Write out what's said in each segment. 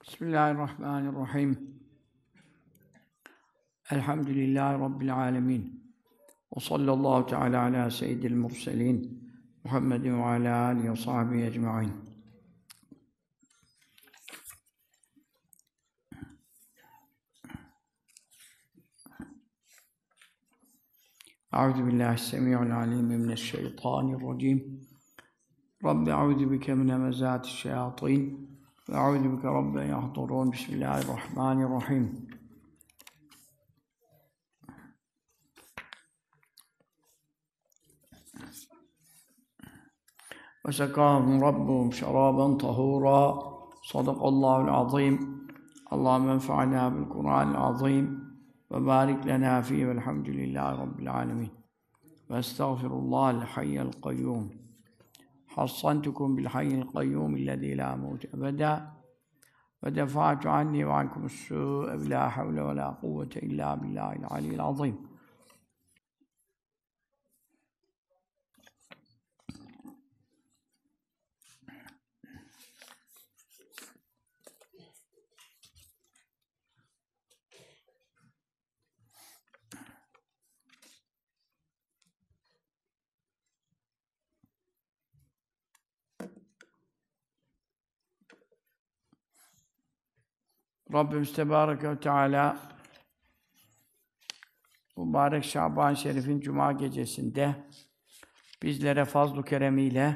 Bismillahirrahmanirrahim. Elhamdülillahi Rabbil alemin. Ve sallallahu teala ala seyyidil murselin. Muhammedin ve ala alihi ve sahbihi ecma'in. Euzu billahi semi'ul alim mineşşeytanirracim. Rabbi euzu bike min hemezatiş şeyatin. Ve euzu bike rabbi yahdurun. Bismillahirrahmanirrahim. Ve sekâhum rabbuhum şerâben tahûrâ. Sadakallâhu'l azîm. Allahümme enfa'nâ bil Kur'anil azîm. Ve bârik lenâ fîhî velhamdülillâhi rabbil âlemin. Ve estağfirullâhel hayyel kayyûm. Hassantukum bil hayyil kayyûm illezî lâ mevte ebedâ. Ve defa'tu anni ve ankumus-sû'e ve lâ havle ve lâ kuvvete illâ billâhil aliyyil azîm. Rabbimiz Tebareke ve Teâlâ mübarek Şaban-ı Şerif'in Cuma gecesinde bizlere fazl-ı keremiyle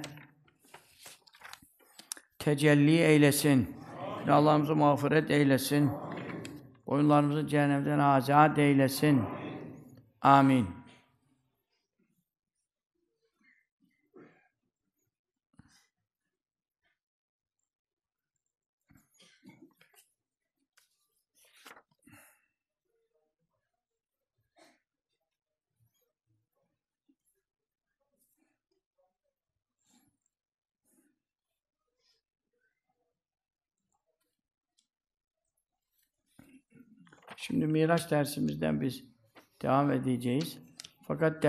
tecelli eylesin. Günahlarımızı mağfiret eylesin. Boyunlarımızı cehennemden azat eylesin. Amin. Şimdi Miraç dersimizden biz devam edeceğiz. Fakat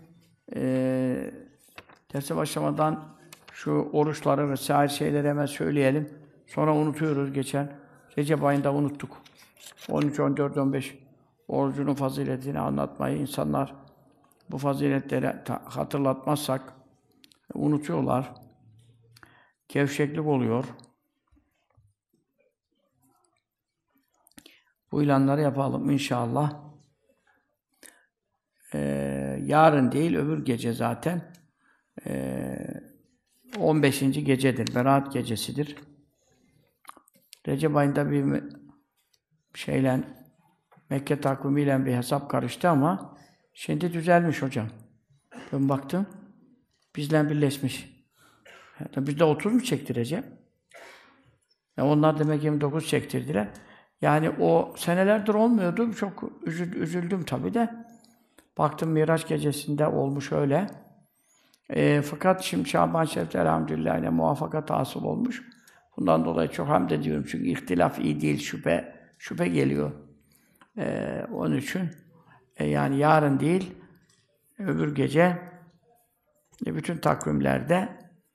derse başlamadan şu oruçları vesaire şeyleri hemen söyleyelim. Sonra unutuyoruz geçen. Recep ayında unuttuk. 13, 14, 15 orucunun faziletini anlatmayı insanlar bu faziletleri hatırlatmazsak unutuyorlar. Gevşeklik oluyor. Bu ilanları yapalım inşallah. Yarın değil, öbür gece zaten 15. gecedir, Berat gecesidir. Recep ayında bir Mekke takvimiyle bir hesap karıştı ama şimdi düzelmiş hocam. Ben baktım, bizle birleşmiş. Bizde 30 mu çekti Recep? Onlar demek 29 çektirdiler. Yani o senelerdir olmuyordu. Çok üzüldüm tabii de. Baktım Miraç gecesinde olmuş öyle. Fakat şimdi Şaban-ı Şerif'te elhamdülillah yine muvaffakat hasıl olmuş. Bundan dolayı çok hamd ediyorum. Çünkü ihtilaf iyi değil, şüphe geliyor. Onun için yani yarın değil, öbür gece bütün takvimlerde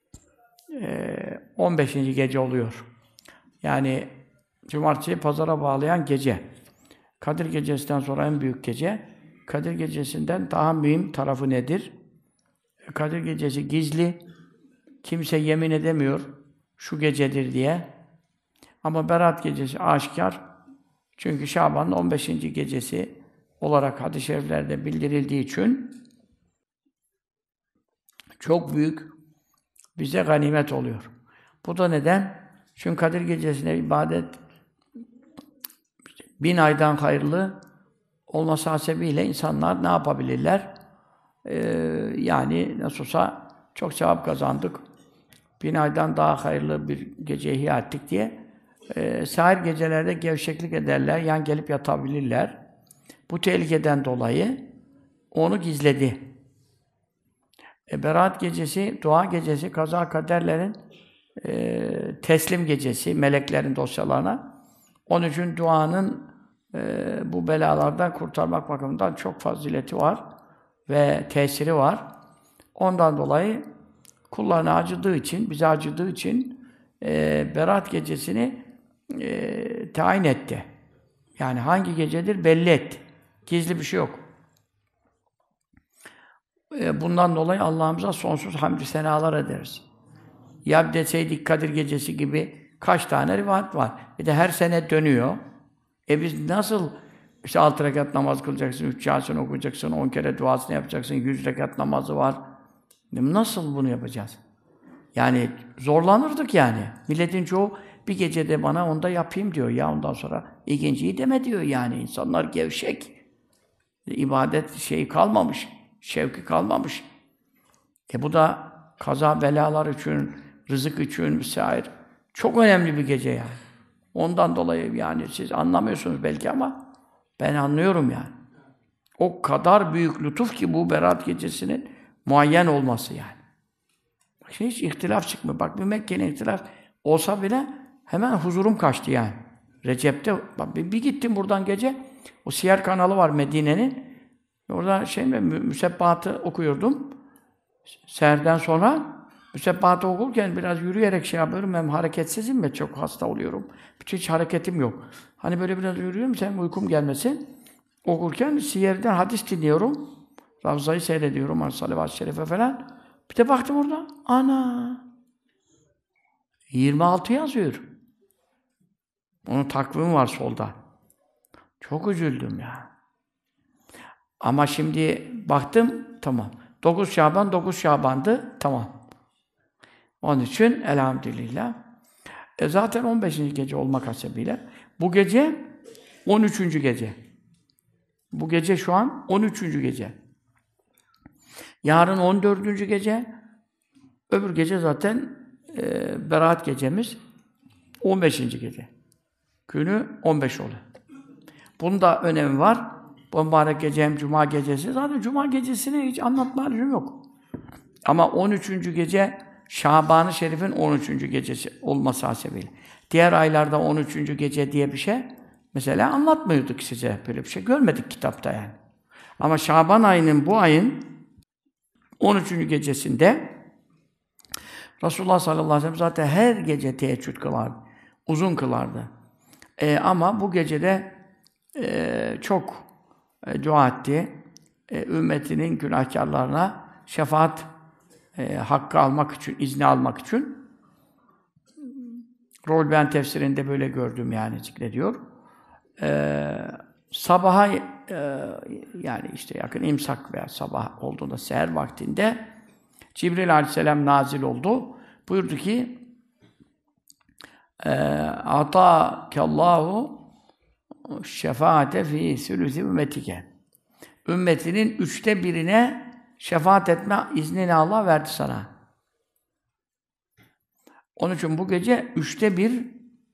15. gece oluyor. Yani Cumartesiyi pazara bağlayan gece. Kadir Gecesi'nden sonra en büyük gece. Kadir Gecesi'nden daha mühim tarafı nedir? Kadir Gecesi gizli. Kimse yemin edemiyor şu gecedir diye. Ama Berat Gecesi aşikar. Çünkü Şaban'ın 15. gecesi olarak hadis-i şeriflerde bildirildiği için çok büyük bize ganimet oluyor. Bu da neden? Çünkü Kadir Gecesi'ne ibadet 1000 aydan hayırlı olması hasebiyle insanlar ne yapabilirler? Yani nasıl olsa çok sevap kazandık. 1000 aydan daha hayırlı bir gece ihya ettik diye sahir gecelerde gevşeklik ederler, yan gelip yatabilirler. Bu tehlikeden dolayı onu gizledi. Berat gecesi, dua gecesi, kaza kaderlerin teslim gecesi, meleklerin dosyalarına. Onun için duanın bu belalardan kurtarmak bakımından çok fazileti var ve tesiri var. Ondan dolayı kullarına acıdığı için, bize acıdığı için Berat gecesini tayin etti. Yani hangi gecedir belli etti. Gizli bir şey yok. Bundan dolayı Allah'ımıza sonsuz hamdü senalar ederiz. Ya deseydik Kadir Gecesi gibi kaç tane rivayet var. Bir de her sene dönüyor. Biz nasıl işte 6 rekat namaz kılacaksın, 3 Yasin okuyacaksın, 10 kere duasını yapacaksın, 100 rekat namazı var. Nasıl bunu yapacağız? Yani zorlanırdık yani. Milletin çoğu bir gecede bana onu da yapayım diyor. Ya ondan sonra ikinciyi deme diyor yani. İnsanlar gevşek. İbadet şeyi kalmamış, şevki kalmamış. Bu da kaza belalar için, rızık için vesaire. Çok önemli bir gece yani. Ondan dolayı yani siz anlamıyorsunuz belki ama ben anlıyorum yani. O kadar büyük lütuf ki bu Berat gecesinin muayyen olması yani. Bak hiç ihtilaf çıkmıyor. Bak bir Mekke'nin ihtilaf olsa bile hemen huzurum kaçtı yani. Recep'te bak bir gittim buradan gece. O Siyer kanalı var Medine'nin. Orada müsebbahatı okuyordum. Seherden sonra müsebbahatı okurken biraz yürüyerek şey yapıyorum. Hem hareketsizim ve çok hasta oluyorum. Hiç hareketim yok. Hani böyle biraz yürüyorum, sen uykum gelmesin. Okurken Siyer'den hadis dinliyorum. Ravza'yı seyrediyorum, salavat-ı şerife falan. Bir de baktım orada, ana! 26 yazıyor. Onun takvimi var solda. Çok üzüldüm ya. Ama şimdi baktım, tamam. 9 Şaban, 9 Şaban'dı, tamam. Onun için elhamdülillah. Zaten 15. gece olmak hasebiyle. Bu gece 13. gece. Bu gece şu an 13. gece. Yarın 14. gece. Öbür gece zaten Berat gecemiz 15. gece. Günü 15 oluyor. Bunun da önemi var. Bu mübarek gece hem Cuma gecesi. Zaten Cuma gecesini hiç anlatma lüzum yok. Ama 13. gece Şaban-ı Şerif'in 13. gecesi olması hasebiyle. Diğer aylarda 13. gece diye bir şey mesela anlatmıyorduk size. Böyle bir şey görmedik kitapta yani. Ama Şaban ayının bu ayın 13. gecesinde Resulullah sallallahu aleyhi ve sellem zaten her gece teheccüd kılardı. Uzun kılardı. Ama bu gecede çok dua etti. Ümmetinin günahkârlarına şefaat hakkı almak için, izni almak için. Ruhul Beyan tefsirinde böyle gördüm yani zikrediyor. Sabaha yani işte yakın imsak veya sabah olduğunda seher vaktinde Cibril aleyhisselam nazil oldu. Buyurdu ki Atâkallâhu şefaate fî sülûsi ümmetike. Ümmetinin 3'te birine şefaat etme iznini Allah verdi sana. Onun için bu gece 3'te 1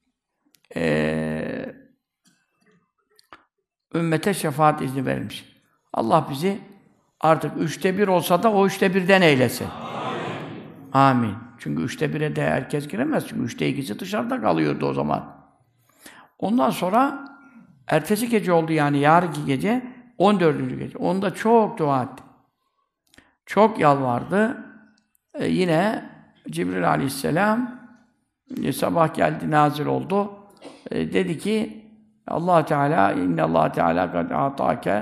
ümmete şefaat izni verilmiş. Allah bizi artık 3'te 1 olsa da o 3'te 1'den eylesin. Amin. Amin. Çünkü 3'te 1'e de herkes giremez. Çünkü 3'te 2'si dışarıda kalıyordu o zaman. Ondan sonra ertesi gece oldu yani yarınki gece 14. gece. Onda çok dua etti. Çok yalvardı. Yine Cibril aleyhisselam sabah geldi, nazil oldu. Dedi ki Allah Teala Allah Teala kad atake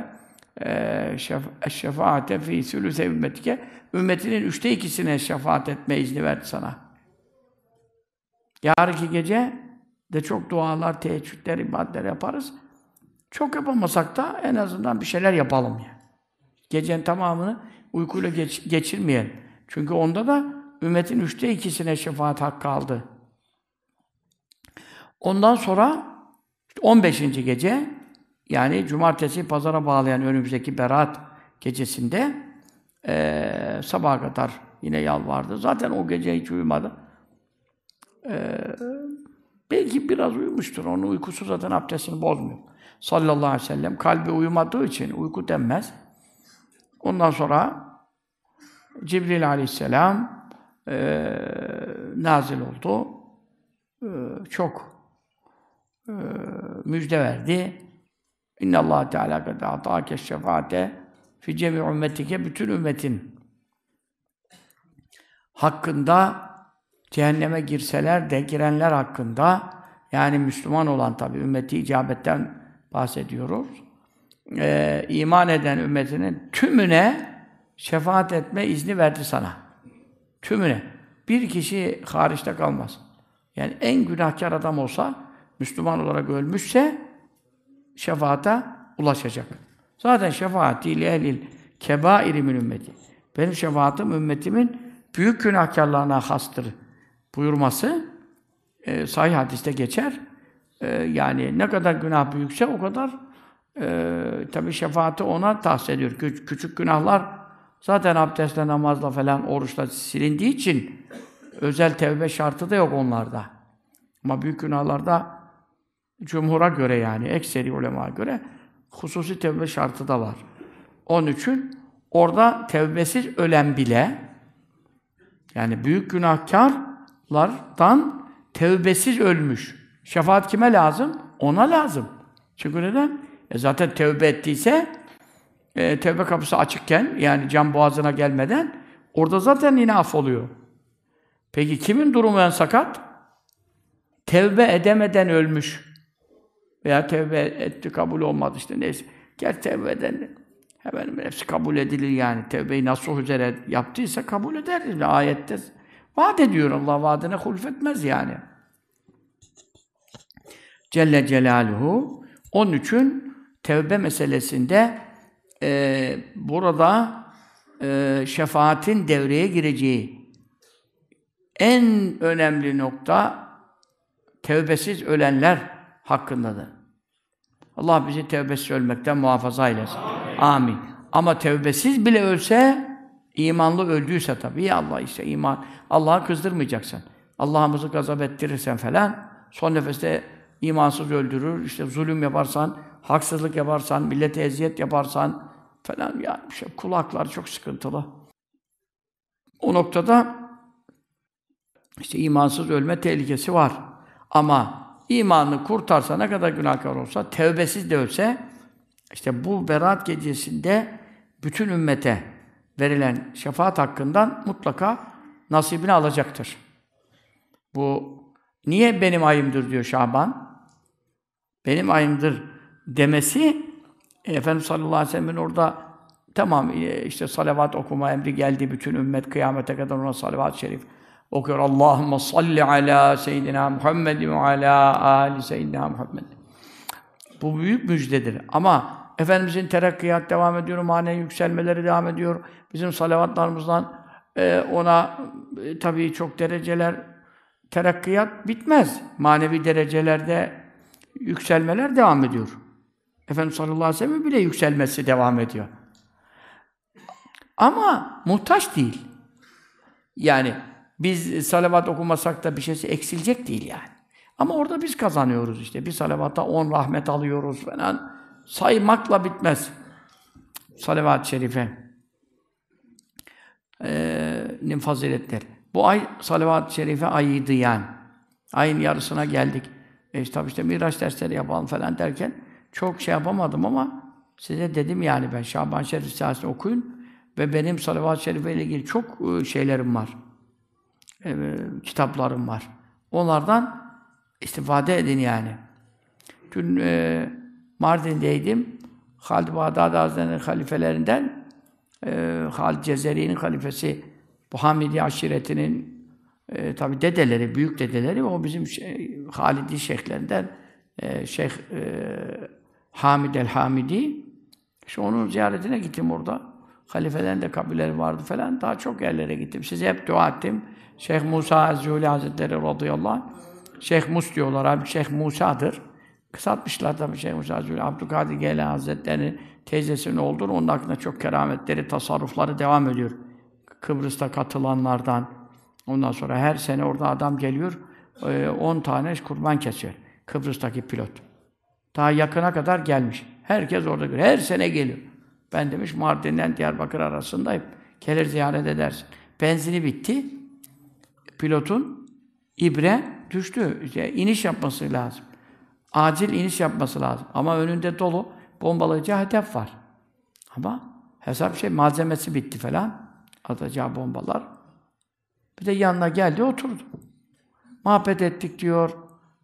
şefaate fi sülûse ümmetike. Ümmetinin 3'te 2'sine şefaat etme izni verdi sana. Yarınki gece de çok dualar, teheccüdler, ibadetler yaparız. Çok yapamasak da en azından bir şeyler yapalım yani. Gecenin tamamını uykuyla geçirmeyelim. Çünkü onda da ümmetin 3'te 2'sine şefaat hakkı aldı. Ondan sonra 15. gece yani cumartesi pazara bağlayan önümüzdeki Berat gecesinde sabaha kadar yine yalvardı. Zaten o gece hiç uyumadı. Belki biraz uyumuştur. Onun uykusu zaten abdestini bozmuyor. Sallallahu aleyhi ve sellem kalbi uyumadığı için uyku denmez. Ondan sonra Cibril aleyhisselam nazil oldu. Çok müjde verdi. İnnallâhe Teâlâ kad atâke şefaate fi cemî ümmetike, bütün ümmetin hakkında cehenneme girseler de girenler hakkında yani Müslüman olan tabi ümmeti icabetten bahsediyoruz. İman eden ümmetinin tümüne şefaat etme izni verdi sana. Tümüne. Bir kişi hariçte kalmaz. Yani en günahkar adam olsa, Müslüman olarak ölmüşse şefaate ulaşacak. Zaten şefaati li ehlil kebairi min ümmeti. Benim şefaatim ümmetimin büyük günahkarlarına hastır buyurması sahih hadiste geçer. Yani ne kadar günah büyükse o kadar tabii şefaati ona tahsis ediyor. Küçük günahlar zaten abdestle, namazla falan, oruçla silindiği için özel tevbe şartı da yok onlarda. Ama büyük günahlarda cumhura göre yani, ekseri ulemaya göre hususi tevbe şartı da var. Onun için orada tevbesiz ölen bile, yani büyük günahkarlardan tevbesiz ölmüş. Şefaat kime lazım? Ona lazım. Çünkü neden? Zaten tevbe ettiyse, tevbe kapısı açıkken, yani can boğazına gelmeden, orada zaten yine affoluyor. Peki kimin durumu en sakat? Tevbe edemeden ölmüş. Veya tevbe etti, kabul olmadı işte neyse. Gel tevbe eden, hemen hepsi kabul edilir yani. Tevbeyi nasuh üzere yaptıysa kabul eder. Ayette vaat ediyor Allah, vaadine hulfetmez yani. Celle Celaluhu. Onun için tevbe meselesinde burada şefaatin devreye gireceği en önemli nokta tevbesiz ölenler hakkındadır. Allah bizi tevbesiz ölmekten muhafaza eylesin. Amin. Ama tevbesiz bile ölse, imanlı öldüyse tabii, ya Allah işte iman, Allah'ı kızdırmayacaksın. Allah'ımızı gazap ettirirsen falan, son nefeste imansız öldürür, işte zulüm yaparsan, haksızlık yaparsan, millete eziyet yaparsan falan, ya işte kulaklar çok sıkıntılı. O noktada işte imansız ölme tehlikesi var. Ama imanını kurtarsa, ne kadar günahkar olsa, tevbesiz de ölse, işte bu Berat gecesinde bütün ümmete verilen şefaat hakkından mutlaka nasibini alacaktır. Bu niye benim ayımdır diyor Şaban? Benim ayımdır demesi, Efendimiz sallallahu aleyhi ve sellem'in orada tamam işte salavat okuma emri geldi, bütün ümmet kıyamete kadar ona salavat-ı şerif okuyor. Allahümme salli ala seyyidina Muhammed ve ala ali seyyidina Muhammed. Bu büyük müjdedir. Ama Efendimizin terakkiyat devam ediyor, manevi yükselmeleri devam ediyor. Bizim salavatlarımızdan ona tabii çok dereceler, terakkiyat bitmez. Manevi derecelerde yükselmeler devam ediyor. Efendimiz sallallahu aleyhi ve sellem bile yükselmesi devam ediyor. Ama muhtaç değil. Yani biz salavat okumasak da bir şeysi eksilecek değil yani. Ama orada biz kazanıyoruz işte. Bir salavata 10 rahmet alıyoruz falan. Saymakla bitmez. Salavat-ı şerife nin faziletleri. Bu ay salavat-ı şerife ayıydı yani. Ayın yarısına geldik. Tabii işte Miraç dersleri yapalım falan derken çok şey yapamadım ama size dedim yani, ben Şaban Şerif Risalesi'ni okuyun ve benim salavat-ı şerife ile ilgili çok şeylerim var. Kitaplarım var. Onlardan istifade edin yani. Dün Mardin'deydim. Halid Bağdadi Hazretleri'nin halifelerinden Halid Cezeri'nin halifesi, bu Hamidi aşiretinin tabi dedeleri, büyük dedeleri, o bizim Halidi şeyhlerinden Şeyh Hamid el-Hamidi. İşte onun ziyaretine gittim orada. Halifelerin de kabirleri vardı falan. Daha çok yerlere gittim. Size hep dua ettim. Şeyh Musa Ez-Zuhuli Hazretleri radıyallahu anh. Şeyh Mus diyorlar abi. Şeyh Musa'dır. Kısaltmışlar tabii Şeyh Musa Ez-Zuhuli. Abdülkadir Geylani Hazretleri'nin teyzesinin olduğunu, onun hakkında çok kerametleri, tasarrufları devam ediyor. Kıbrıs'ta katılanlardan. Ondan sonra her sene orada adam geliyor, 10 tane kurban kesiyor. Kıbrıs'taki pilot. Daha yakına kadar gelmiş. Herkes orada görüyor. Her sene geliyor. Ben demiş Mardin'den Diyarbakır arasındayım. Gelir ziyaret edersin. Benzini bitti. Pilotun ibre düştü. İşte iniş yapması lazım. Acil iniş yapması lazım. Ama önünde dolu bombalayacağı hedef var. Ama hesap malzemesi bitti falan. Atacağı bombalar. Bir de yanına geldi, oturdu. Muhabbet ettik diyor.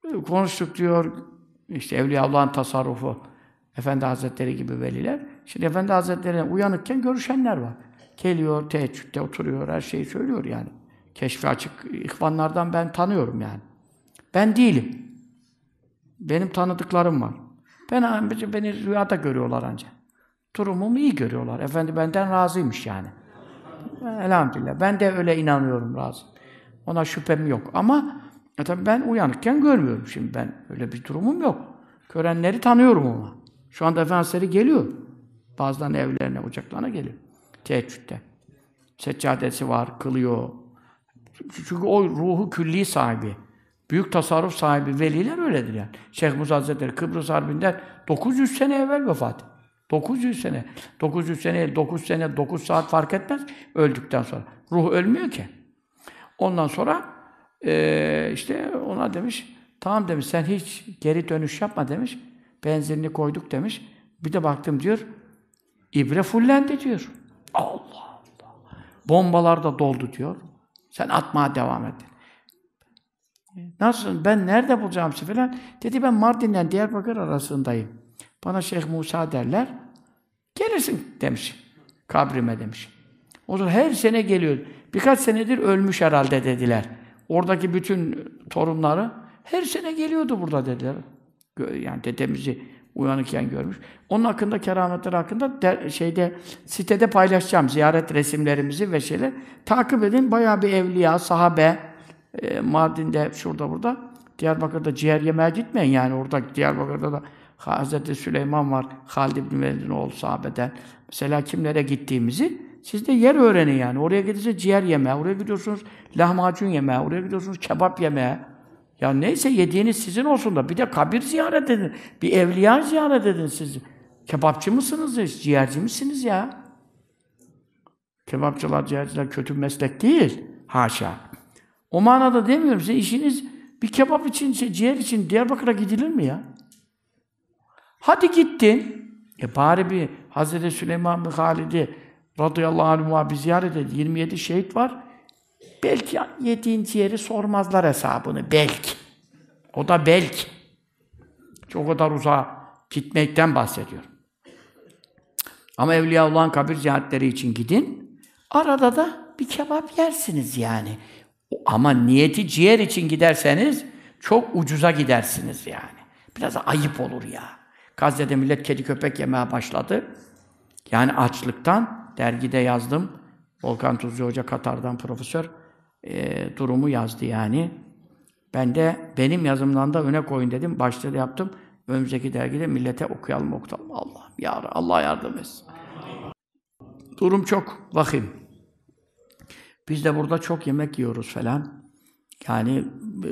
Konuştuk diyor, işte Evliyaullah'ın tasarrufu, Efendi Hazretleri gibi veliler. Şimdi Efendi Hazretleri'ne uyanıkken görüşenler var. Geliyor, teheccüde oturuyor, her şeyi söylüyor yani. Keşfi açık ihvanlardan ben tanıyorum yani. Ben değilim. Benim tanıdıklarım var. Beni rüyada görüyorlar ancak. Durumumu iyi görüyorlar. Efendi benden razıymış yani. Elhamdülillah. Ben de öyle inanıyorum, razı. Ona şüphem yok. Ama tabii ben uyanıkken görmüyorum. Şimdi ben öyle bir durumum yok. Görenleri tanıyorum ama. Şu anda Efendimiz geliyor. Bazılarının evlerine, ocaklarına geliyor. Teheccüde. Seccadesi var, kılıyor. Çünkü o ruhu külli sahibi. Büyük tasarruf sahibi veliler öyledir yani. Şeyh Musa Hazretleri Kıbrıs Harbi'nden 900 sene evvel vefat. 900 sene. 900 sene, 9 sene, 9 saat fark etmez öldükten sonra. Ruh ölmüyor ki. Ondan sonra işte ona demiş, tamam demiş, sen hiç geri dönüş yapma demiş. Benzinini koyduk demiş. Bir de baktım diyor, ibre fullendi diyor. Allah Allah. Bombalar da doldu diyor. Sen atmaya devam et. Nasıl? Ben nerede bulacağım sizi falan? Dedi ben Mardin'den Diyarbakır arasındayım. Bana Şeyh Musa derler. Gelirsin demiş. Kabrime demiş. O da her sene geliyor. Birkaç senedir ölmüş herhalde dediler. Oradaki bütün torunları her sene geliyordu burada dediler. Yani dedemizi uyanıkken görmüş. Onun hakkında, kerametler hakkında sitede paylaşacağım. Ziyaret resimlerimizi ve şeyler. Takip edin. Bayağı bir evliya, sahabe, Mardin'de, şurada burada. Diyarbakır'da ciğer yemeye gitmeyin yani. Orada Diyarbakır'da da Hazreti Süleyman var. Halid İbn Velid'in oğlu sahabeden. Mesela kimlere gittiğimizi siz de yer öğrenin yani. Oraya gidince ciğer yemeye, oraya gidiyorsunuz lahmacun yemeye, oraya gidiyorsunuz kebap yemeye. Ya neyse yediğiniz sizin olsun da bir de kabir ziyaret edin. Bir evliya ziyaret edin siz. Kebapçı mısınız ya? Ciğerci misiniz ya? Kebapçılar, ciğerciler kötü meslek değil. Haşa. O manada demiyorum. Sizin işiniz bir kebap için, ciğer için Diyarbakır'a gidilir mi ya? Hadi gittin. Bari bir Hazreti Süleyman bin Halid'i radıyallahu anh'a bir ziyaret et. 27 şehit var. Belki yediğin ciğeri sormazlar hesabını. Belki. O da belki. O kadar uzağa gitmekten bahsediyorum. Ama Evliyaullah'ın kabir ziyaretleri için gidin. Arada da bir kebap yersiniz yani. Ama niyeti ciğer için giderseniz çok ucuza gidersiniz yani. Biraz ayıp olur ya. Gazze'de millet kedi köpek yemeye başladı. Yani açlıktan dergide yazdım. Volkan Tuzcu Hoca Katar'dan profesör durumu yazdı yani. Ben de benim yazımdan da öne koyun dedim. Başta da yaptım. Önümüzdeki dergide millete okuyalım. Allah'ım ya Allah yardım etsin. Durum çok vahim. Biz de burada çok yemek yiyoruz falan. Yani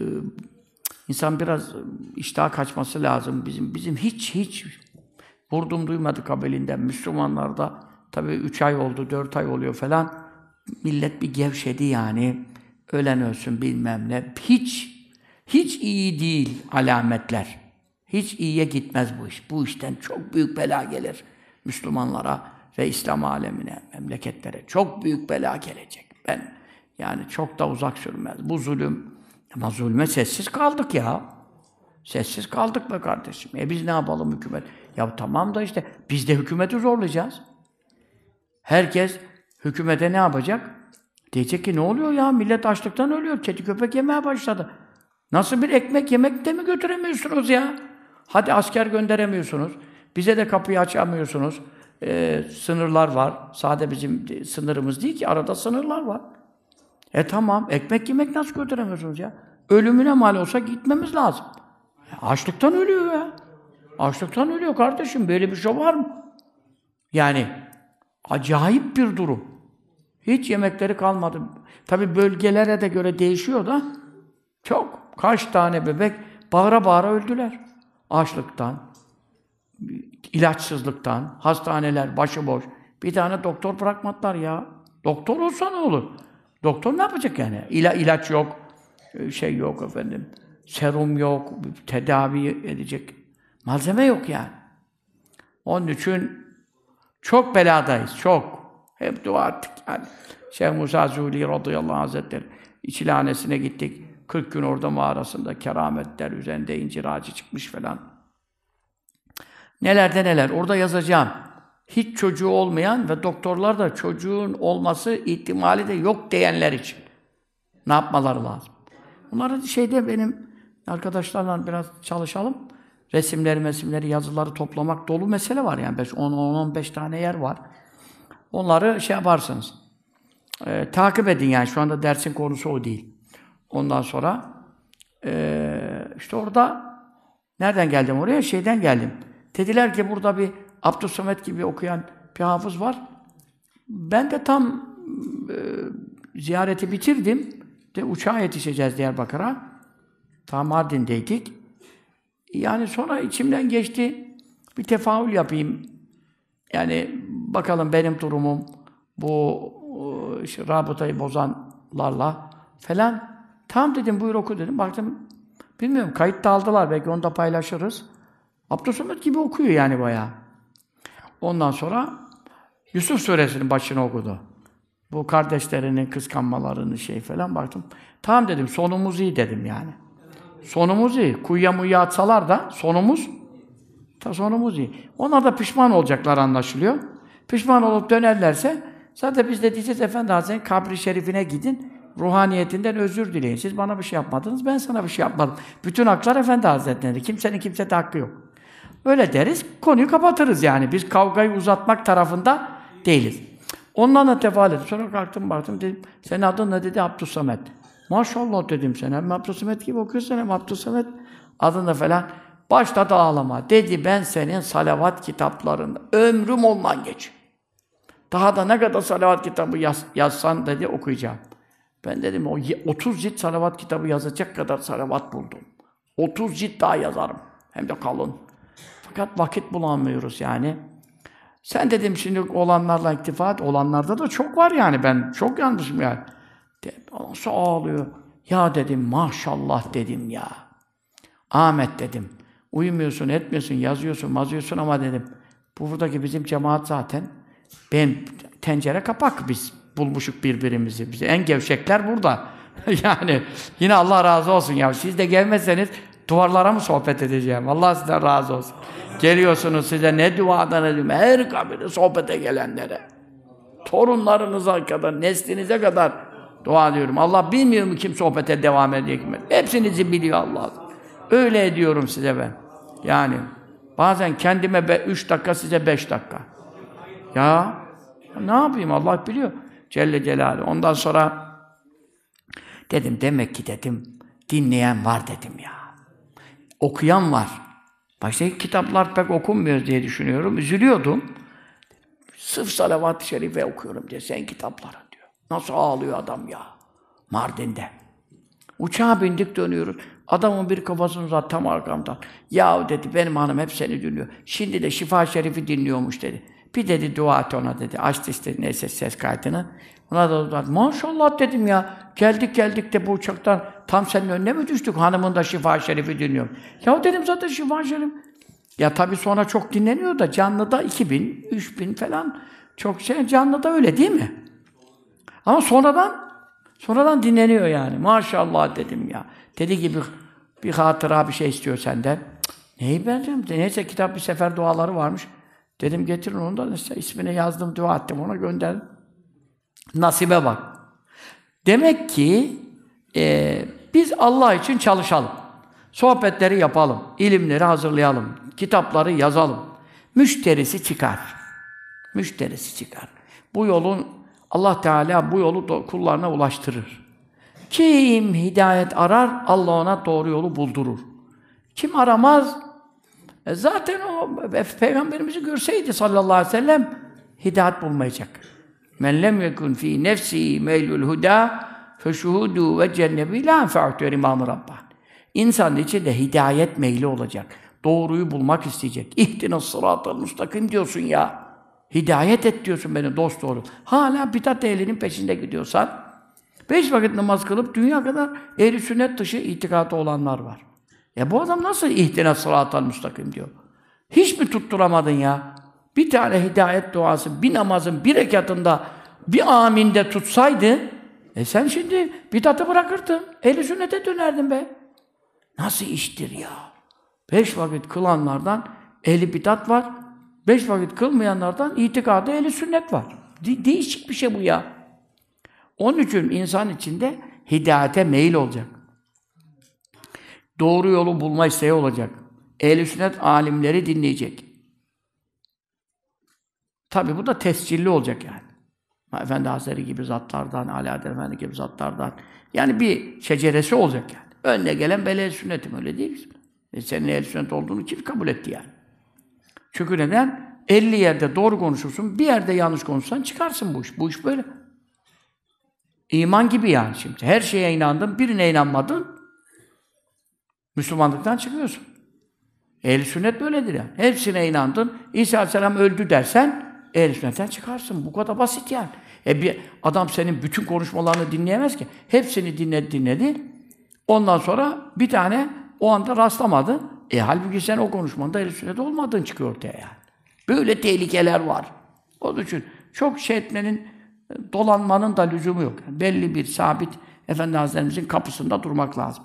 insan biraz iştah kaçması lazım. Bizim hiç vurdum duymadı kabilinden. Müslümanlarda tabii 3 ay oldu, 4 ay oluyor falan. Millet bir gevşedi yani. Ölen ölsün bilmem ne. Hiç iyi değil alametler. Hiç iyiye gitmez bu iş. Bu işten çok büyük bela gelir Müslümanlara ve İslam alemine, memleketlere. Çok büyük bela gelecek. Yani çok da uzak sürmez. Bu zulüm. Ama zulme sessiz kaldık ya. Sessiz kaldık be kardeşim. Biz ne yapalım hükümet? Ya tamam da işte biz de hükümeti zorlayacağız. Herkes hükümete ne yapacak? Diyecek ki ne oluyor ya? Millet açlıktan ölüyor. Kedi köpek yemeye başladı. Nasıl bir ekmek yemek de mi götüremiyorsunuz ya? Hadi asker gönderemiyorsunuz. Bize de kapıyı açamıyorsunuz. Sınırlar var. Sadece bizim sınırımız değil ki. Arada sınırlar var. Tamam. Ekmek yemek nasıl götüremiyorsunuz ya? Ölümüne mal olsa gitmemiz lazım. Açlıktan ölüyor ya. Açlıktan ölüyor kardeşim. Böyle bir şey var mı? Yani acayip bir durum. Hiç yemekleri kalmadı. Tabii bölgelere de göre değişiyor da çok. Kaç tane bebek bağıra bağıra öldüler. Açlıktan, ilaçsızlıktan, hastaneler başıboş. Bir tane doktor bırakmadılar ya. Doktor olsa ne olur? Doktor ne yapacak yani? İlaç yok, şey yok efendim, serum yok, tedavi edecek malzeme yok yani. Onun için çok beladayız, çok. Hep dua ettik yani. Şeyh Musa Zuli radıyallahu anh hazretleri içilahanesine gittik. 40 gün orada mağarasında kerametler üzerinde incir ağacı çıkmış falan. Neler de neler. Orada yazacağım. Hiç çocuğu olmayan ve doktorlar da çocuğun olması ihtimali de yok diyenler için ne yapmaları lazım? Bunları benim arkadaşlarla biraz çalışalım. Resimleri, yazıları toplamak dolu mesele var yani. 10-15 tane yer var. Onları yaparsınız. Takip edin yani. Şu anda dersin konusu o değil. Ondan sonra işte orada nereden geldim oraya? Şeyden geldim. Dediler ki burada bir Abdülsamet gibi okuyan bir hafız var. Ben de tam ziyareti bitirdim. Uçağa yetişeceğiz Diyarbakır'a. Tam Mardin'deydik. Yani sonra içimden geçti. Bir tefaül yapayım. Yani bakalım benim durumum bu rabıtayı bozanlarla falan. Tamam dedim, buyur oku dedim. Baktım, bilmiyorum, kayıt da aldılar. Belki onu da paylaşırız. Abdülsamet gibi okuyor yani bayağı. Ondan sonra Yusuf Suresinin başını okudu. Bu kardeşlerinin kıskanmalarını falan baktım. Tamam dedim, sonumuz iyi dedim yani. Sonumuz iyi. Kuyuya muyuya atsalar da sonumuz iyi. Onlar da pişman olacaklar anlaşılıyor. Pişman olup dönerlerse zaten biz de diyeceğiz, Efendi Hazretleri'nin kabri şerifine gidin, ruhaniyetinden özür dileyin. Siz bana bir şey yapmadınız, ben sana bir şey yapmadım. Bütün haklar Efendi Hazretleri'nde. Kimsenin kimsede hakkı yok. Öyle deriz, konuyu kapatırız yani. Biz kavgayı uzatmak tarafında değiliz. Ondan da tefaal ettim. Sonra kalktım baktım, dedim, senin adın ne dedi? Abdülsamet. Maşallah dedim, sen hem Abdülsamet gibi okuyorsun hem Abdülsamet adında falan. Başladı ağlama. Dedi, ben senin salavat kitaplarında ömrüm ondan geç. Daha da ne kadar salavat kitabı yazsan dedi, okuyacağım. Ben dedim, 30 cilt salavat kitabı yazacak kadar salavat buldum. 30 cilt daha yazarım. Hem de kalın. Fakat vakit bulamıyoruz yani. Sen dedim şimdi olanlarla iktifa et. Olanlarda da çok var yani. Ben çok yanlışım yani. Nasıl ağlıyor? Ya dedim, maşallah dedim ya. Ahmet dedim. Uyumuyorsun, etmiyorsun, yazıyorsun ama dedim. Buradaki bizim cemaat zaten. Ben tencere kapak biz bulmuşuk birbirimizi. Biz en gevşekler burada. Yani yine Allah razı olsun ya. Siz de gelmezseniz duvarlara mı sohbet edeceğim? Allah sizden razı olsun. Geliyorsunuz, size ne duadan edeyim, her kabire sohbete gelenlere. Torunlarınıza kadar, neslinize kadar dua ediyorum. Allah bilmiyor mu kim sohbete devam edecek mi? Hepsinizi biliyor Allah. Öyle ediyorum size ben. Yani bazen kendime 3 dakika, size 5 dakika. Ya ne yapayım, Allah biliyor. Celle Celaluhu. Ondan sonra dedim, demek ki dedim, dinleyen var dedim ya. Okuyan var. Başka kitaplar pek okunmuyor diye düşünüyorum. Üzülüyordum. Sırf salavat-ı şerife okuyorum diye, sen kitapların diyor. Nasıl ağlıyor adam ya. Mardin'de. Uçağa bindik, dönüyoruz. Adamın bir kafasını uzattı tam arkamdan. Yahu dedi, benim hanım hep seni dinliyor. Şimdi de Şifa Şerif'i dinliyormuş dedi. Bir dedi, dua et ona dedi. Açtı işte neyse ses kaydını. Ona da uzattı. Maşallah dedim ya. Geldik de bu uçaktan tam senin önüne mi düştük? Hanımın da Şifa Şerif'i dinliyor. Ya dedim, zaten Şifa Şerif. Ya tabii sonra çok dinleniyor da canlıda 2000, 3000 falan çok canlıda öyle değil mi? Ama sonradan dinleniyor yani. Maşallah dedim ya. Dedi gibi bir hatıra bir şey istiyor senden. Neyi ben dedim. Neyse kitap bir sefer duaları varmış. Dedim getirin onu da işte ismini yazdım, dua ettim, ona gönderdim. Nasibe bak. Demek ki biz Allah için çalışalım. Sohbetleri yapalım. İlimleri hazırlayalım. Kitapları yazalım. Müşterisi çıkar. Bu yolun Allah Teala bu yolu kullarına ulaştırır. Kim hidayet arar, Allah ona doğru yolu buldurur. Kim aramaz, zaten o Peygamberimizi görseydi sallallahu aleyhi ve sellem hidayet bulmayacak. Men lem yekun fi nefsi meylül huda feşuhudu ve cennebi la enfa'tu İmam-ı Rabbani. İnsanın içinde hidayet meyli olacak. Doğruyu bulmak isteyecek. İhtinas sıratal müstakim diyorsun ya. Hidayet et diyorsun beni dost doğru. Hala bidat ehlinin peşinde gidiyorsan, 5 vakit namaz kılıp dünya kadar ehl-i sünnet dışı itikadı olanlar var. Ya bu adam nasıl ihtinas sıratal müstakim diyor? Hiç mi tutturamadın ya? Bir tane hidayet duası, bir namazın bir rekatında, bir aminde tutsaydı, Sen şimdi bidatı bırakırdın. Ehl-i sünnete dönerdin be. Nasıl iştir ya? 5 vakit kılanlardan ehli bidat var. 5 vakit kılmayanlardan itikadı ehli sünnet var. Değişik bir şey bu ya. Onun için insan içinde hidayete meyil olacak. Doğru yolu bulma isteği olacak. Ehl-i sünnet alimleri dinleyecek. Tabi bu da tescilli olacak yani. Efendi Hazretleri gibi zatlardan, Ali Adem Efendi gibi zatlardan. Yani bir şeceresi olacak yani. Önüne gelen ben ehl-i sünnetim, öyle değil mi? Senin ehl-i sünnet olduğunu kim kabul etti yani? Çünkü neden? 50 yerde doğru konuşursun, bir yerde yanlış konuşsan çıkarsın bu iş. Bu iş böyle. İman gibi yani şimdi. Her şeye inandın, birine inanmadın, Müslümanlıktan çıkıyorsun. Ehl-i sünnet böyledir yani. Hepsine inandın, İsa Aleyhisselam öldü dersen, ehl-i sünnetten çıkarsın. Bu kadar basit yani. Bir adam senin bütün konuşmalarını dinleyemez ki. Hepsini dinledi. Ondan sonra bir tane o anda rastlamadı. Halbuki sen o konuşmanda ehl-i sünnet olmadığın çıkıyor ortaya yani. Böyle tehlikeler var. Onun için çok şey etmenin, dolanmanın da lüzumu yok. Yani belli bir sabit Efendi Hazretlerimizin kapısında durmak lazım.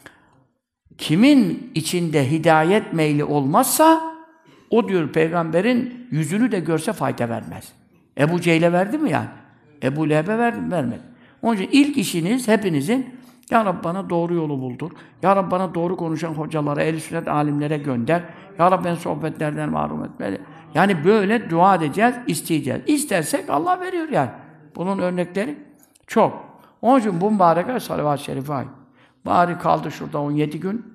Kimin içinde hidayet meyli olmazsa, o diyor peygamberin yüzünü de görse fayda vermez. Ebu Cehil'e verdi mi yani? Ebu Leheb'e verdi mi? Vermedi. Onun için ilk işiniz hepinizin, Ya Rabbi bana doğru yolu buldur. Ya Rabbi bana doğru konuşan hocalara, ehl-i sünnet alimlere gönder. Ya Rabbi beni sohbetlerden mahrum etme. Yani böyle dua edeceğiz, isteyeceğiz. İstersek Allah veriyor yani. Bunun örnekleri çok. Onun için bu mübarek ay salavat-ı şerife ay. Bari kaldı şurada 17 gün.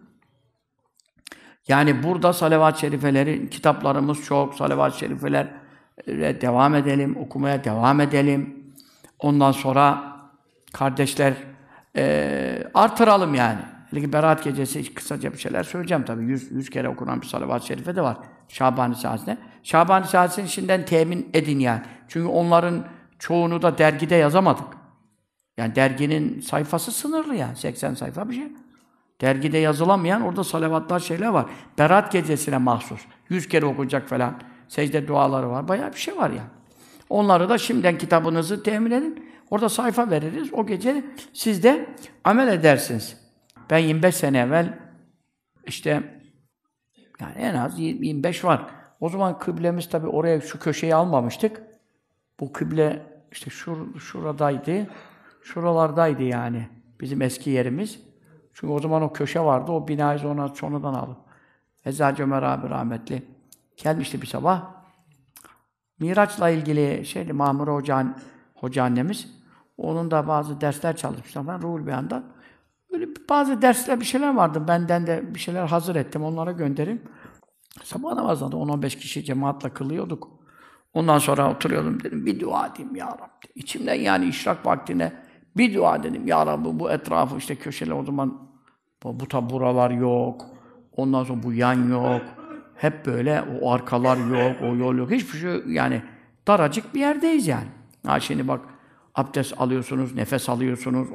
Yani burada salavat-ı şerifeleri, kitaplarımız çok, salavat-ı şerifeler devam edelim, okumaya devam edelim. Ondan sonra kardeşler artıralım yani. Hele Berat gecesi kısaca bir şeyler söyleyeceğim tabii. 100 kere okunan bir salavat-ı şerife de var Şaban-ı Saadet'te. Şaban-ı Saadet'ini şimdiden temin edin yani. Çünkü onların çoğunu da dergide yazamadık. Yani derginin sayfası sınırlı yani. 80 sayfa bir şey. Dergide yazılamayan orada salavatlar şeyler var. Berat gecesine mahsus. 100 kere okunacak falan. Secde duaları var. Bayağı bir şey var yani. Onları da şimdiden kitabınızı temin edin. Orada sayfa veririz. O gece siz de amel edersiniz. Ben 25 sene evvel işte yani en az 25 var. O zaman kıblemiz tabii oraya şu köşeyi almamıştık. Bu kıble işte şuradaydı. Şuralardaydı yani bizim eski yerimiz. Çünkü o zaman o köşe vardı. O binayı sonradan alıp. Eczacı Ömer abi rahmetli gelmişti bir sabah. Miraç'la ilgili Mamur Hoca annemiz, onun da bazı dersler çalışmışlar falan Ruhul Beyan'dan. Böyle bazı dersler, bir şeyler vardı. Benden de bir şeyler hazır ettim. Onlara göndereyim. Sabah namazında 10-15 kişi cemaatle kılıyorduk. Ondan sonra oturuyordum dedim. Bir dua edeyim ya Rabbi. İçimden yani işrak vaktine bir dua dedim. Ya Rabbi bu etrafı işte köşeler o zaman buralar yok. Ondan sonra bu yan yok. Hep böyle o arkalar yok, o yol yok. Hiçbir şey yani daracık bir yerdeyiz yani. Ha şimdi bak abdest alıyorsunuz, nefes alıyorsunuz.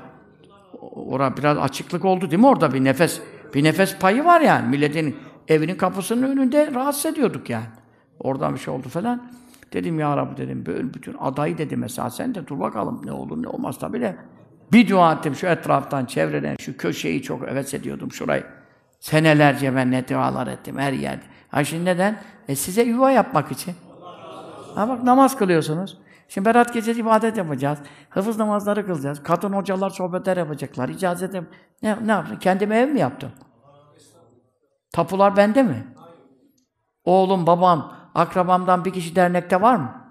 Orada biraz açıklık oldu değil mi? Orada bir nefes payı var yani. Milletin evinin kapısının önünde rahatsız ediyorduk yani. Oradan bir şey oldu falan. Dedim ya Rabbi dedim, böyle bütün adayı dedim mesela sen de dur bakalım ne olur ne olmaz tabii de. Bir dua ettim şu etraftan, çevreden, şu köşeyi çok heves ediyordum şurayı. Senelerce ben ne dualar ettim her yerde. Ha şimdi neden? Size yuva yapmak için. Ha bak namaz kılıyorsunuz. Şimdi Berat gecesi ibadet yapacağız. Hıfız namazları kılacağız. Kadın hocalar sohbetler yapacaklar. İcazet ne yaptın? Kendime ev mi yaptım? Tapular bende mi? Oğlum, babam, akrabamdan bir kişi dernekte var mı?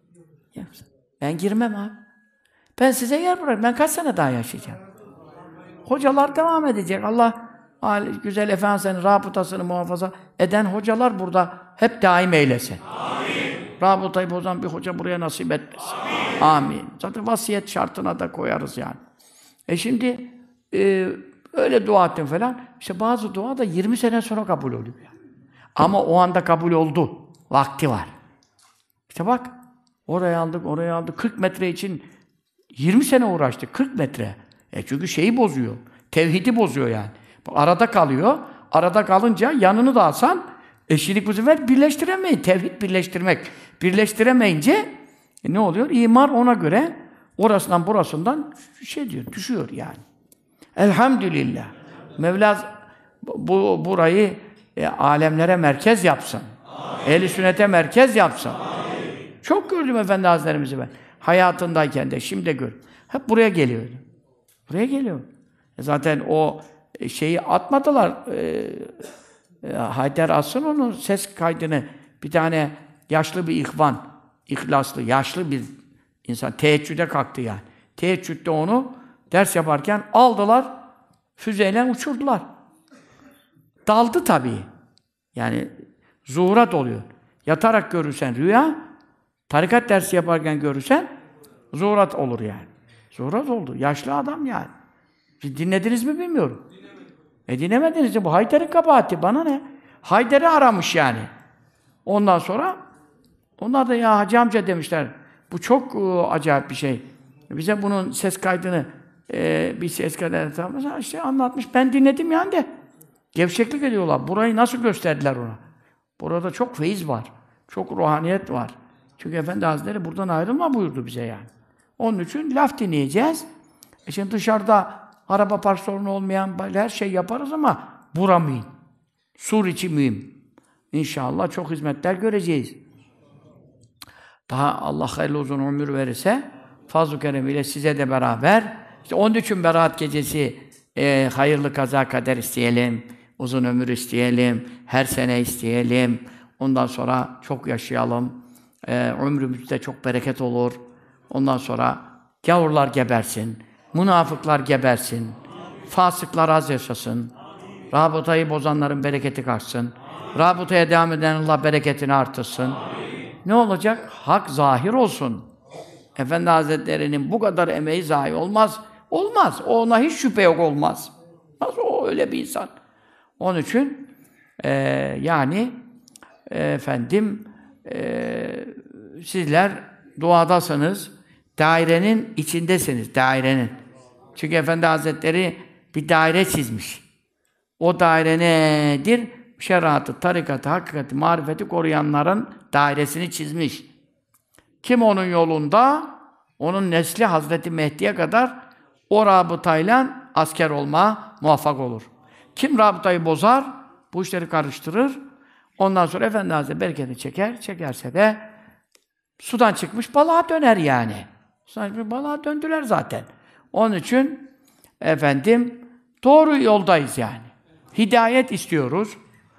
Ben girmem abi. Ben size yer bırakayım. Ben kaç sene daha yaşayacağım? Hocalar devam edecek. Allah güzel Efendimiz'in rabıtasını muhafaza eden hocalar burada hep daim eylesin. Amin. Rabıtayı bozan bir hoca buraya nasip etmesin. Amin. Zaten vasiyet şartına da koyarız yani. Şimdi öyle dua ettim falan. İşte bazı dua da 20 sene sonra kabul oluyor yani. Ama o anda kabul oldu. Vakti var. İşte bak, oraya aldık. 40 metre için 20 sene uğraştık. 40 metre. Çünkü şeyi bozuyor. Tevhidi bozuyor yani. Arada kalıyor. Arada kalınca yanını da alsan eşilik bu sefer birleştiremeyin. Tevhid birleştirmek. Birleştiremeyince ne oluyor? İmar ona göre Orasından burasından şey diyor, düşüyor yani. Elhamdülillah. Mevla burayı alemlere merkez yapsın. Ehl-i sünnete merkez yapsın. Çok gördüm Efendi Hazretlerimizi ben. Hayatındayken de, şimdi de gör. Hep buraya geliyordu. Buraya geliyor. Zaten o şeyi atmadılar. Haydar alsın onun ses kaydını. Bir tane yaşlı bir ihvan, ihlaslı, yaşlı bir insan teheccüde kalktı yani. Teheccüde onu ders yaparken aldılar, füzeyle uçurdular. Daldı tabii. Yani zuhurat oluyor. Yatarak görürsen rüya, tarikat dersi yaparken görürsen zuhurat olur yani. Zuhurat oldu. Yaşlı adam yani. Siz dinlediniz mi bilmiyorum. Dinlemediniz mi? Bu Haydar'ın kabahati. Bana ne? Haydar'ı aramış yani. Ondan sonra onlar da ya Hacı amca demişler. Bu çok acayip bir şey. Bize bunun ses kaydını bir ses kaydını işte anlatmış. Ben dinledim yani de. Gevşeklik ediyorlar. Burayı nasıl gösterdiler ona? Burada çok feyiz var. Çok ruhaniyet var. Çünkü Efendi Hazretleri buradan ayrılma buyurdu bize yani. Onun için laf dinleyeceğiz. Şimdi dışarıda araba park sorunu olmayan her şey yaparız ama bura mühim. Sur içi mühim. İnşallah çok hizmetler göreceğiz. Daha Allah hayırlı uzun ömür verirse fazl-ı keremiyle size de beraber işte onun için Berat gecesi hayırlı kaza kader isteyelim. Uzun ömür isteyelim. Her sene isteyelim. Ondan sonra çok yaşayalım. Ömrümüzde çok bereket olur. Ondan sonra gavurlar gebersin. Münafıklar gebersin. Fasıklar az yaşasın. Rabıtayı bozanların bereketi kaçsın. Rabıtaya devam eden Allah bereketini artırsın. Ne olacak? Hak zahir olsun. Efendi Hazretleri'nin bu kadar emeği zayi olmaz. Olmaz. Ona hiç şüphe yok olmaz. Nasıl o öyle bir insan? Onun için yani efendim sizler duadasınız. Dairenin içindesiniz. Dairenin. Çünkü Efendi Hazretleri bir daire çizmiş. O daire nedir? Şeriatı, tarikatı, hakikati, marifeti koruyanların dairesini çizmiş. Kim onun yolunda? Onun nesli Hazreti Mehdi'ye kadar o rabıtayla asker olma muvaffak olur. Kim rabıtayı bozar? Bu işleri karıştırır. Ondan sonra Efendi Hazretleri bereketini çeker. Çekerse de sudan çıkmış balığa döner yani. Sudan çıkmış balığa döndüler zaten. Onun için efendim doğru yoldayız yani. Hidayet istiyoruz.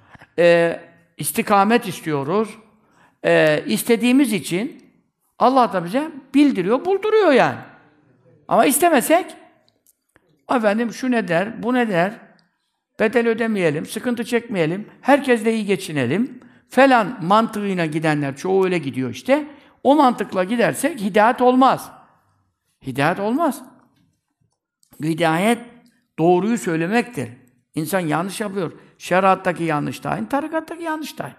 İstikamet istiyoruz. İstediğimiz için Allah da bize bildiriyor, bulduruyor yani. Ama istemesek efendim şu ne der, bu ne der, bedel ödemeyelim, sıkıntı çekmeyelim, herkesle iyi geçinelim falan mantığıyla gidenler, çoğu öyle gidiyor işte. O mantıkla gidersek hidayet olmaz. Hidayet olmaz. Hidayet doğruyu söylemektir. İnsan yanlış yapıyor. Şeriattaki yanlış da aynı, tarikattaki yanlış da aynı.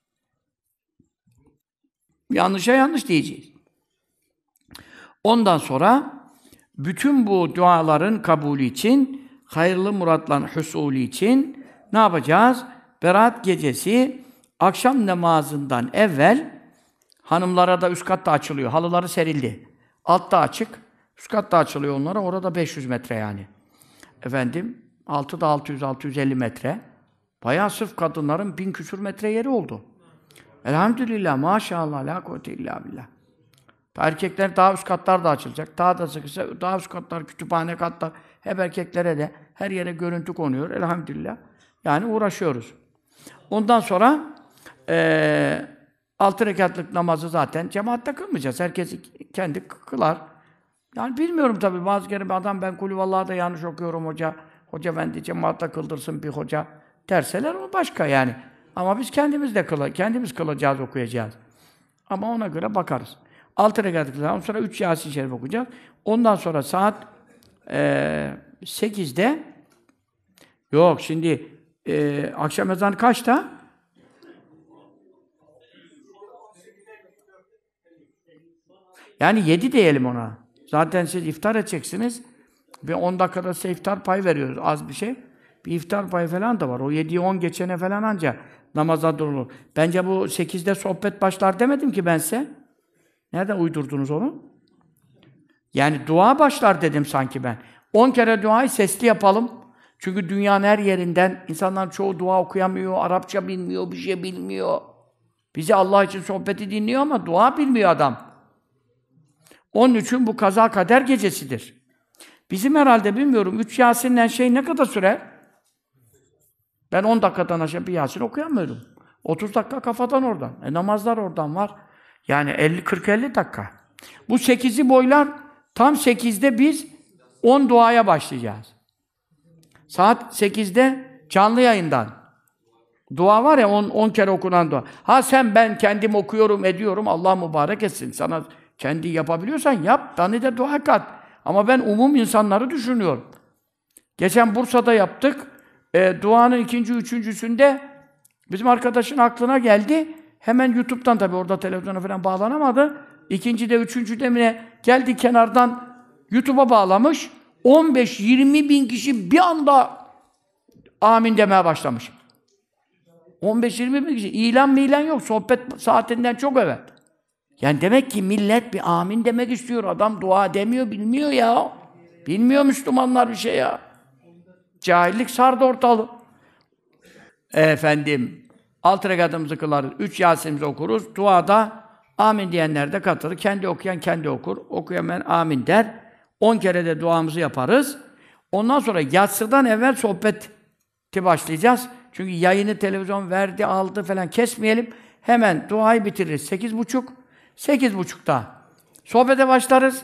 Yanlışa yanlış diyeceğiz. Ondan sonra bütün bu duaların kabulü için, hayırlı muratların husulü için ne yapacağız? Berat gecesi akşam namazından evvel hanımlara da üst katta açılıyor. Halıları serildi. Altta açık, üst katta açılıyor onlara. Orada 500 metre yani. Efendim, altıda 600-650 metre. Bayağı sırf kadınların 1000 küsur metre yeri oldu. Elhamdülillah, maşallah, la kuvvete illa billah. Erkekler daha üst katlar da açılacak. Daha da sıkışsa, daha üst katlar, kütüphane katlar, hep erkeklere de her yere görüntü konuyor. Elhamdülillah. Yani uğraşıyoruz. Ondan sonra 6 rekatlık namazı zaten cemaatte kılmayacağız. Herkes kendi kılar. Yani bilmiyorum tabii. Bazı kere bir adam ben kulüvallahi da yanlış okuyorum hoca. Hoca efendi cemaatte kıldırsın bir hoca derseler o başka yani. Ama biz kendimiz de kendimiz kılacağız, okuyacağız. Ama ona göre bakarız. 6 rekatlık namaz, sonra 3 Yasin-i Şerif okuyacağız. Ondan sonra saat 8'de yok şimdi akşam ezanı kaçta? Yani 7 diyelim ona. Zaten siz iftar edeceksiniz. Bir 10 dakikada size iftar payı veriyoruz. Az bir şey. Bir iftar payı falan da var. O 7'yi 10 geçene falan anca namaza durulur. Bence bu 8'de sohbet başlar demedim ki ben size. Nereden uydurdunuz onu? Yani dua başlar dedim sanki ben. 10 kere duayı sesli yapalım. Çünkü dünyanın her yerinden insanların çoğu dua okuyamıyor, Arapça bilmiyor, bir şey bilmiyor. Bizi Allah için sohbeti dinliyor ama dua bilmiyor adam. Onun için bu kaza kader gecesidir. Bizim herhalde bilmiyorum, 3 Yasin'le şey ne kadar sürer? Ben 10 dakikadan aşağı bir Yasin okuyamıyorum. 30 dakika kafadan oradan. Namazlar oradan var. Yani 40-50 dakika. Bu 8'i boylar, tam 8'de biz 10 duaya başlayacağız. Saat 8'de canlı yayından. Dua var ya, 10 kere okunan dua. Ha sen, ben kendim okuyorum, ediyorum, Allah mübarek etsin. Sana kendi yapabiliyorsan yap, tane de dua kat. Ama ben umum insanları düşünüyorum. Geçen Bursa'da yaptık. Duanın ikinci, üçüncüsünde bizim arkadaşın aklına geldi. Hemen YouTube'dan, tabii orada televizyona falan bağlanamadı. İkincide, üçüncüde mi geldi, kenardan YouTube'a bağlamış. 15-20 bin kişi bir anda amin demeye başlamış. 15-20 bin kişi. İlan yok. Sohbet saatinden çok evvel. Yani demek ki millet bir amin demek istiyor. Adam dua demiyor, bilmiyor ya. Bilmiyor Müslümanlar bir şey ya. Cahillik sardı ortalığı. Efendim, 6 rekatımızı kılarız, 3 Yasin'imizi okuruz. Duada amin diyenler de katılır. Kendi okuyan kendi okur. Okuyamayan amin der. 10 kere de duamızı yaparız. Ondan sonra yatsıdan evvel sohbeti başlayacağız. Çünkü yayını televizyon verdi, aldı falan kesmeyelim. Hemen duayı bitiririz. 8.30. 8.30'da sohbete başlarız.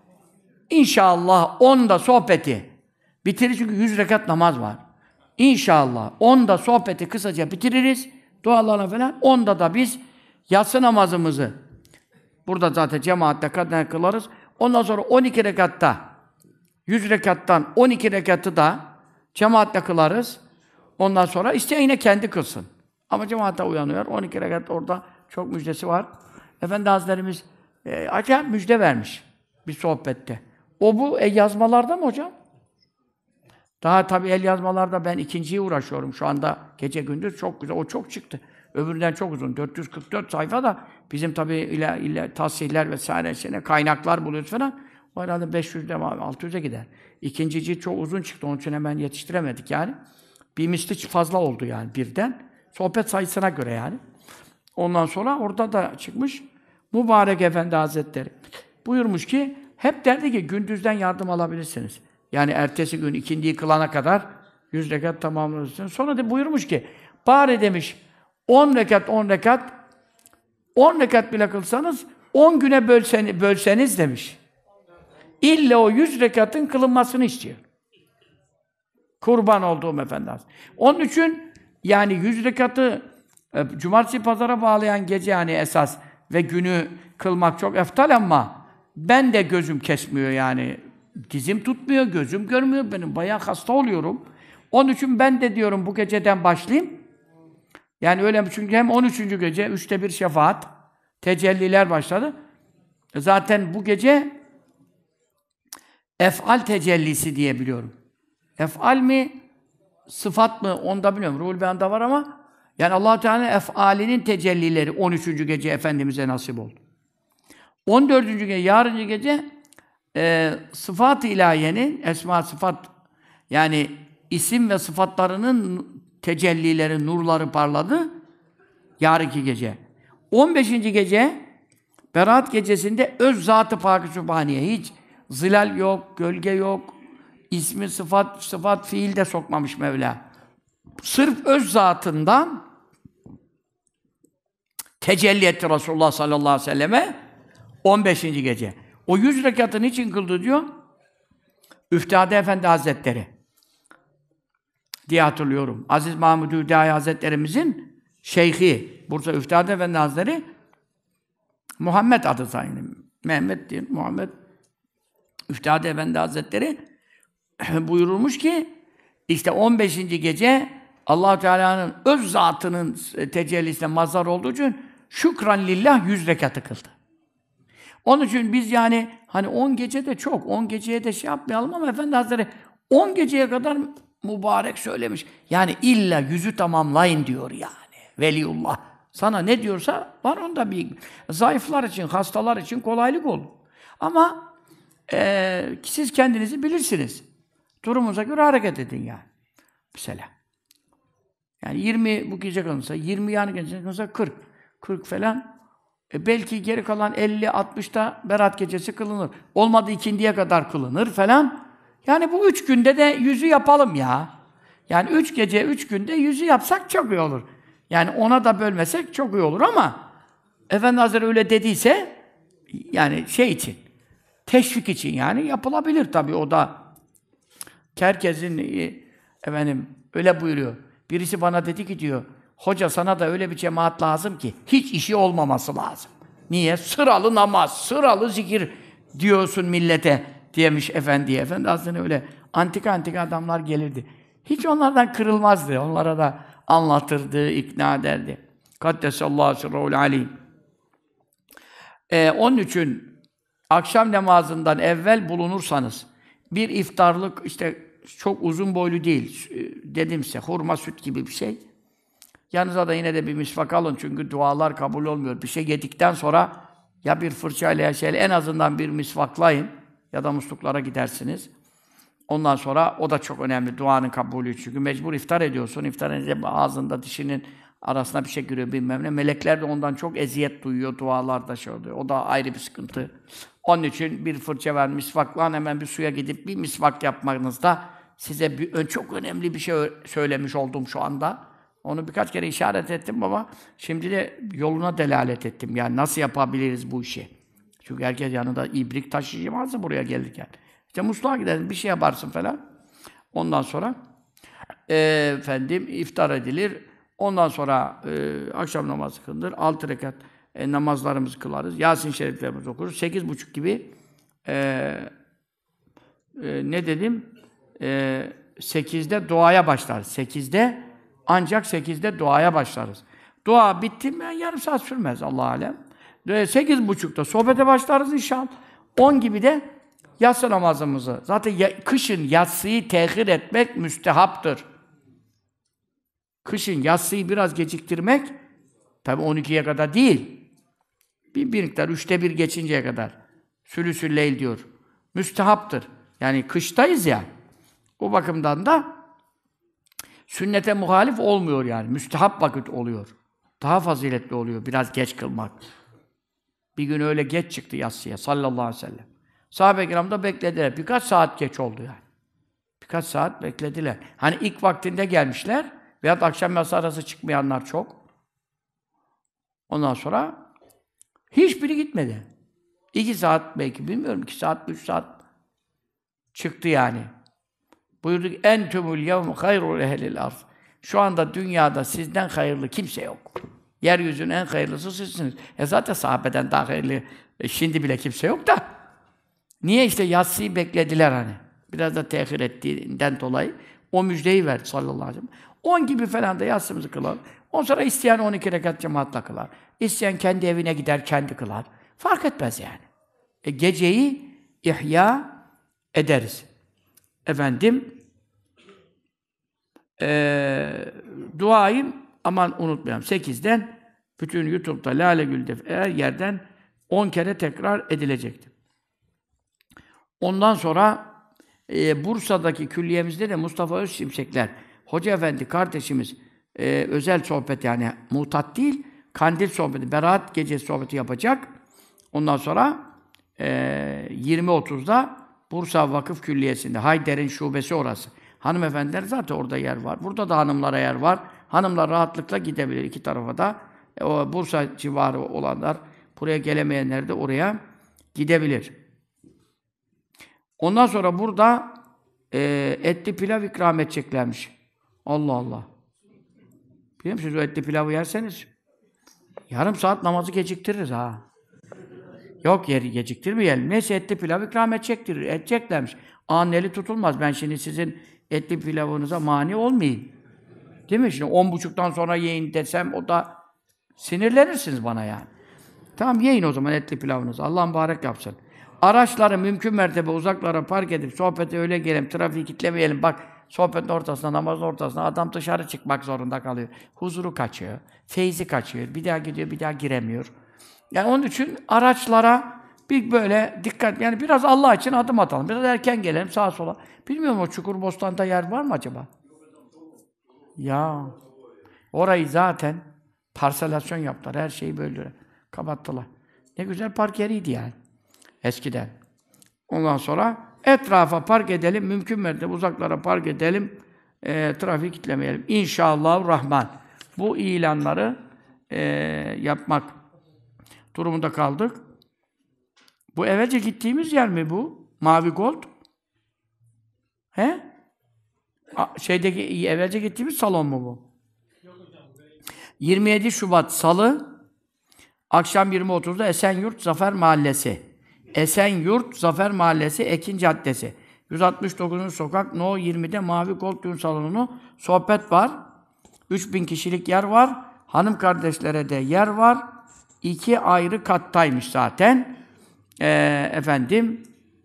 İnşallah 10'da sohbeti bitiririz, çünkü 100 rekat namaz var. İnşallah 10'da sohbeti kısaca bitiririz. Dualarla falan. 10'da da biz yatsı namazımızı burada zaten cemaatle kadına kılarız. Ondan sonra 12 rekatta 100 rekattan 12 rekatı da cemaatle kılarız. Ondan sonra isteyen yine kendi kılsın. Ama cemaate uyanıyor. 12 rekat orada çok müjdesi var. Efendi Hazretlerimiz acayip müjde vermiş bir sohbette. O bu yazmalarda mı hocam? Daha tabii el yazmalarda ben ikinciye uğraşıyorum. Şu anda gece gündüz çok güzel. O çok çıktı. Öbüründen çok uzun. 444 sayfa da bizim tabii ile tasihler vesaire kaynaklar buluyoruz falan. O herhalde 500'de 600'e gider. İkinci cilt çok uzun çıktı. Onun için hemen yetiştiremedik yani. Bir misli fazla oldu yani birden. Sohbet sayısına göre yani. Ondan sonra orada da çıkmış. Mübarek Efendi Hazretleri buyurmuş ki, hep derdi ki gündüzden yardım alabilirsiniz. Yani ertesi gün ikindiyi kılana kadar 100 rekat tamamlarsınız. Sonra da buyurmuş ki, bari demiş 10 rekat 10 rekat 10 rekat bile kılsanız 10 güne bölseniz demiş. İlle o 100 rekatın kılınmasını istiyor. Kurban olduğum Efendi Hazretleri. Onun için yani 100 rekatı cumartesi pazara bağlayan gece yani esas ve günü kılmak çok eftal, ama ben de gözüm kesmiyor yani. Dizim tutmuyor, gözüm görmüyor. Benim bayağı hasta oluyorum. Onun için ben de diyorum bu geceden başlayayım. Yani öyle, çünkü hem 13. gece 3'te 1 şefaat, tecelliler başladı. Zaten bu gece ef'al tecellisi diye biliyorum. Ef'al mi, sıfat mı onu da bilmiyorum. Ruhul Beyan'da var ama yani Allah-u Teala'nın ef'alinin tecellileri 13. gece Efendimiz'e nasip oldu. 14. gece, yarınca gece sıfat-ı ilahiyenin, esma sıfat, yani isim ve sıfatlarının tecellileri, nurları parladı. Yarınki gece. 15. gece, Berat gecesinde öz zat-ı Pak-ı Sübhaniye. Hiç zilal yok, gölge yok. İsmi, sıfat, fiil de sokmamış Mevla. Sırf öz zatından tecelli etti Resulullah sallallahu aleyhi ve selleme 15. gece. O 100 rekatı niçin kıldı diyor? Üftade Efendi Hazretleri diye hatırlıyorum. Aziz Mahmud Hüdayi Hazretlerimizin şeyhi, Bursa Üftade Efendi Hazretleri, Muhammed adı sayın. Mehmet değil, Muhammed Üftade Efendi Hazretleri buyurmuş ki, işte 15. gece Allah-u Teala'nın öz zatının tecellisine mazhar olduğu için şükran lillah 100 rekatı kıldı. Onun için biz yani hani 10 gece de çok, 10 geceye de şey yapmayalım ama Efendi Hazretleri 10 geceye kadar mübarek söylemiş. Yani illa 100'ü tamamlayın diyor yani. Veliullah. Sana ne diyorsa var onda bir. Zayıflar için, hastalar için kolaylık olur. Ama Siz kendinizi bilirsiniz. Durumunuza göre hareket edin yani. Mesela. Yani 20 bu gece kılınsa, 20 yarın gece kılınsa 40. 40 falan. Belki geri kalan 50-60'da Berat gecesi kılınır. Olmadı ikindiye kadar kılınır falan. Yani bu 3 günde de 100'ü yapalım ya. Yani 3 gece, 3 günde 100'ü yapsak çok iyi olur. Yani ona da bölmesek çok iyi olur ama Efendi Hazretleri öyle dediyse yani şey için, teşvik için yani yapılabilir tabii o da. Herkesin efendim öyle buyuruyor. Birisi bana dedi ki diyor, hoca sana da öyle bir cemaat lazım ki hiç işi olmaması lazım. Niye? Sıralı namaz, sıralı zikir diyorsun millete diyemiş efendiye. Efendi aslında öyle antika adamlar gelirdi. Hiç onlardan kırılmazdı. Onlara da anlatırdı, ikna ederdi. Kaddesallahu sirruhul alim. Onun için akşam namazından evvel bulunursanız bir iftarlık işte çok uzun boylu değil. Dedim size hurma süt gibi bir şey. Yanınıza da yine de bir misvak alın çünkü dualar kabul olmuyor. Bir şey yedikten sonra ya bir fırçayla ya şeyle en azından bir misvaklayın ya da musluklara gidersiniz. Ondan sonra o da çok önemli duanın kabulü çünkü mecbur iftar ediyorsun. İftar edince ağzında dişinin arasına bir şey giriyor bilmem ne. Melekler de ondan çok eziyet duyuyor, dualarda şey oluyor. O da ayrı bir sıkıntı. Onun için bir fırça ver, misvaklan hemen bir suya gidip bir misvak yapmanızda size çok önemli bir şey söylemiş oldum şu anda. Onu birkaç kere işaret ettim baba. Şimdi de yoluna delalet ettim. Yani nasıl yapabiliriz bu işi? Çünkü herkes yanında ibrik taşıyamazsa buraya gelirken. İşte musluğa gidersin, bir şey yaparsın falan. Ondan sonra efendim iftar edilir. Ondan sonra akşam namazı kılınır. 6 rekat namazlarımızı kılarız. Yasin şeriflerimizi okuruz. 8.30 gibi ne dedim? 8'de duaya başlarız. 8'de ancak 8'de duaya başlarız. Dua bitti mi yarım saat sürmez Allah alem. 8.30'da sohbete başlarız inşallah. 10 gibi de yatsı namazımızı. Zaten kışın yatsıyı tehir etmek müstehaptır. Kışın yatsıyı biraz geciktirmek, tabi 12'ye kadar değil, bir miktar 1/3 geçinceye kadar. Sülüsül leyl diyor. Müstehaptır. Yani kıştayız ya. O bakımdan da sünnete muhalif olmuyor yani. Müstehap vakit oluyor. Daha faziletli oluyor biraz geç kılmak. Bir gün öyle geç çıktı yatsıya sallallahu aleyhi ve sellem. Sahabe-i kiram da beklediler. Birkaç saat geç oldu yani. Birkaç saat beklediler. Hani ilk vaktinde gelmişler veyahut akşam yatsı arası çıkmayanlar çok. Ondan sonra hiçbiri gitmedi. 2 saat belki bilmiyorum 2 saat, 3 saat çıktı yani. Buyurduk entümül yevm hayrul ehlil arz. Şu anda dünyada sizden hayırlı kimse yok. Yeryüzünün en hayırlısı sizsiniz. Zaten sahabeden daha hayırlı şimdi bile kimse yok da. Niye işte yatsıyı beklediler hani. Biraz da tehir ettiğinden dolayı o müjdeyi verdi sallallahu aleyhi ve sellem. 10 gibi falan da yatsımızı kılar. Ondan sonra isteyen 12 rekat cemaatla kılar. İsteyen kendi evine gider, kendi kılar. Fark etmez yani. Geceyi ihya ederiz. Efendim, duayı aman unutmayalım. 8'den bütün YouTube'da Lale Gül'de her yerden 10 kere tekrar edilecektir. Ondan sonra Bursa'daki külliyemizde de Mustafa Özşimşekler Hoca Efendi kardeşimiz özel sohbet yani mutat değil, kandil sohbeti, Berat gecesi sohbeti yapacak. Ondan sonra 20.30'da Bursa Vakıf Külliyesi'nde, Hayder'in şubesi orası. Hanımefendiler zaten orada yer var. Burada da hanımlara yer var. Hanımlar rahatlıkla gidebilir iki tarafa da. O Bursa civarı olanlar, buraya gelemeyenler de oraya gidebilir. Ondan sonra burada etli pilav ikram edeceklermiş. Allah Allah. Biliyor musunuz o etli pilavı yerseniz yarım saat namazı geciktiririz ha. Yok yeri geciktirmeyelim. Neyse etli pilav ikram edeceklermiş. Ağanın eli tutulmaz. Ben şimdi sizin etli pilavınıza mani olmayayım. Değil mi? Şimdi 10.30'dan sonra yiyin desem o da sinirlenirsiniz bana yani. Tamam yiyin o zaman etli pilavınızı. Allah mübarek yapsın. Araçları mümkün mertebe uzaklara park edip sohbete öyle gelelim, trafiği kitlemeyelim. Bak sohbetin ortasında, namazın ortasında adam dışarı çıkmak zorunda kalıyor. Huzuru kaçıyor, feyzi kaçıyor. Bir daha gidiyor, bir daha giremiyor. Yani onun için araçlara Bir böyle dikkat, yani biraz Allah için adım atalım. Biraz erken gelelim sağa sola. Bilmiyorum o Çukurbostan'da yer var mı acaba? Ya orayı zaten parselasyon yaptılar. Her şeyi böldüler. Kapattılar. Ne güzel park yeriydi yani. Eskiden. Ondan sonra etrafa park edelim. Mümkün mertebe uzaklara park edelim. Trafiği kitlemeyelim. İnşallahurrahman. Bu ilanları yapmak durumunda kaldık. Bu evvelce gittiğimiz yer mi bu? Mavi Gold. He? Şeydeki evvelce gittiğimiz salon mu bu? 27 Şubat Salı akşam 20.30'da Esenyurt Zafer Mahallesi. Esenyurt Zafer Mahallesi Ekin Caddesi. 169. sokak No 20'de Mavi Gold Düğün Salonu. Sohbet var. 3000 kişilik yer var. Hanım kardeşlere de yer var. 2 ayrı kattaymış zaten. Efendim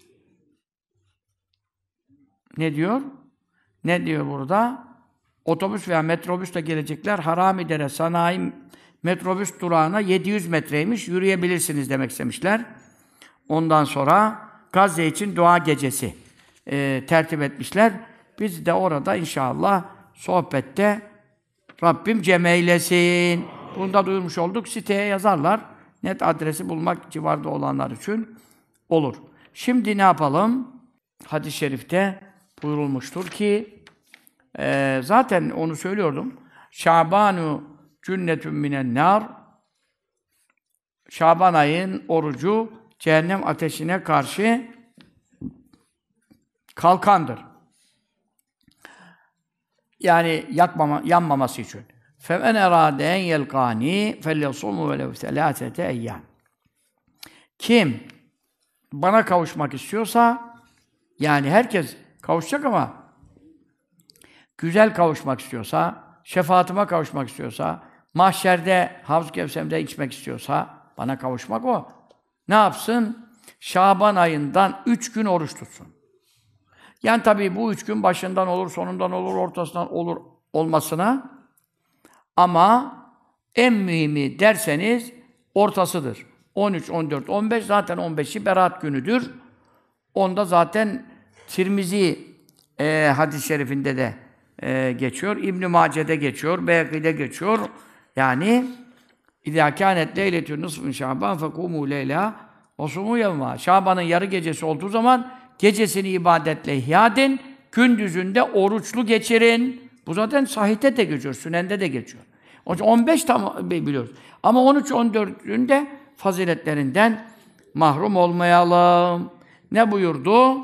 ne diyor? Ne diyor burada? Otobüs veya metrobüsle gelecekler. Haramidere Sanayi metrobüs durağına 700 metreymiş. Yürüyebilirsiniz demek istemişler. Ondan sonra Gazze için dua gecesi tertip etmişler. Biz de orada inşallah sohbette Rabbim cem eylesin. Bunu da duyurmuş olduk. Siteye yazarlar. Net adresi bulmak civarda olanlar için olur. Şimdi ne yapalım? Hadis-i şerifte buyurulmuştur ki zaten onu söylüyordum. Şabanu cünnetün minen nar. Şaban ayın orucu cehennem ateşine karşı kalkandır. Yani yanmaması için. فَمَنْ اَرَادَ اَنْ يَلْقَانِي فَلْيَصُمُ وَلَوْ ثَلَاثَةَ اَيَّامٍ. Kim bana kavuşmak istiyorsa, yani herkes kavuşacak ama güzel kavuşmak istiyorsa, şefaatıma kavuşmak istiyorsa, mahşerde Havz-ı Kevser'de içmek istiyorsa, bana kavuşmak o. Ne yapsın? Şaban ayından 3 gün oruç tutsun. Yani tabii bu 3 gün başından olur, sonundan olur, ortasından olur olmasına, ama en mühimi derseniz ortasıdır. 13, 14, 15 zaten 15'i Berat günüdür. Onda zaten Tirmizi hadis-i şerifinde de geçiyor. İbn-i Mace'de geçiyor, Beyhakî'de geçiyor. Yani İzâ kânet leyletün nısfın Şaban fekûmû leylâ ve sumû yevmâ. Şaban'ın yarı gecesi olduğu zaman gecesini ibadetle ihya edin, gündüzünde oruçlu geçirin. Bu zaten sahihte de geçiyor, Sünen'de de geçiyor. Onun için 15 tam biliyoruz. Ama 13-14'ün de faziletlerinden mahrum olmayalım. Ne buyurdu?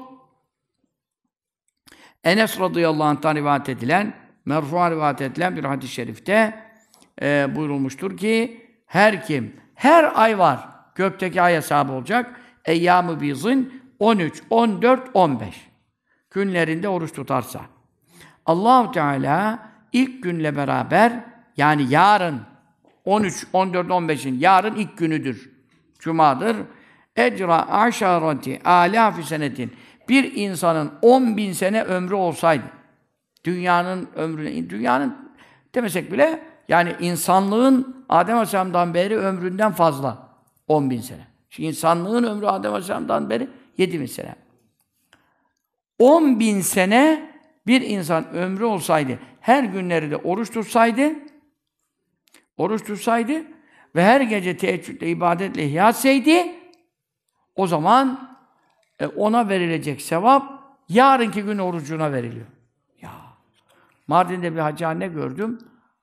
Enes radıyallahu anh'tan rivayet edilen, merfu'a rivayet edilen bir hadis-i şerifte buyurulmuştur ki her kim, her ay var, gökteki ay hesabı olacak. Eyyâm-ı bizin 13, 14, 15 günlerinde oruç tutarsa. Allah-u Teala ilk günle beraber, yani yarın 13, 14, 15'in yarın ilk günüdür. Cuma'dır. Ecra aşarati alâfi senetin. Bir insanın 10.000 sene ömrü olsaydı, dünyanın ömrüne, dünyanın demesek bile, yani insanlığın Adem Aleyhisselam'dan beri ömründen fazla 10.000 sene. Şimdi insanlığın ömrü Adem Aleyhisselam'dan beri 7.000 sene. 10.000 sene bir insan ömrü olsaydı, her günleri de oruç tutsaydı ve her gece teheccüdle, ibadetle ihya etseydi, o zaman ona verilecek sevap yarınki gün orucuna veriliyor. Ya, Mardin'de bir hacıhane gördüm.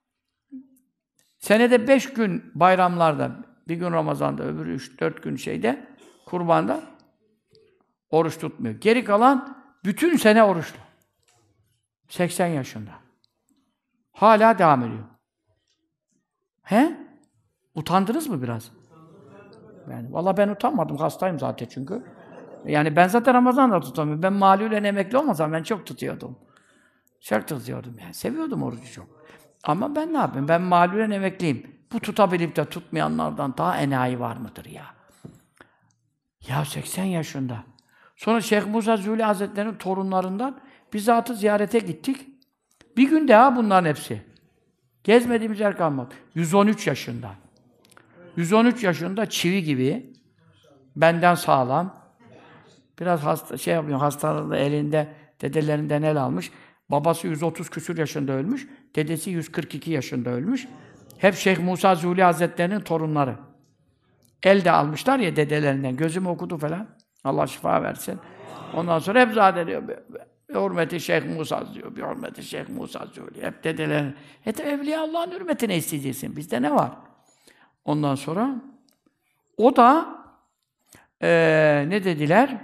Senede 5 gün bayramlarda, bir gün Ramazan'da, öbürü 3-4 gün şeyde, kurbanda oruç tutmuyor. Geri kalan bütün sene oruçlu. 80 yaşında. Hala devam ediyor. He? Utandınız mı biraz? Yani, vallahi ben utanmadım, hastayım zaten çünkü. Yani ben zaten Ramazan'da tutamıyorum. Ben malûlen emekli olmasam ben çok tutuyordum. Çok tutuyordum yani. Seviyordum orucu çok. Ama ben ne yapayım? Ben malûlen emekliyim. Bu tutabilip de tutmayanlardan daha enayi var mıdır ya? Ya 80 yaşında. Sonra Şeyh Musa Zühli Hazretleri'nin torunlarından bizzatı ziyarete gittik. Bir günde ha bunların hepsi. Gezmediğimiz yer kalmadı. 113 yaşında. 113 yaşında çivi gibi. Benden sağlam. Biraz hasta, şey yapıyor, hastalığı elinde, dedelerinden el almış. Babası 130 küsur yaşında ölmüş. Dedesi 142 yaşında ölmüş. Hep Şeyh Musa Zuhli Hazretleri'nin torunları. El de almışlar ya dedelerinden. Gözüm okudu falan. Allah şifa versin. Ondan sonra hep zade diyor. Bir hürmeti Şeyh Musa diyor. Bir hürmeti Şeyh Musa Zuhli. Hep dedelerin. Evliya Allah'ın hürmetine isteyeceksin. Bizde ne var? Ondan sonra o da ne dediler?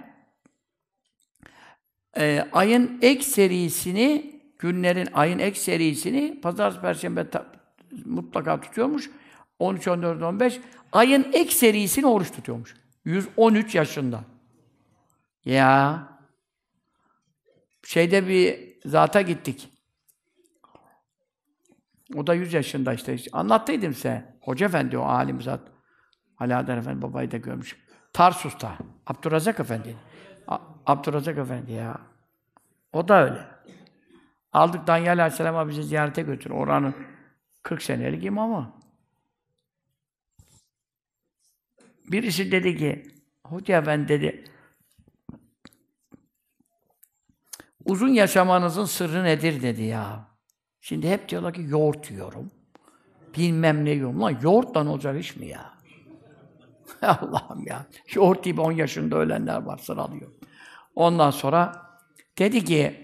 Ayın ekserisini, günlerin ayın ekserisini pazartesi, perşembe mutlaka tutuyormuş. 13, 14, 15. Ayın ekserisini oruç tutuyormuş. 113 yaşında. Ya şeyde bir zata gittik. O da 100 yaşında işte. Anlattıydım size. Hoca Efendi o alim zat. Ali Adem Efendi babayı da görmüş. Tarsus'ta. Abdurrazak Efendi. Abdurrazak Efendi ya. O da öyle. Aldık Danyal Aleyhisselam'a bizi ziyarete götür. Oranın 40 senelik imamı. Birisi dedi ki, Hoca Efendi dedi, uzun yaşamanızın sırrı nedir dedi ya. Şimdi hep diyorlar ki yoğurt yiyorum. Bilmem ne yiyorum. Lan yoğurtla ne olacak iş mi ya? Allah'ım ya. Yoğurt gibi 10 yaşında ölenler var, sıralıyor. Ondan sonra dedi ki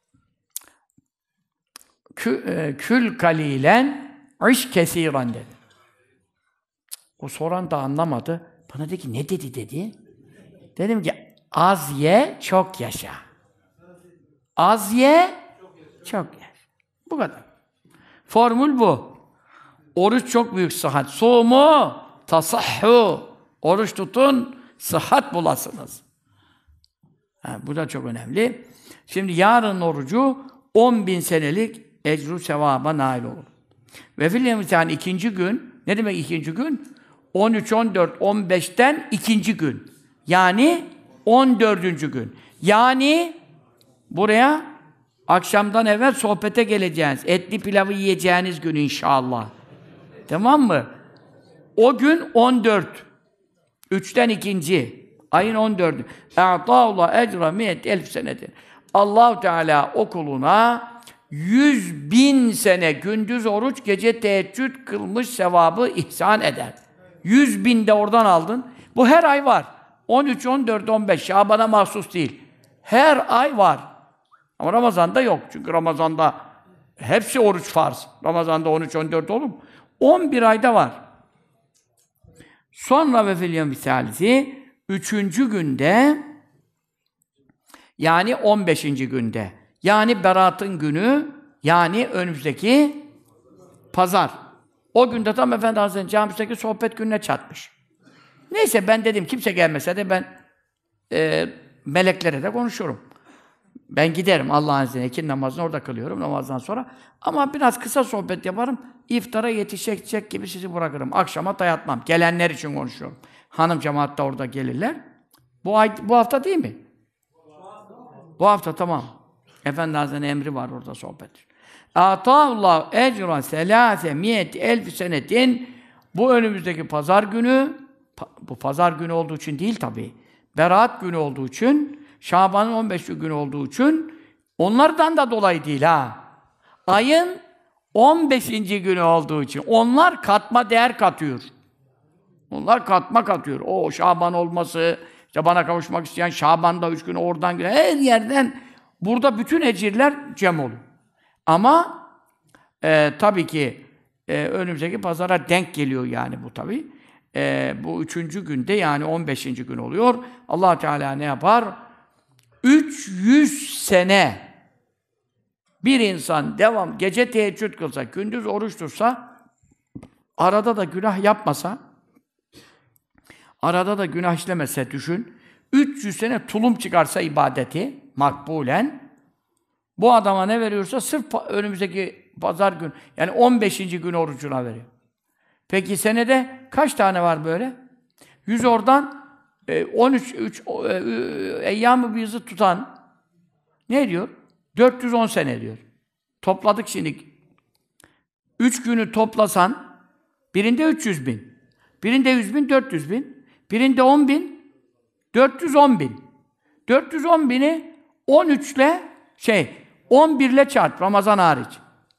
kül kalilen iş kesiran dedi. O soran da anlamadı. Bana dedi ki ne dedi? Dedim ki az ye, çok yaşa. Az ye, çok yaşa. Bu kadar. Formül bu. Oruç çok büyük sıhhat. Sumu tasahhu. Oruç tutun, sıhhat bulasınız. Bu da çok önemli. Şimdi yarın orucu 10.000 senelik ecru sevaba nail olur. Ve fil imtihan ikinci gün, ne demek ikinci gün? 13, 14, 15'ten ikinci gün. Yani 14. gün. Yani buraya akşamdan evvel sohbete geleceğiniz, etli pilavı yiyeceğiniz gün inşallah. Tamam mı? O gün 14. 3'ten ikinci. Ayın 14'ü. E'tâullah ecra miyet elf senedir. Allah-u Teala o kuluna 100.000 sene gündüz oruç, gece teheccüd kılmış sevabı ihsan eder. 100.000 de oradan aldın. Bu her ay var. 13, 14, 15. Şaban'a mahsus değil. Her ay var. Ama Ramazan'da yok. Çünkü Ramazan'da hepsi oruç farz. Ramazan'da 13, 14 olur mu? 11 ayda var. Sonra ve fil yevmi salisi 3. günde yani 15. günde yani Berat'ın günü yani önümüzdeki pazar. O günde tam Efendi Hazretleri'nin camisindeki sohbet gününe çatmış. Neyse ben dedim kimse gelmese de ben meleklere de konuşurum. Ben giderim Allah'ın izniyle. İkindi namazını orada kılıyorum namazdan sonra. Ama biraz kısa sohbet yaparım. İftara yetişecek gibi sizi bırakırım. Akşama dayatmam. Gelenler için konuşuyorum. Hanım cemaat da orada gelirler. Bu hafta değil mi? Bu hafta tamam. Efendi Hazretleri'nin emri var orada sohbet. Atâullah ecra selâse miyet elf senetin. Bu önümüzdeki pazar günü, bu pazar günü olduğu için değil tabii. Berat günü olduğu için, Şaban'ın 15. günü olduğu için, onlardan da dolayı değil ha. Ayın 15. günü olduğu için. Onlar katma değer katıyor. Onlar katma katıyor. O Şaban olması, işte bana kavuşmak isteyen Şaban'da 3 gün oradan girer. Her yerden burada bütün ecirler cem olur. Ama tabii ki önümüzdeki pazara denk geliyor yani bu tabii. Bu 3. günde yani 15. gün oluyor. Allah Teala ne yapar? 300 sene bir insan devam gece teheccüd kılsa, gündüz oruç tutsa, arada da günah yapmasa, arada da günah işlemese düşün, 300 sene tulum çıkarsa ibadeti makbulen, bu adama ne veriyorsa sırf önümüzdeki pazar gün, yani 15. gün orucuna veriyor. Peki senede kaç tane var böyle? 100 oradan 13 eyyam-ı bîzı tutan ne diyor? 410 sene diyor. Topladık şimdi. 3 günü toplasan birinde 300.000, birinde 100.000, 400.000, birinde 10.000, 410 bin. 410 bini 13 ile 11 ile çarp Ramazan hariç.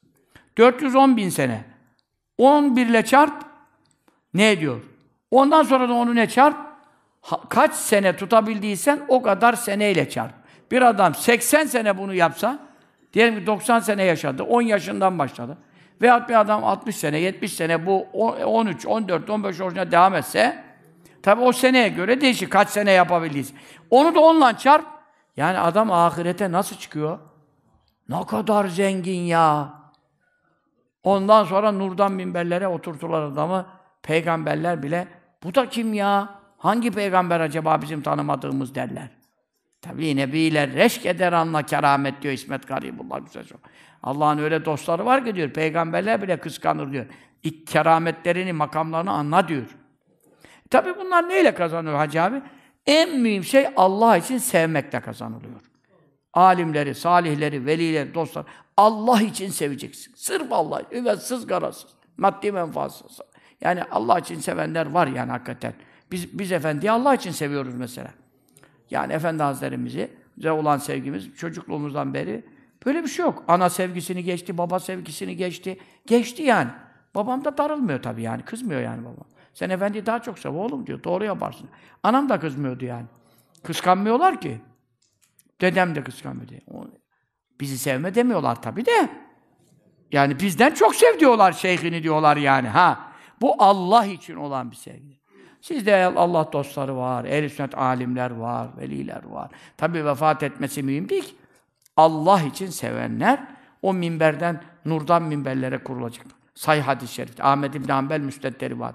410 bin sene. 11 ile çarp ne ediyor? Ondan sonra da onu ne çarp? Kaç sene tutabildiysen o kadar seneyle çarp. Bir adam 80 sene bunu yapsa, diyelim ki 90 sene yaşadı, 10 yaşından başladı. Veyahut bir adam 60 sene, 70 sene bu 13, 14, 15 orucuna devam etse, tabi o seneye göre değişir. Kaç sene yapabildiyse. Onu da onunla çarp. Yani adam ahirete nasıl çıkıyor? Ne kadar zengin ya! Ondan sonra nurdan minberlere oturturlar adamı. Peygamberler bile, bu da kim ya? Hangi peygamber acaba bizim tanımadığımız derler. Tabii nebiler reşk eder anla keramet diyor İsmet Garibullah güzel çok. Allah'ın öyle dostları var ki diyor, peygamberler bile kıskanır diyor. Kerametlerini, makamlarını anla diyor. Tabii bunlar neyle kazanıyor Hacı abi? En mühim şey Allah için sevmekle kazanılıyor. Alimleri, salihleri, velileri, dostlar Allah için seveceksin. Sırf Allah, üveysiz, garasız, maddi menfaatsız. Yani Allah için sevenler var yani hakikaten. Biz Efendi'yi Allah için seviyoruz mesela. Yani Efendi Hazretlerimizi, bize olan sevgimiz çocukluğumuzdan beri böyle bir şey yok. Ana sevgisini geçti, baba sevgisini geçti. Geçti yani. Babam da darılmıyor tabii yani. Kızmıyor yani babam. Sen Efendi'yi daha çok sev oğlum diyor. Doğru yaparsın. Anam da kızmıyordu yani. Kıskanmıyorlar ki. Dedem de kıskanmıyor diye. Bizi sevme demiyorlar tabii de. Yani bizden çok sev diyorlar, şeyhini diyorlar yani. Bu Allah için olan bir sevgi. Sizde Allah dostları var, ehl-i sünnet alimler var, veliler var. Tabii vefat etmesi mühim değil ki. Allah için sevenler o minberden, nurdan minberlere kurulacak. Sahih hadis-i şerif. Ahmed İbn Hanbel müstedleri var.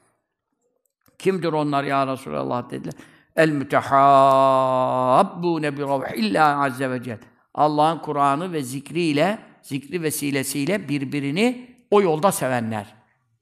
Kimdir onlar ya Resulallah dediler. El-mütehabbûne bi ravhillâhi azze ve celle. Allah'ın Kur'an'ı ve zikri vesilesiyle birbirini o yolda sevenler.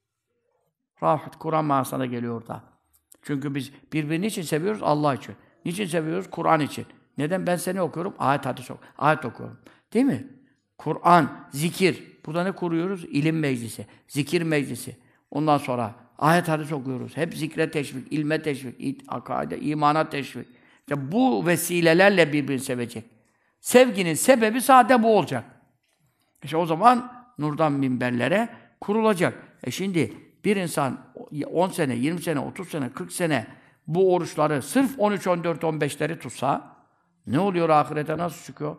Rahat, Kur'an manasına geliyor orada. Çünkü biz birbirini için seviyoruz? Allah için. Niçin seviyoruz? Kur'an için. Neden? Ben seni okuyorum? Ayet hadis okuyorum. Ayet okuyorum. Değil mi? Kur'an, zikir. Burada ne kuruyoruz? İlim meclisi, zikir meclisi. Ondan sonra ayet hadis okuyoruz. Hep zikre teşvik, ilme teşvik, akaide, imana teşvik. İşte bu vesilelerle birbirini sevecek. Sevginin sebebi sadece bu olacak. İşte o zaman nurdan minberlere kurulacak. Şimdi bir insan 10 sene, 20 sene, 30 sene, 40 sene bu oruçları sırf 13, 14, 15'leri tutsa ne oluyor ahirete nasıl çıkıyor?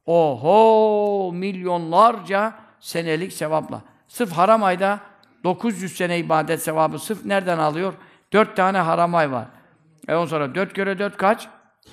Oho! Milyonlarca senelik sevapla. Sırf haram ayda 900 sene ibadet sevabı sırf nereden alıyor? 4 tane haram ay var. Ondan sonra 4 kere 4 kaç?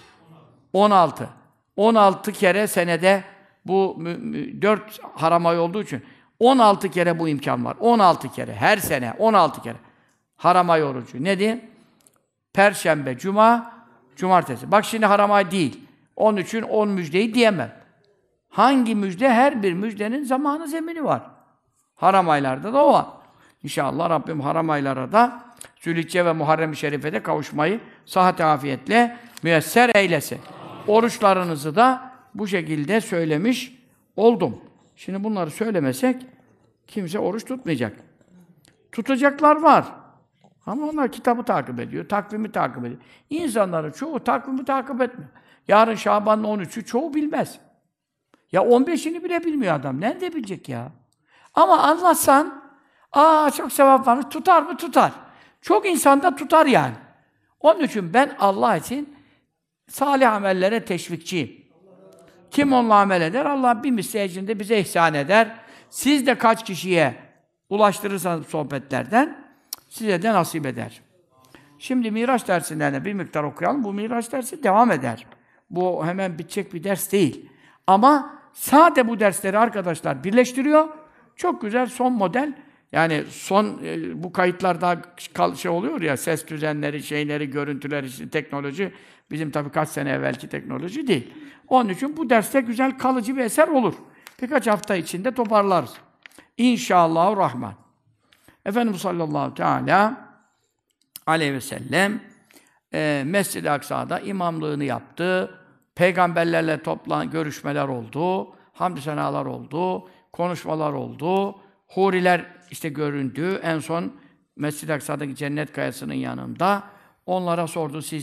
16. 16 kere senede bu 4 haram ay olduğu için 16 kere bu imkan var. 16 kere. Her sene 16 kere. Haram ay orucu. Ne diyeyim? Perşembe, cuma, cumartesi. Bak şimdi haram ay değil. Onun için 10 müjdeyi diyemem. Hangi müjde? Her bir müjdenin zamanı zemini var. Haram aylarda da o var. İnşallah Rabbim haram aylara da Zülhicce ve Muharrem-i Şerife'de kavuşmayı sıhhat afiyetle müyesser eylesin. Oruçlarınızı da bu şekilde söylemiş oldum. Şimdi bunları söylemesek kimse oruç tutmayacak. Tutacaklar var. Ama onlar kitabı takip ediyor, takvimi takip ediyor. İnsanların çoğu takvimi takip etmiyor. Yarın Şaban'ın 13'ü çoğu bilmez. Ya 15'ini bile bilmiyor adam. Nerede bilecek ya? Ama anlatsan, çok sevap varmış, tutar mı? Tutar. Çok insan da tutar yani. Onun için ben Allah için salih amellere teşvikçiyim. Kim onunla amel eder? Allah bir misli ecrində bize ihsan eder. Siz de kaç kişiye ulaştırırsanız sohbetlerden size de nasip eder. Şimdi Miraç dersinden bir miktar okuyalım. Bu Miraç dersi devam eder. Bu hemen bitecek bir ders değil. Ama sade bu dersleri arkadaşlar birleştiriyor. Çok güzel son model. Yani son bu kayıtlar daha oluyor ya, ses düzenleri, şeyleri, görüntüleri, teknoloji. Bizim tabii kaç sene evvelki teknoloji değil. Onun için bu derste güzel kalıcı bir eser olur. Birkaç hafta içinde toparlarız. İnşallahurrahman. Efendimiz sallallahu teala aleyhi ve sellem Mescid-i Aksa'da imamlığını yaptı. Peygamberlerle görüşmeler oldu. Hamd-i senalar oldu. Konuşmalar oldu. Huriler işte göründü. En son Mescid-i Aksa'daki cennet kayasının yanında. Onlara sordu, siz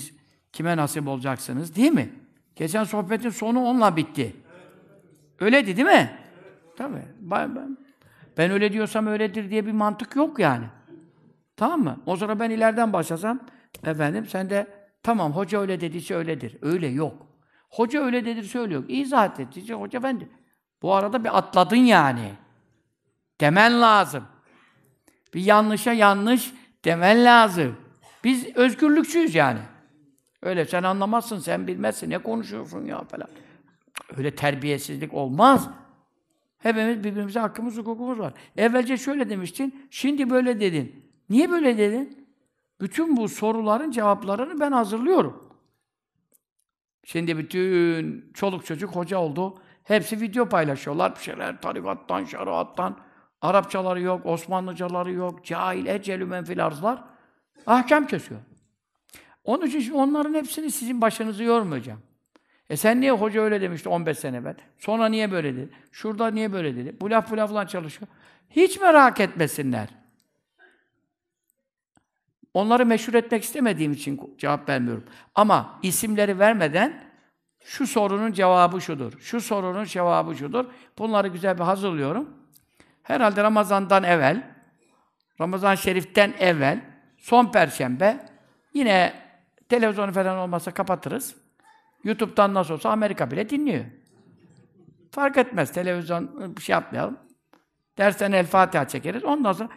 Kime nasip olacaksınız, değil mi? Geçen sohbetin sonu onunla bitti. Öyleydi değil mi? Tabii. Ben öyle diyorsam öyledir diye bir mantık yok yani. Tamam mı? O zaman ben ileriden başlasam, efendim sen de tamam hoca öyle dediyse öyledir. Öyle yok. Hoca öyle dediyse öyle yok. İzah ettiyse hoca ben de. Bu arada bir atladın yani. Demen lazım. Bir yanlışa yanlış demen lazım. Biz özgürlükçüyüz yani. Öyle sen anlamazsın, sen bilmezsin, ne konuşuyorsun ya falan. Öyle terbiyesizlik olmaz. Hepimiz birbirimize hakkımız, hukukumuz var. Evvelce şöyle demiştin, şimdi böyle dedin. Niye böyle dedin? Bütün bu soruların cevaplarını ben hazırlıyorum. Şimdi bütün çoluk çocuk hoca oldu. Hepsi video paylaşıyorlar. Bir şeyler tarikattan, şeriattan. Arapçaları yok, Osmanlıcaları yok. Cahil, ecelü menfil arzlar. Ahkam kesiyor. Onun için şimdi onların hepsini sizin başınızı yormayacağım. Sen niye hoca öyle demişti 15 sene evvel? Sonra niye böyle dedi? Şurada niye böyle dedi? Bu lafla çalışıyor. Hiç merak etmesinler. Onları meşhur etmek istemediğim için cevap vermiyorum. Ama isimleri vermeden şu sorunun cevabı şudur, şu sorunun cevabı şudur. Bunları güzel bir hazırlıyorum. Herhalde Ramazan'dan evvel, Ramazan-ı Şerif'ten evvel, son Perşembe, yine televizyonu falan olmasa kapatırız. YouTube'dan nasıl olsa Amerika bile dinliyor. Fark etmez, televizyon bir şey yapmayalım. Dersten El Fatiha çekeriz. Ondan sonra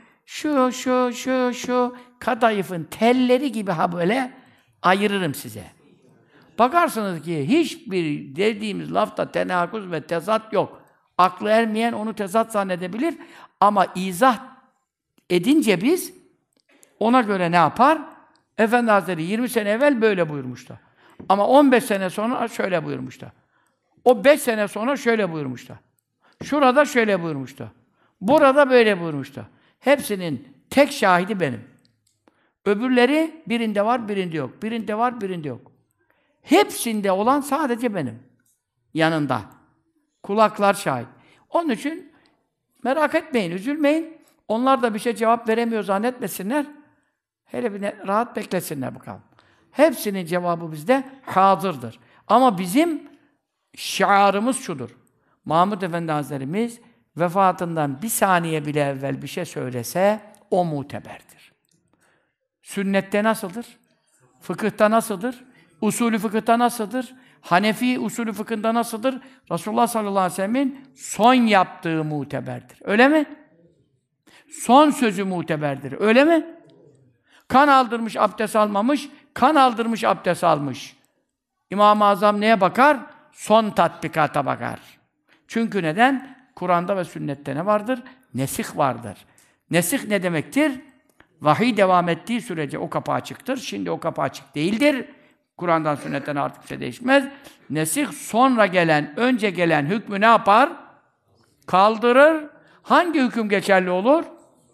şu kadayıfın telleri gibi ha böyle ayırırım size. Bakarsınız ki hiçbir dediğimiz lafta tenakuz ve tezat yok. Aklı ermeyen onu tezat zannedebilir ama izah edince biz ona göre ne yapar? Efendi Hazretleri 20 sene evvel böyle buyurmuştu. Ama 15 sene sonra şöyle buyurmuştu. O 5 sene sonra şöyle buyurmuştu. Şurada şöyle buyurmuştu. Burada böyle buyurmuştu. Hepsinin tek şahidi benim. Öbürleri birinde var, birinde yok. Birinde var, birinde yok. Hepsinde olan sadece benim. Yanında. Kulaklar şahit. Onun için merak etmeyin, üzülmeyin. Onlar da bir şey cevap veremiyor zannetmesinler. Hele bir rahat beklesinler bakalım. Hepsinin cevabı bizde hazırdır. Ama bizim şiarımız şudur. Mahmud Efendi Hazretlerimiz vefatından bir saniye bile evvel bir şey söylese o muteberdir. Sünnette nasıldır? Fıkıhta nasıldır? Usulü fıkıhta nasıldır? Hanefi usulü fıkhında nasıldır? Resulullah sallallahu aleyhi ve sellem'in son yaptığı muteberdir. Öyle mi? Son sözü muteberdir. Öyle mi? Kan aldırmış, abdest almamış, kan aldırmış, abdest almış. İmam-ı Azam neye bakar? Son tatbikata bakar. Çünkü neden? Kur'an'da ve sünnette ne vardır? Nesih vardır. Nesih ne demektir? Vahiy devam ettiği sürece o kapı açıktır. Şimdi o kapı açık değildir. Kur'an'dan, sünnetten artık bir şey değişmez. Nesih sonra gelen, önce gelen hükmü ne yapar? Kaldırır. Hangi hüküm geçerli olur?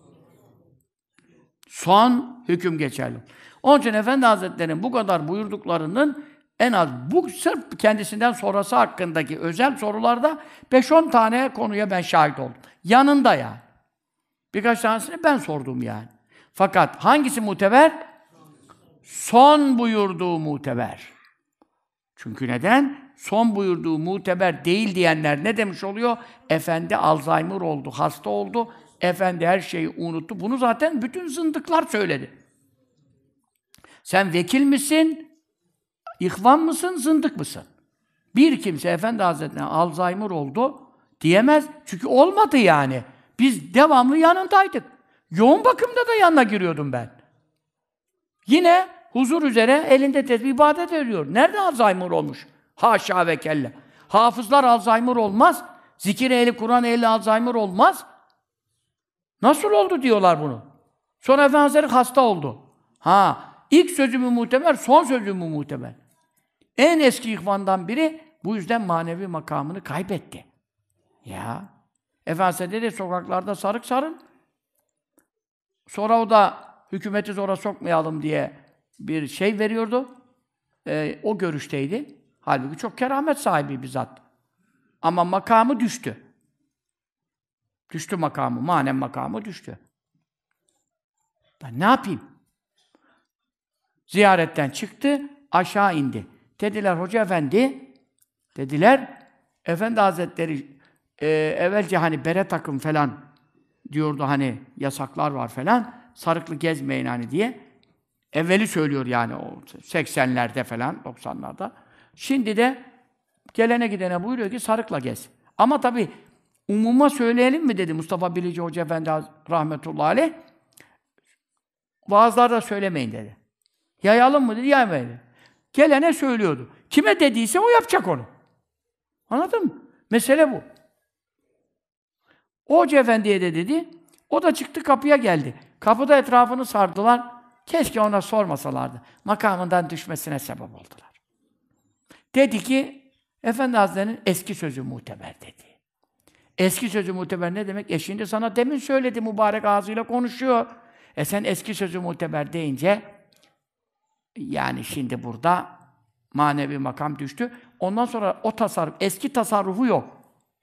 Son hüküm geçerli. Onun için Efendi Hazretleri'nin bu kadar buyurduklarının en az bu sırf kendisinden sonrası hakkındaki özel sorularda 5-10 tane konuya ben şahit oldum. Yanında yani. Birkaç tanesini ben sordum yani. Fakat hangisi muteber? Son buyurduğu muteber. Çünkü neden? Son buyurduğu muteber değil diyenler ne demiş oluyor? Efendi Alzheimer oldu, hasta oldu. Efendi her şeyi unuttu. Bunu zaten bütün zındıklar söyledi. Sen vekil misin? İhvan mısın? Zındık mısın? Bir kimse Efendi Hazretleri'ne Alzheimer oldu diyemez. Çünkü olmadı yani. Biz devamlı yanındaydık. Yoğun bakımda da yanına giriyordum ben. Yine huzur üzere elinde tesbih ibadet ediyor. Nerede Alzheimer olmuş? Haşa ve kella. Hafızlar Alzheimer olmaz. Zikir ehli, Kur'an ehli Alzheimer olmaz. Nasıl oldu diyorlar bunu. Sonra Efendi Hazretleri hasta oldu. İlk sözü mü muteber, son sözü mü muteber? En eski ihvandan biri bu yüzden manevi makamını kaybetti. Ya. Efendi Hazretleri sokaklarda sarık sarın. Sonra o da hükümeti zora sokmayalım diye bir şey veriyordu. O görüşteydi. Halbuki çok keramet sahibi bir zat. Ama makamı düştü. Düştü makamı, manen makamı düştü. Ben ne yapayım? Ziyaretten çıktı, aşağı indi. Dediler Hoca Efendi, dediler, Efendi Hazretleri evvelce hani bere takım falan diyordu, hani yasaklar var falan, sarıklı gezmeyin hani diye. Evveli söylüyor yani o 80'lerde falan, 90'larda. Şimdi de gelene gidene buyuruyor ki sarıkla gez. Ama tabii umuma söyleyelim mi dedi Mustafa Bilici Hoca Efendi rahmetullahi aleyh. Vaazlarda söylemeyin dedi. Yayalım mı dedi, yaymayın dedi. Gelene söylüyordu. Kime dediyse o yapacak onu. Anladın mı? Mesele bu. O Hoca Efendi'ye de dedi. O da çıktı kapıya geldi. Kapıda etrafını sardılar. Keşke ona sormasalardı. Makamından düşmesine sebep oldular. Dedi ki, Efendi Hazretleri'nin eski sözü muteber dedi. Eski sözü muteber ne demek? Şimdi sana demin söyledi, mübarek ağzıyla konuşuyor. Sen eski sözü muteber deyince, yani şimdi burada manevi makam düştü. Ondan sonra o tasarruf, eski tasarrufu yok.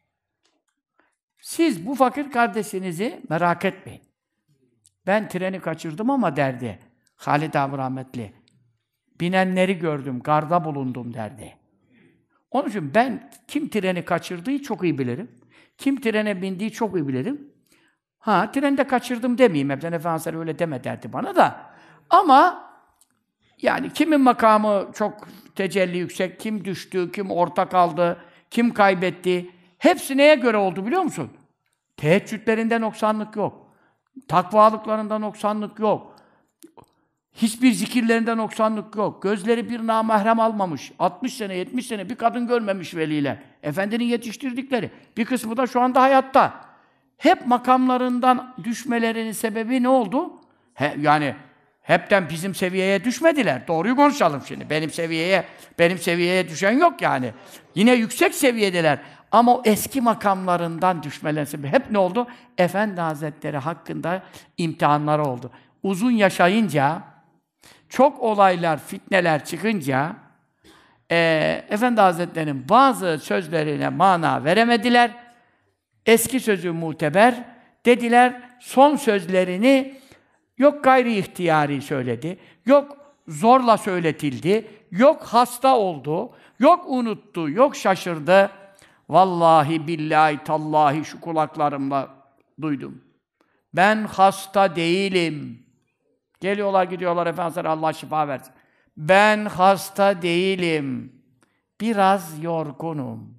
Siz bu fakir kardeşinizi merak etmeyin. Ben treni kaçırdım ama derdi. Halid abi rahmetli. Binenleri gördüm, garda bulundum derdi. Onun için ben kim treni kaçırdığı çok iyi bilirim. Kim trene bindiği çok iyi bilirim. Ha, trende kaçırdım demeyeyim. Ebden Efendimiz öyle deme derdi bana da. Ama yani kimin makamı çok tecelli yüksek, kim düştü, kim orta kaldı, kim kaybetti. Hepsi neye göre oldu biliyor musun? Teheccüdlerinde noksanlık yok. Takvalıklarında noksanlık yok. Hiçbir zikirlerinde noksanlık yok. Gözleri bir namahrem almamış. 60 sene, 70 sene bir kadın görmemiş veliler. Efendinin yetiştirdikleri. Bir kısmı da şu anda hayatta. Hep makamlarından düşmelerinin sebebi ne oldu? Yani hepten bizim seviyeye düşmediler. Doğruyu konuşalım şimdi. Benim seviyeye düşen yok yani. Yine yüksek seviyedeler. Ama o eski makamlarından düşmelerinin sebebi hep ne oldu? Efendi Hazretleri hakkında imtihanlar oldu. Uzun yaşayınca, çok olaylar, fitneler çıkınca Efendi Hazretleri'nin bazı sözlerine mana veremediler. Eski sözü muteber dediler. Son sözlerini yok gayri ihtiyari söyledi, yok zorla söyletildi, yok hasta oldu, yok unuttu, yok şaşırdı. Vallahi billahi tallahi şu kulaklarımla duydum. Ben hasta değilim. Geliyorlar gidiyorlar Efendimiz Allah şifa versin. Ben hasta değilim. Biraz yorgunum.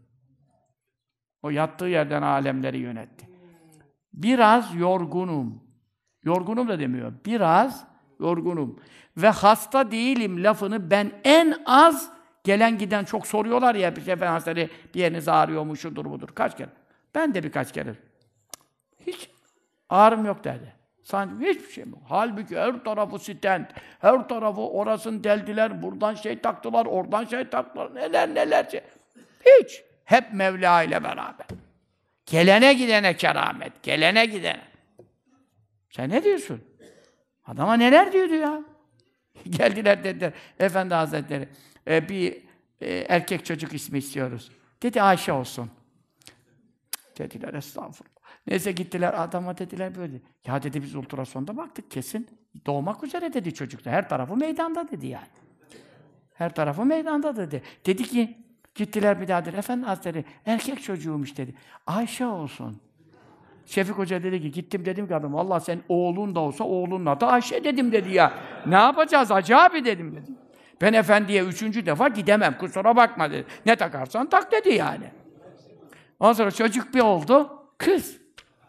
O yattığı yerden alemleri yönetti. Biraz yorgunum. Yorgunum da demiyor. Biraz yorgunum. Ve hasta değilim lafını ben en az gelen giden çok soruyorlar ya Efendimiz bir yeriniz ağrıyor mu şudur budur. Kaç kere? Ben de birkaç kere. Hiç ağrım yok derdi. Sanki hiçbir şey yok. Halbuki her tarafı stent, her tarafı orasını deldiler, buradan şey taktılar, oradan şey taktılar, neler şey. Hiç. Hep Mevla ile beraber. Gelene gidene keramet, gelene gidene. Sen ne diyorsun? Adama neler diyordu ya? Geldiler dediler, Efendi Hazretleri, bir erkek çocuk ismi istiyoruz. Dedi Ayşe olsun. Dediler estağfurullah. Neyse gittiler adama dediler böyle. Ya dedi biz ultrasonda baktık kesin doğmak üzere dedi çocukta. Her tarafı meydanda dedi yani. Her tarafı meydanda dedi. Dedi ki gittiler bir daha dedi. Efendi Hazretleri erkek çocuğumuş dedi. Ayşe olsun. Şefik Hoca dedi ki gittim dedim ki adam vallahi sen oğlun da olsa oğlunla da Ayşe dedim dedi ya. Ne yapacağız Hacı abi dedim dedi. Ben efendiye 3. defa gidemem kusura bakma dedi. Ne takarsan tak dedi yani. Ondan sonra çocuk bir oldu. Kız.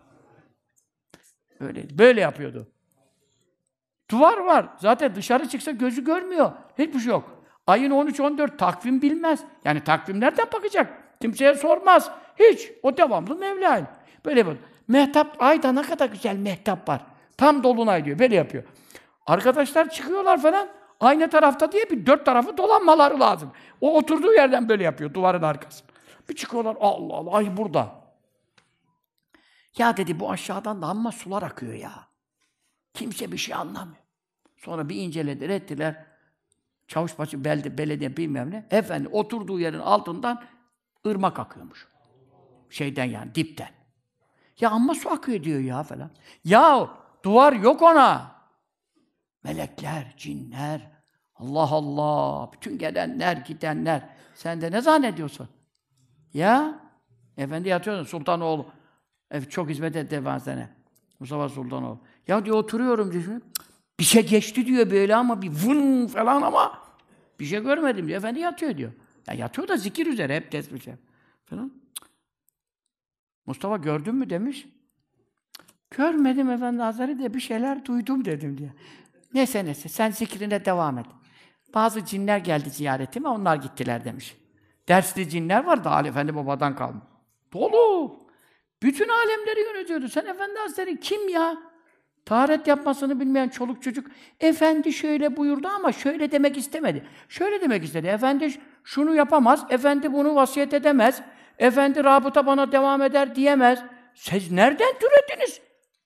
Böyle yapıyordu. Duvar var. Zaten dışarı çıksa gözü görmüyor. Hiçbir şey yok. Ayın 13-14 takvim bilmez. Yani takvim nereden bakacak? Kimseye sormaz. Hiç. O devamlı Mevla'yı. Böyle yapıyor. Mehtap, ayda ne kadar güzel mehtap var. Tam dolunay diyor. Böyle yapıyor. Arkadaşlar çıkıyorlar falan. Aynı tarafta diye bir 4 tarafı dolanmaları lazım. O oturduğu yerden böyle yapıyor. Duvarın arkası. Bir çıkıyorlar. Allah Allah. Ay burada. Ya dedi bu aşağıdan da amma sular akıyor ya. Kimse bir şey anlamıyor. Sonra bir incelediler, ettiler. Çavuşbaşı belediye bilmem ne. Efendim oturduğu yerin altından ırmak akıyormuş. Şeyden yani dipten. Ya amma su akıyor diyor ya falan. Ya duvar yok ona. Melekler, cinler, Allah Allah! Bütün gelenler, gidenler. Sen de ne zannediyorsun? Ya? Efendi yatıyor Sultanoğlu. Çok hizmet etti Efendimiz'e. Mustafa Sultanoğlu. Ya diyor oturuyorum diyor. Bir şey geçti diyor böyle ama bir vın falan ama bir şey görmedim diyor. Efendi yatıyor diyor. Ya yatıyor da zikir üzere hep tesbih falan. Mustafa gördün mü demiş. Görmedim Efendi Hazretleri de bir şeyler duydum dedim diyor. Neyse sen zikrine devam et. Bazı cinler geldi ziyaretime onlar gittiler demiş. Dersli cinler var da Ali Efendi babadan kalma. Dolu. Bütün alemleri yönetiyordu. Sen Efendi Hazretleri kim ya? Taharet yapmasını bilmeyen çoluk çocuk. Efendi şöyle buyurdu ama şöyle demek istemedi. Şöyle demek istedi. Efendi şunu yapamaz. Efendi bunu vasiyet edemez. Efendi rabıta bana devam eder diyemez. Siz nereden türediniz?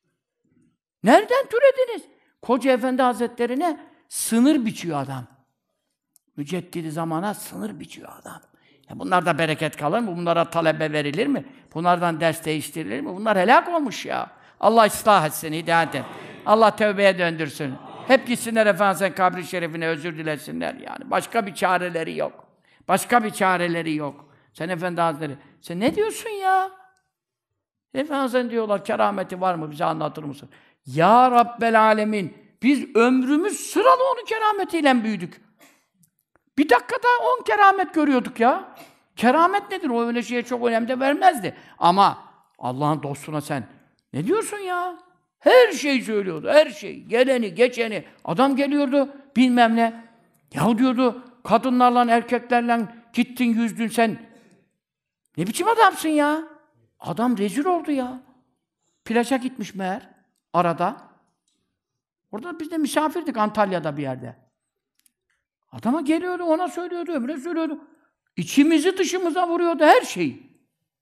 Nereden türediniz? Koca Efendi Hazretlerine sınır biçiyor adam. Müceddidi zamana sınır biçiyor adam. Bunlar da bereket kalır mı? Bunlara talebe verilir mi? Bunlardan ders değiştirilir mi? Bunlar helak olmuş ya. Allah ıslah etsin, hidayet et. Allah tövbeye döndürsün. Hep gitsinler Efendimiz'in kabri şerifine özür dilesinler yani. Başka bir çareleri yok. Başka bir çareleri yok. Sen Efendi Hazretleri, sen ne diyorsun ya? Efendimiz'in diyorlar, kerameti var mı? Bize anlatır mısın? Ya Rabbel Alemin, biz ömrümüz sıralı onun kerametiyle büyüdük. Bir dakikada 10 keramet görüyorduk ya. Keramet nedir? O öyle şeye çok önem de vermezdi. Ama Allah'ın dostuna sen ne diyorsun ya? Her şeyi söylüyordu, her şey. Geleni, geçeni. Adam geliyordu, bilmem ne. Ya diyordu, kadınlarla, erkeklerle gittin, yüzdün sen. Ne biçim adamsın ya? Adam rezil oldu ya. Plaja gitmiş meğer, arada. Orada biz de misafirdik Antalya'da bir yerde. Adama geliyordu, ona söylüyordu, öbürüne söylüyordu. İçimizi dışımıza vuruyordu her şeyi.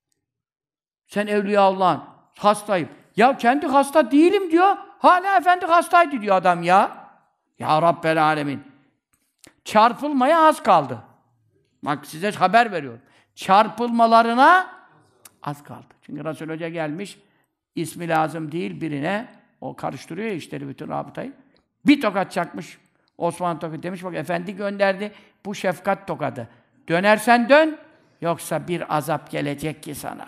Sen Evliyaullah'ın, hastayım. Ya kendi hasta değilim diyor, hala efendi hastaydı diyor adam ya. Ya Rabbel Alemin. Çarpılmaya az kaldı. Bak size haber veriyorum. Çarpılmalarına az kaldı. Çünkü Resul Hoca gelmiş, ismi lazım değil birine, o karıştırıyor ya işleri bütün rabıtayı. Bir tokat çakmış. Osman Tokat demiş, bak efendi gönderdi, bu şefkat tokadı. Dönersen dön, yoksa bir azap gelecek ki sana.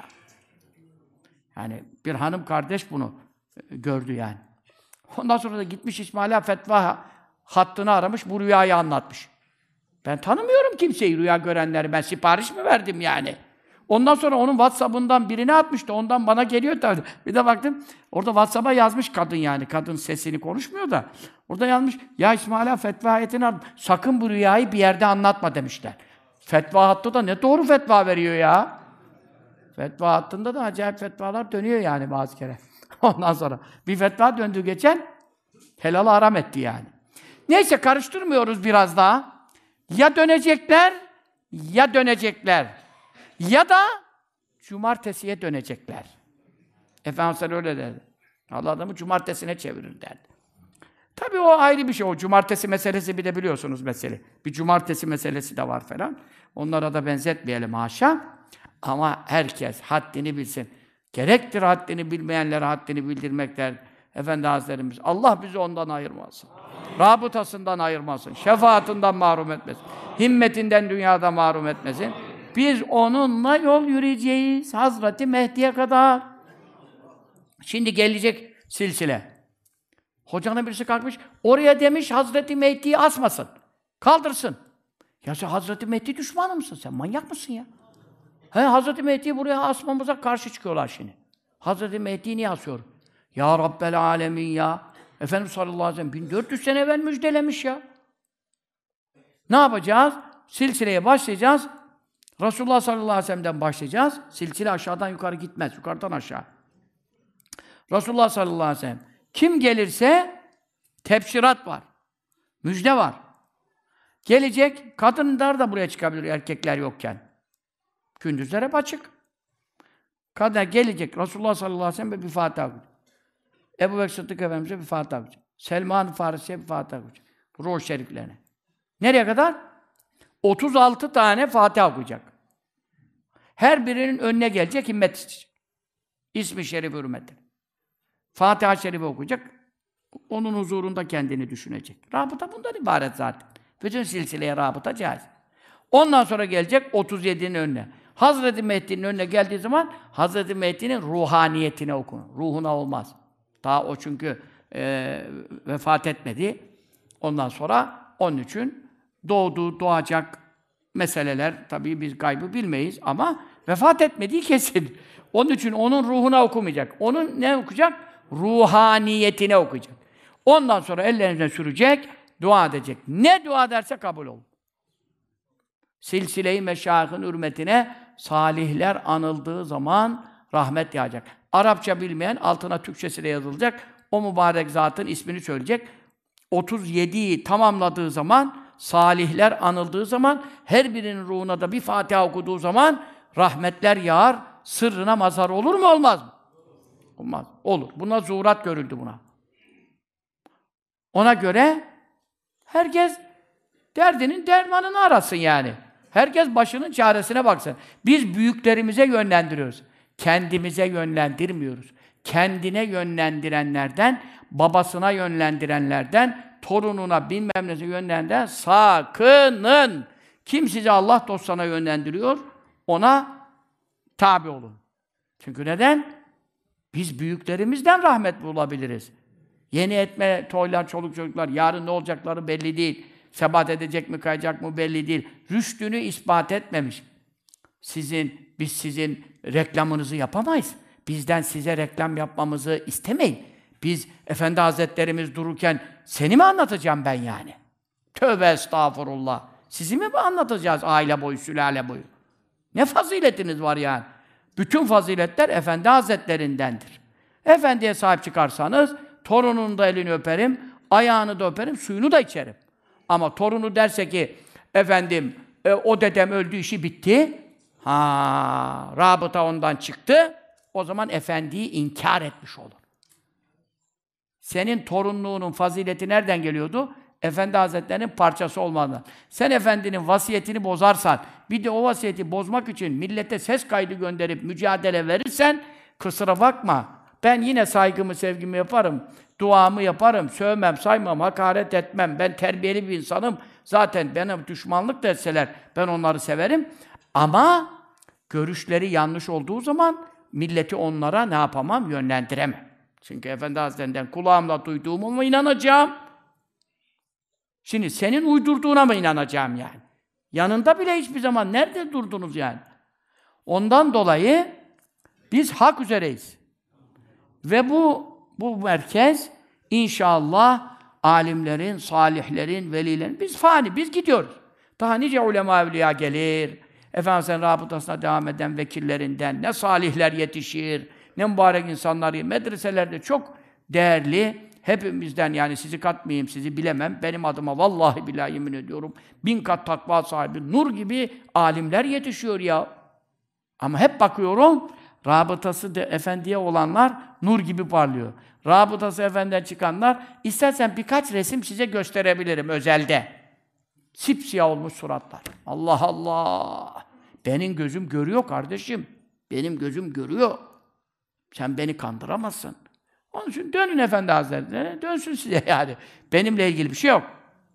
Yani bir hanım kardeş bunu gördü yani. Ondan sonra da gitmiş İsmail'a fetva hattını aramış, bu rüyayı anlatmış. Ben tanımıyorum kimseyi, rüya görenleri. Ben sipariş mi verdim yani? Ondan sonra onun WhatsApp'ından birine atmıştı, ondan bana geliyor tabii. Bir de baktım, orada WhatsApp'a yazmış kadın yani. Kadın sesini konuşmuyor da. Orada yazmış, ya İsmail'a fetva ayetini al, sakın bu rüyayı bir yerde anlatma demişler. Fetva hattı da ne doğru fetva veriyor ya? Fetva hattında da acayip fetvalar dönüyor yani bazı kere. Ondan sonra bir fetva döndü geçen, helalı haram etti yani. Neyse karıştırmıyoruz biraz daha. Ya dönecekler, ya dönecekler. Ya da cumartesiye dönecekler. Efendimiz öyle dedi. Allah adamı cumartesine çevirir derdi. Tabii o ayrı bir şey. O cumartesi meselesi bir de biliyorsunuz mesele. Bir cumartesi meselesi de var falan. Onlara da benzetmeyelim haşa. Ama herkes haddini bilsin. Gerektir haddini bilmeyenlere haddini bildirmekler. Efendi Hazretlerimiz, Allah bizi ondan ayırmasın. Rabıtasından ayırmasın. Şefaatinden mahrum etmesin. Himmetinden dünyada mahrum etmesin. Biz onunla yol yürüyeceğiz. Hazreti Mehdi'ye kadar. Şimdi gelecek silsile. Hocanın birisi kalkmış, oraya demiş Hazreti Mehdi'yi asmasın. Kaldırsın. Ya sen Hazreti Mehdi düşmanı mısın sen? Manyak mısın ya? Hazreti Mehdi'yi buraya asmamıza karşı çıkıyorlar şimdi. Hazreti Mehdi'yi niye asıyor? Ya Rabbel Alemin ya. Efendimiz sallallahu aleyhi ve sellem 1400 sene evvel müjdelemiş ya. Ne yapacağız? Silsileye başlayacağız. Resulullah sallallahu aleyhi ve sellem'den başlayacağız. Silsile aşağıdan yukarı gitmez. Yukarıdan aşağı. Resulullah sallallahu aleyhi ve sellem. Kim gelirse tebşirat var. Müjde var. Gelecek. Kadınlar da buraya çıkabilir erkekler yokken. Gündüzler hep açık. Kadın gelecek. Resulullah sallallahu aleyhi ve sellem'e bir Fatiha okuyacak. Ebu Bekir Sıddık Efendimiz'e bir Fatiha okuyacak. Selman-ı Farisi'ye bir Fatiha okuyacak. Ruh şeriflerine. Nereye kadar? 36 tane Fatiha okuyacak. Her birinin önüne gelecek, himmet isteyecek. İsmi şerif hürmetine. Fatiha-i Şerife okuyacak. Onun huzurunda kendini düşünecek. Rabıta bundan ibaret zaten. Bütün silsileye rabıta caiz. Ondan sonra gelecek 37'nin önüne. Hazreti Mehdi'nin önüne geldiği zaman Hazreti Mehdi'nin ruhaniyetine okun. Ruhuna olmaz. Daha o çünkü vefat etmedi. Ondan sonra onun için doğacak meseleler, tabii biz gaybı bilmeyiz ama vefat etmediği kesin. Onun için onun ruhuna okumayacak. Onun ne okuyacak? Ruhaniyetine okuyacak. Ondan sonra ellerine sürecek, dua edecek. Ne dua ederse kabul olur. Silsile-i meşâihın hürmetine salihler anıldığı zaman rahmet yağacak. Arapça bilmeyen altına Türkçesi de yazılacak. O mübarek zatın ismini söyleyecek. 37'yi tamamladığı zaman, salihler anıldığı zaman, her birinin ruhuna da bir Fatiha okuduğu zaman rahmetler yağar, sırrına mazhar olur mu, olmaz mı? Olmaz. Olur. Buna zuhurat görüldü buna. Ona göre herkes derdinin dermanını arasın yani. Herkes başının çaresine baksın. Biz büyüklerimize yönlendiriyoruz. Kendimize yönlendirmiyoruz. Kendine yönlendirenlerden, babasına yönlendirenlerden, torununa bilmem nesine yönlendiren sakının. Kim sizi Allah dostuna yönlendiriyor, ona tabi olun. Çünkü neden? Biz büyüklerimizden rahmet bulabiliriz. Yeni etme toylar, çoluk çocuklar, yarın ne olacakları belli değil. Sebat edecek mi, kayacak mı belli değil. Rüştünü ispat etmemiş. Biz sizin reklamınızı yapamayız. Bizden size reklam yapmamızı istemeyin. Biz, Efendi Hazretlerimiz dururken seni mi anlatacağım ben yani? Tövbe estağfurullah. Sizi mi anlatacağız aile boyu, sülale boyu? Ne faziletiniz var yani? Bütün faziletler Efendi Hazretlerindendir. Efendiye sahip çıkarsanız, torunun da elini öperim, ayağını da öperim, suyunu da içerim. Ama torunu derse ki, efendim, o dedem öldü, işi bitti. Rabıta ondan çıktı. O zaman efendiyi inkar etmiş olur. Senin torunluğunun fazileti nereden geliyordu? Efendi Hazretleri'nin parçası olmadan. Sen efendinin vasiyetini bozarsan, bir de o vasiyeti bozmak için millete ses kaydı gönderip mücadele verirsen, kusura bakma. Ben yine saygımı, sevgimi yaparım. Duamı yaparım, sövmem, saymam, hakaret etmem. Ben terbiyeli bir insanım. Zaten bana düşmanlık da etseler ben onları severim. Ama görüşleri yanlış olduğu zaman milleti onlara ne yapamam? Yönlendiremem. Çünkü Efendi Hazretlerinden kulağımla duyduğuma mı inanacağım? Şimdi senin uydurduğuna mı inanacağım yani? Yanında bile hiçbir zaman nerede durdunuz yani? Ondan dolayı biz hak üzereyiz. Ve bu merkez inşallah alimlerin, salihlerin, velilerin, biz fani, biz gidiyoruz. Daha nice ulema evliya gelir. Efendimiz'in rabıtasına devam eden vekillerinden ne salihler yetişir, ne mübarek insanlar, medreselerde çok değerli, hepimizden yani sizi katmayayım, sizi bilemem, benim adıma vallahi billahi yemin ediyorum, 1000 kat takva sahibi, nur gibi alimler yetişiyor ya. Ama hep bakıyorum, rabıtası efendiye olanlar nur gibi parlıyor. Rabıtası efendiden çıkanlar, istersen birkaç resim size gösterebilirim özelde. Sipsiyah olmuş suratlar. Allah Allah! Benim gözüm görüyor kardeşim. Benim gözüm görüyor. Sen beni kandıramazsın. Onun için dönün Efendi Hazretleri'ne, dönsün size yani. Benimle ilgili bir şey yok.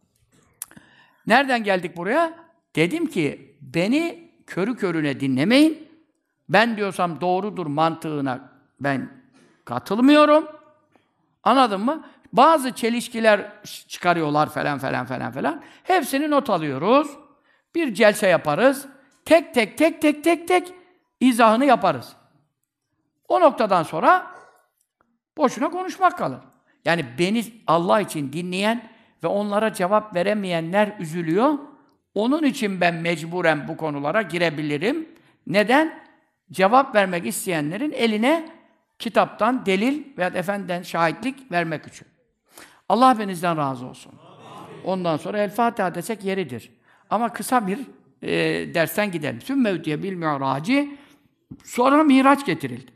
Nereden geldik buraya? Dedim ki, beni körü körüne dinlemeyin. Ben diyorsam doğrudur mantığına ben katılmıyorum. Anladın mı? Bazı çelişkiler çıkarıyorlar falan. Hepsini not alıyoruz. Bir celse yaparız. Tek tek izahını yaparız. O noktadan sonra boşuna konuşmak kalır. Yani beni Allah için dinleyen ve onlara cevap veremeyenler üzülüyor. Onun için ben mecburen bu konulara girebilirim. Neden? Cevap vermek isteyenlerin eline kitaptan delil veya efendiden şahitlik vermek için. Allah hepinizden razı olsun. Ondan sonra El Fatiha desek yeridir. Ama kısa bir dersten gidelim. Sümmevdiye bil mi'raci, sonra Miraç getirildi.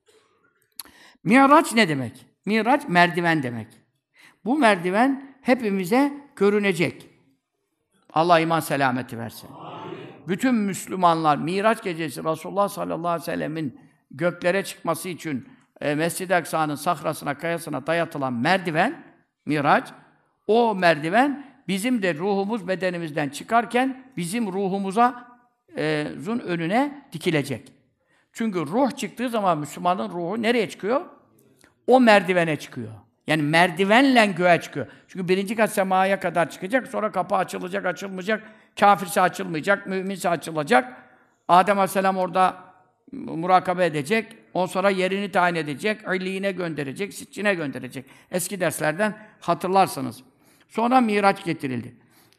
Miraç ne demek? Miraç merdiven demek. Bu merdiven hepimize görünecek. Allah iman selameti versin. Amin. Bütün Müslümanlar Miraç gecesi Resulullah sallallahu aleyhi ve sellemin göklere çıkması için Mescid-i Aksa'nın sahrasına, kayasına dayatılan merdiven, Miraç, o merdiven bizim de ruhumuz bedenimizden çıkarken bizim ruhumuza zun önüne dikilecek. Çünkü ruh çıktığı zaman Müslümanın ruhu nereye çıkıyor? O merdivene çıkıyor. Yani merdivenle göğe çıkıyor. Çünkü birinci kat semaya kadar çıkacak, sonra kapı açılacak, açılmayacak, kâfirse açılmayacak, müminse açılacak. Adem Aleyhisselam orada murakabe edecek, ondan sonra yerini tayin edecek, illiğine gönderecek, siccine gönderecek. Eski derslerden hatırlarsınız. Sonra Miraç getirildi.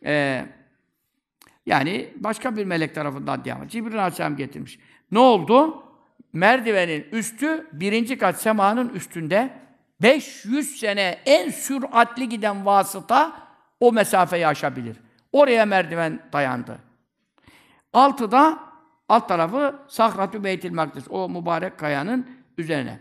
Yani başka bir melek tarafından diye ama Cibril Aleyhisselam getirmiş. Ne oldu? Merdivenin üstü, birinci kat semanın üstünde 500 sene en süratli giden vasıta o mesafeyi aşabilir. Oraya merdiven dayandı. Altıda, alt tarafı Sahrat-ı Beytil Makdis, o mübarek kayanın üzerine.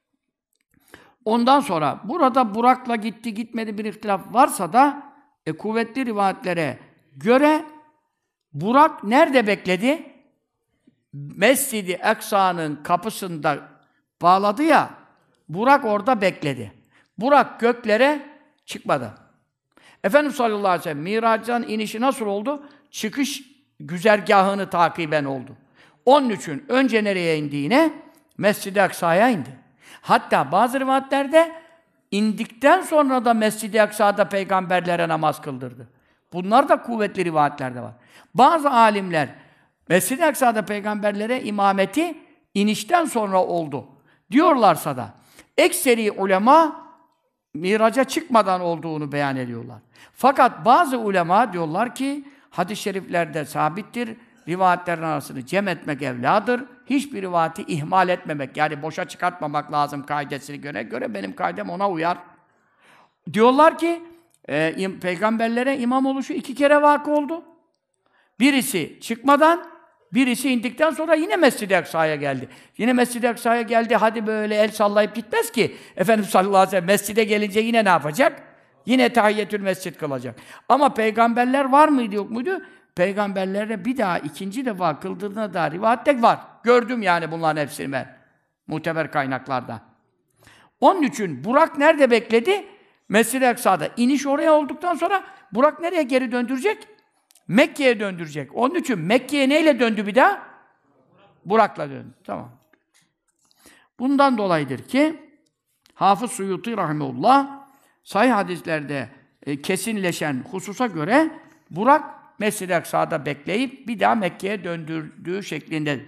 Ondan sonra burada Burak'la gitti gitmedi bir ihtilaf varsa da kuvvetli rivayetlere göre Burak nerede bekledi? Mescid-i Aksa'nın kapısında bağladı ya, Burak orada bekledi. Burak göklere çıkmadı. Efendimiz sallallahu aleyhi ve sellem Miraç'tan inişi nasıl oldu? Çıkış güzergahını takiben oldu. Onun için önce nereye indiğine Mescid-i Aksa'ya indi. Hatta bazı rivayetlerde indikten sonra da Mescid-i Aksa'da peygamberlere namaz kıldırdı. Bunlar da kuvvetli rivayetlerde var. Bazı alimler Mescid-i Aksa'da peygamberlere imameti inişten sonra oldu diyorlarsa da ekseri ulema miraca çıkmadan olduğunu beyan ediyorlar. Fakat bazı ulema diyorlar ki hadis-i şeriflerde sabittir, rivayetlerin arasını cem etmek evladır, hiçbir rivayeti ihmal etmemek, yani boşa çıkartmamak lazım kaidesini göre benim kaidem ona uyar. Diyorlar ki peygamberlere imam oluşu 2 kere vakı oldu. Birisi çıkmadan, birisi indikten sonra yine Mescid-i Aksa'ya geldi. Yine Mescid-i Aksa'ya geldi, hadi böyle el sallayıp gitmez ki. Efendimiz sallallahu aleyhi ve sellem mescide gelince yine ne yapacak? Yine tahiyyetül mescid kılacak. Ama peygamberler var mıydı yok muydu? Peygamberlere bir daha ikinci defa kıldırdığına dair rivayette var. Gördüm yani bunların hepsini ben. Muteber kaynaklarda. Onun için Burak nerede bekledi? Mescid-i Aksa'da. İniş oraya olduktan sonra Burak nereye geri döndürecek? Mekke'ye döndürecek. Onun için Mekke'ye neyle döndü bir daha? Burak'la döndü. Tamam. Bundan dolayıdır ki Hafız Suyuti rahimehullah sahih hadislerde kesinleşen hususa göre Burak Mescid-i Aksa'da bekleyip bir daha Mekke'ye döndürdüğü şeklinde.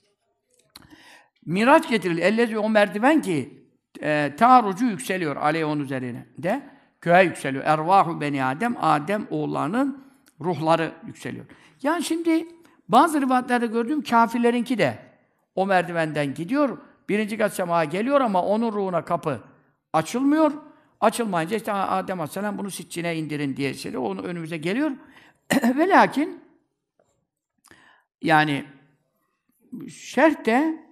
Miraç getirildi. Ellezi o merdiven ki taarrucu yükseliyor aleyh onun üzerine de göğe yükseliyor. Ervahu beni Adem, Adem oğullarının ruhları yükseliyor. Yani şimdi bazı rivayetlerde gördüğüm kâfirlerinki de o merdivenden gidiyor. Birinci kat semaya geliyor ama onun ruhuna kapı açılmıyor. Açılmayınca işte Adem Aleyhisselam bunu siccine indirin diye söylüyor. Onun önümüze geliyor. Ve lakin yani şerhte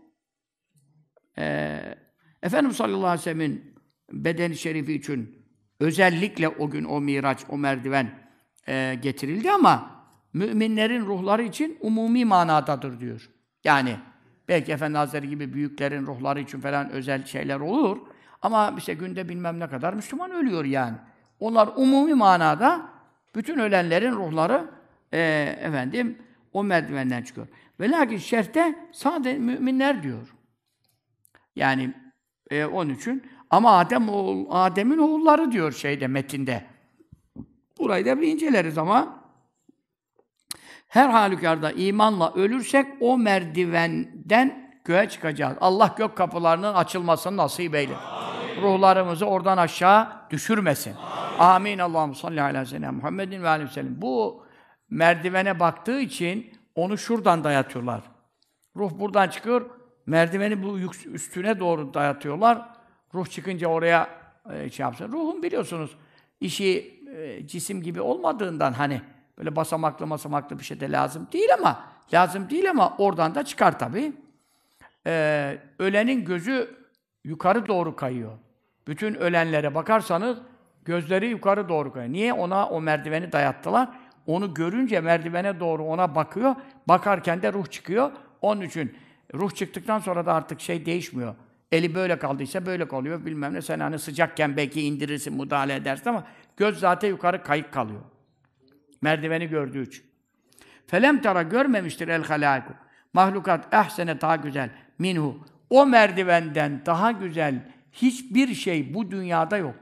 Efendimiz sallallahu aleyhi ve sellem'in beden-i şerifi için özellikle o gün o miraç, o merdiven getirildi ama müminlerin ruhları için umumi manadadır diyor. Yani belki Efendi Hazretleri gibi büyüklerin ruhları için falan özel şeyler olur ama işte günde bilmem ne kadar Müslüman ölüyor yani. Onlar umumi manada bütün ölenlerin ruhları o merdivenden çıkıyor. Ve lakin şerhte sadece müminler diyor. Yani onun için ama Adem'in oğulları diyor metinde. Burayı da bir inceleriz ama her halükarda imanla ölürsek o merdivenden göğe çıkacağız. Allah gök kapılarının açılmasını nasip eyle. Ruhlarımızı oradan aşağı düşürmesin. Amin. Allahumme salli ala seyyidina Muhammedin ve aleyhi ve sellem. Bu merdivene baktığı için onu şuradan dayatıyorlar. Ruh buradan çıkıyor, merdiveni bu üstüne doğru dayatıyorlar. Ruh çıkınca oraya yapsın. Ruhun biliyorsunuz işi cisim gibi olmadığından hani böyle basamaklı bir şey de lazım değil ama oradan da çıkar tabii. Ölenin gözü yukarı doğru kayıyor. Bütün ölenlere bakarsanız gözleri yukarı doğru kayıyor. Niye? Ona o merdiveni dayattılar. Onu görünce merdivene doğru ona bakıyor. Bakarken de ruh çıkıyor. Onun için ruh çıktıktan sonra da artık değişmiyor. Eli böyle kaldıysa böyle kalıyor bilmem ne. Sen hani sıcakken belki indirirsin, müdahale edersin ama göz zaten yukarı kayık kalıyor. Merdiveni gördüğü için. Felem tara görmemiştir el halâku. Mahlukat ehsene daha güzel. Minhu. O merdivenden daha güzel hiçbir şey bu dünyada yok.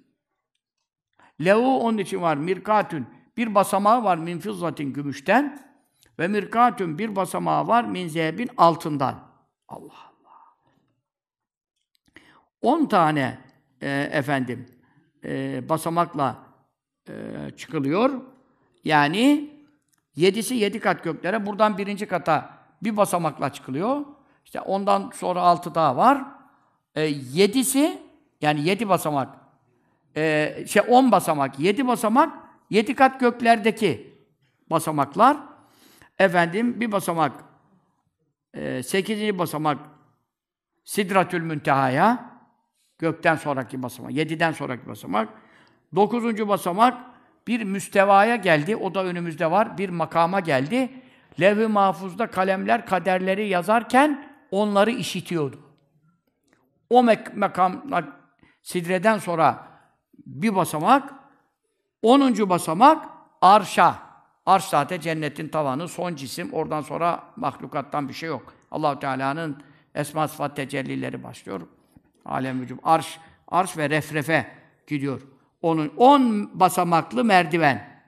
Lehu onun için var. Mirkatün. Bir basamağı var min fizzatin gümüşten. Ve mirkatün bir basamağı var min zehebin altından. Allah Allah. 10 tane basamakla çıkılıyor. Yani 7'si 7 kat göklere. Buradan 1. kata bir basamakla çıkılıyor. İşte ondan sonra 6 daha var. 7'si yani 7 basamak 10 basamak, 7 basamak 7 kat göklerdeki basamaklar. Bir basamak 8. basamak Sidratül Münteha'ya gökten sonraki basamak, 7'den sonraki basamak. 9. basamak bir müstevaya geldi. O da önümüzde var. Bir makama geldi. Levh-i Mahfuz'da kalemler kaderleri yazarken onları işitiyordu. O makamla Sidre'den sonra bir basamak, 10. basamak arşa. Arş zaten cennetin tavanı, son cisim. Oradan sonra mahlukattan bir şey yok. Allah-u Teala'nın esma sıfat tecellileri başlıyor. Alem vücub. Arş ve refrefe gidiyor. Onun 10 basamaklı merdiven.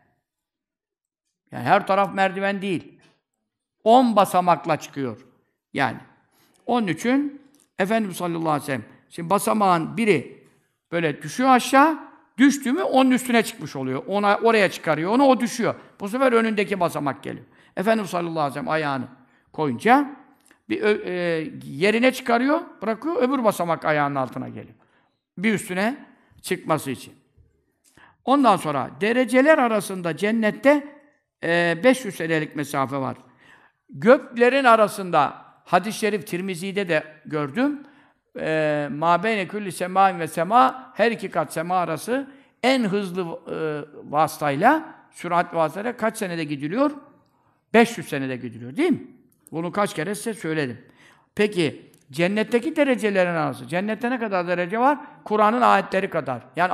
Yani her taraf merdiven değil. 10 basamakla çıkıyor. Yani. Onun için Efendimiz sallallahu aleyhi ve sellem şimdi basamağın biri böyle düşüyor aşağı, düştü mü onun üstüne çıkmış oluyor. Oraya çıkarıyor onu, o düşüyor. Bu sefer önündeki basamak geliyor. Efendimiz sallallahu aleyhi ve sellem ayağını koyunca bir yerine çıkarıyor, bırakıyor, öbür basamak ayağının altına geliyor. Bir üstüne çıkması için. Ondan sonra dereceler arasında cennette 500 senelik mesafe var. Göklerin arasında hadis-i şerif Tirmizi'de de gördüm. Mâ beyne külli semâin ve semâ, her iki kat sema arası en hızlı vasıtayla, sürat vasıtayla kaç senede gidiliyor? 500 senede gidiliyor, değil mi? Bunu kaç kere size söyledim. Peki, cennetteki derecelerin arası. Cennette ne kadar derece var? Kur'an'ın ayetleri kadar. Yani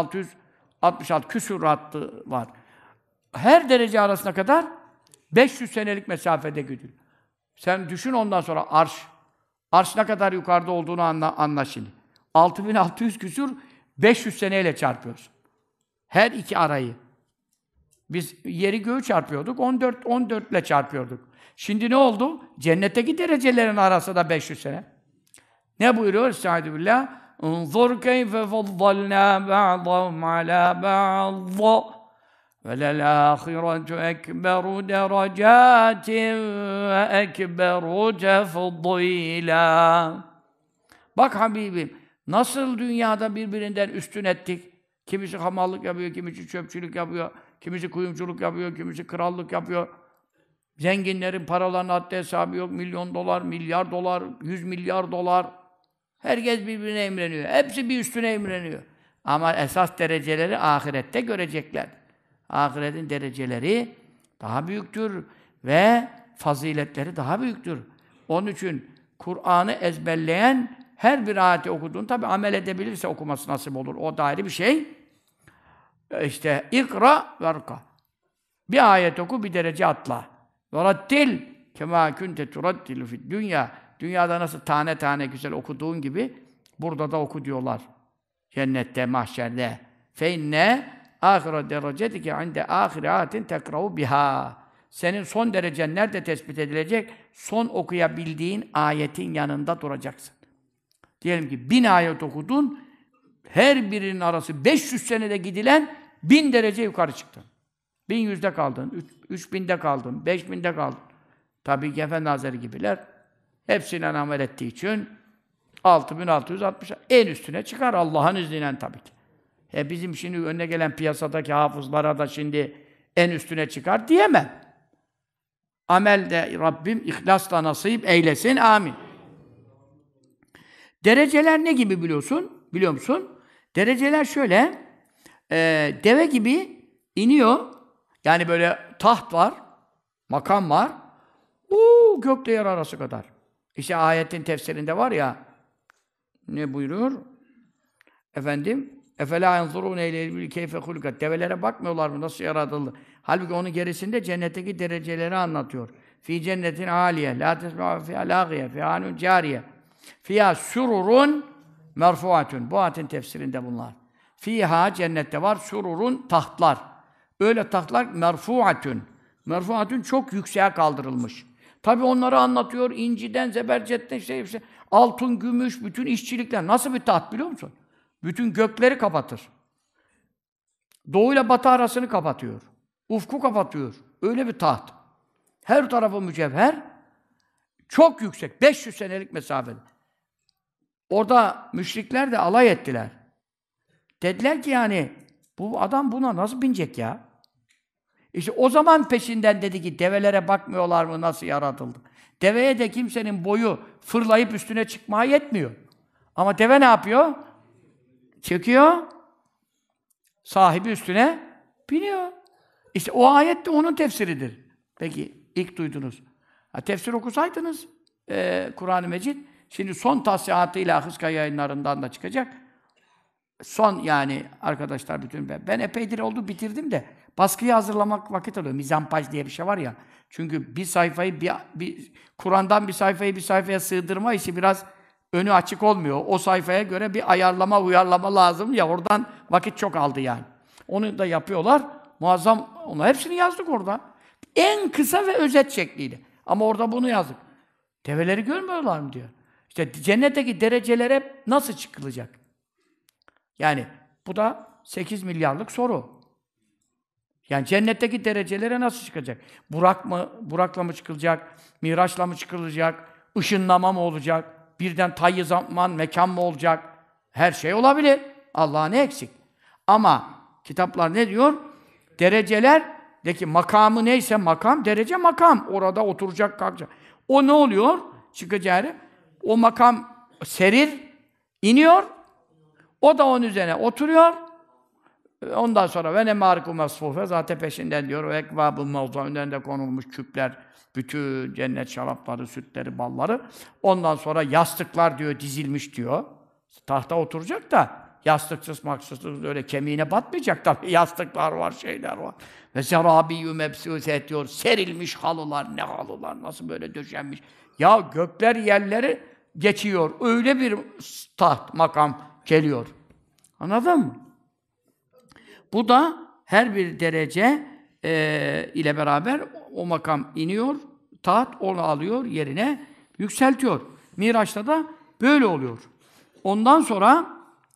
6666 küsuratı var. Her derece arasına kadar 500 senelik mesafede gidiliyor. Sen düşün ondan sonra arş. Arş ne kadar yukarıda olduğunu anla şimdi. 6600 küsur 500 seneyle çarpıyoruz. Her iki arayı. Biz yeri göğü çarpıyorduk, 14 ile çarpıyorduk. Şimdi ne oldu? Cennetteki derecelerin arası da 500 sene. Ne buyuruyor? Estaizu billah. اُنْظُرْ كَيْفَ فَضَّلْنَا بَعْضَهُمْ عَلَى بَعْضٍ وَلَلْآخِرَةُ أَكْبَرُ دَرَجَاتٍ وَأَكْبَرُ تَفْضِيلًا. Bak Habibim, nasıl dünyada birbirinden üstün ettik. Kimisi hamallık yapıyor, kimisi çöpçülük yapıyor, kimisi kuyumculuk yapıyor, kimisi krallık yapıyor. Zenginlerin paralarının haddi hesabı yok. Milyon dolar, milyar dolar, 100 milyar dolar. Herkes birbirine emreniyor. Hepsi bir üstüne emreniyor. Ama esas dereceleri ahirette görecekler. Ahiretin dereceleri daha büyüktür ve faziletleri daha büyüktür. Onun için Kur'an'ı ezberleyen her bir ayeti okuduğunu tabi amel edebilirse okuması nasip olur. O da ayrı bir şey. İşte ikra verka. Bir ayet oku, bir derece atla. Verattil kemâ kunte turattilu fid dünya. Dünyada nasıl tane tane güzel okuduğun gibi burada da oku diyorlar. Cennette, mahşerde. Fe inne âhire derecetike inde âhirâtin tekra'u biha. Senin son derecen nerede tespit edilecek? Son okuyabildiğin ayetin yanında duracaksın. Diyelim ki 1000 ayet okudun, her birinin arası 500 senede gidilen 1000 derece yukarı çıktın. 1100'de kaldın, 3000'de kaldın, 5000'de kaldın. Tabii ki Efendi Hazretleri gibiler hepsine amel ettiği için 6660 en üstüne çıkar Allah'ın izniyle tabii ki. Bizim şimdi önüne gelen piyasadaki hafızlara da şimdi en üstüne çıkar diyemem. Amel de Rabbim ihlasla nasip eylesin. Amin. Dereceler ne gibi biliyor musun? Dereceler şöyle, deve gibi iniyor. Yani böyle taht var, makam var. Gökle yer arası kadar. İşte ayetin tefsirinde var ya, ne buyuruyor? Efendim, Efela yanzurûne ileyhi keyfe hulikat. Develere bakmıyorlar mı? Nasıl yaratıldı? Halbuki onun gerisinde cennetteki dereceleri anlatıyor. Fi cennetin âliye, lâ tesma'u fîhâ lâgiye, fîhânun câriye. Fîhâ sururun merfuatun. Bu ayetin tefsirinde bunlar. Fîhâ cennette var sururun tahtlar. Öyle tahtlar merfuatun. Merfuatun çok yükseğe kaldırılmış. Tabi onları anlatıyor. İnciden, zebercetten işte altın, gümüş, bütün işçilikler. Nasıl bir taht biliyor musun? Bütün gökleri kapatır. Doğu ile batı arasını kapatıyor. Ufku kapatıyor. Öyle bir taht. Her tarafı mücevher. Çok yüksek. 500 senelik mesafede. Orada müşrikler de alay ettiler. Dediler ki yani bu adam buna nasıl binecek ya? İşte o zaman peşinden dedi ki develere bakmıyorlar mı nasıl yaratıldı? Deveye de kimsenin boyu fırlayıp üstüne çıkmaya yetmiyor. Ama deve ne yapıyor? Çekiyor. Sahibi üstüne biniyor. İşte o ayet de onun tefsiridir. Peki ilk duydunuz. Tefsir okusaydınız Kur'an-ı Mecid, şimdi son tasihatıyla Hıska yayınlarından da çıkacak. Son yani arkadaşlar bütün ben epeydir oldu bitirdim de baskıyı hazırlamak vakit alıyor. Mizampaj diye bir şey var ya. Çünkü bir sayfayı bir Kur'an'dan bir sayfayı bir sayfaya sığdırma işi biraz önü açık olmuyor. O sayfaya göre bir ayarlama, uyarlama lazım ya oradan vakit çok aldı yani. Onu da yapıyorlar. Muazzam. Onu hepsini yazdık orada. En kısa ve özet şekliyle. Ama orada bunu yazdık. Develeri görmüyorlar mı diyor. İşte cennetteki derecelere nasıl çıkılacak? Yani bu da 8 milyarlık soru. Yani cennetteki derecelere nasıl çıkacak? Burak'la mı çıkılacak? Miraç'la mı çıkılacak? Işınlama mı olacak? Birden tayyi zaman, mekan mı olacak? Her şey olabilir. Allah'a ne eksik? Ama kitaplar ne diyor? Derecelerdeki makamı neyse makam, derece makam. Orada oturacak, kalkacak. O ne oluyor? Çıkacağı o makam serir, iniyor. O da onun üzerine oturuyor. Ondan sonra ve ne mariku masfufe zaten peşinden diyor. O ekvabı mevzu önlerinde konulmuş küpler, bütün cennet şarapları, sütleri, balları. Ondan sonra yastıklar diyor dizilmiş diyor. Tahta oturacak da yastıksız maksızsız öyle kemiğine batmayacak tabii. Yastıklar var, şeyler var. Ve zerabiyyü mebsûse diyor. Serilmiş halılar, ne halılar, nasıl böyle döşenmiş. Ya gökler yerleri geçiyor. Öyle bir taht, makam geliyor. Anladın mı? Bu da her bir derece ile beraber o makam iniyor, taht onu alıyor, yerine yükseltiyor. Miraç'ta da böyle oluyor. Ondan sonra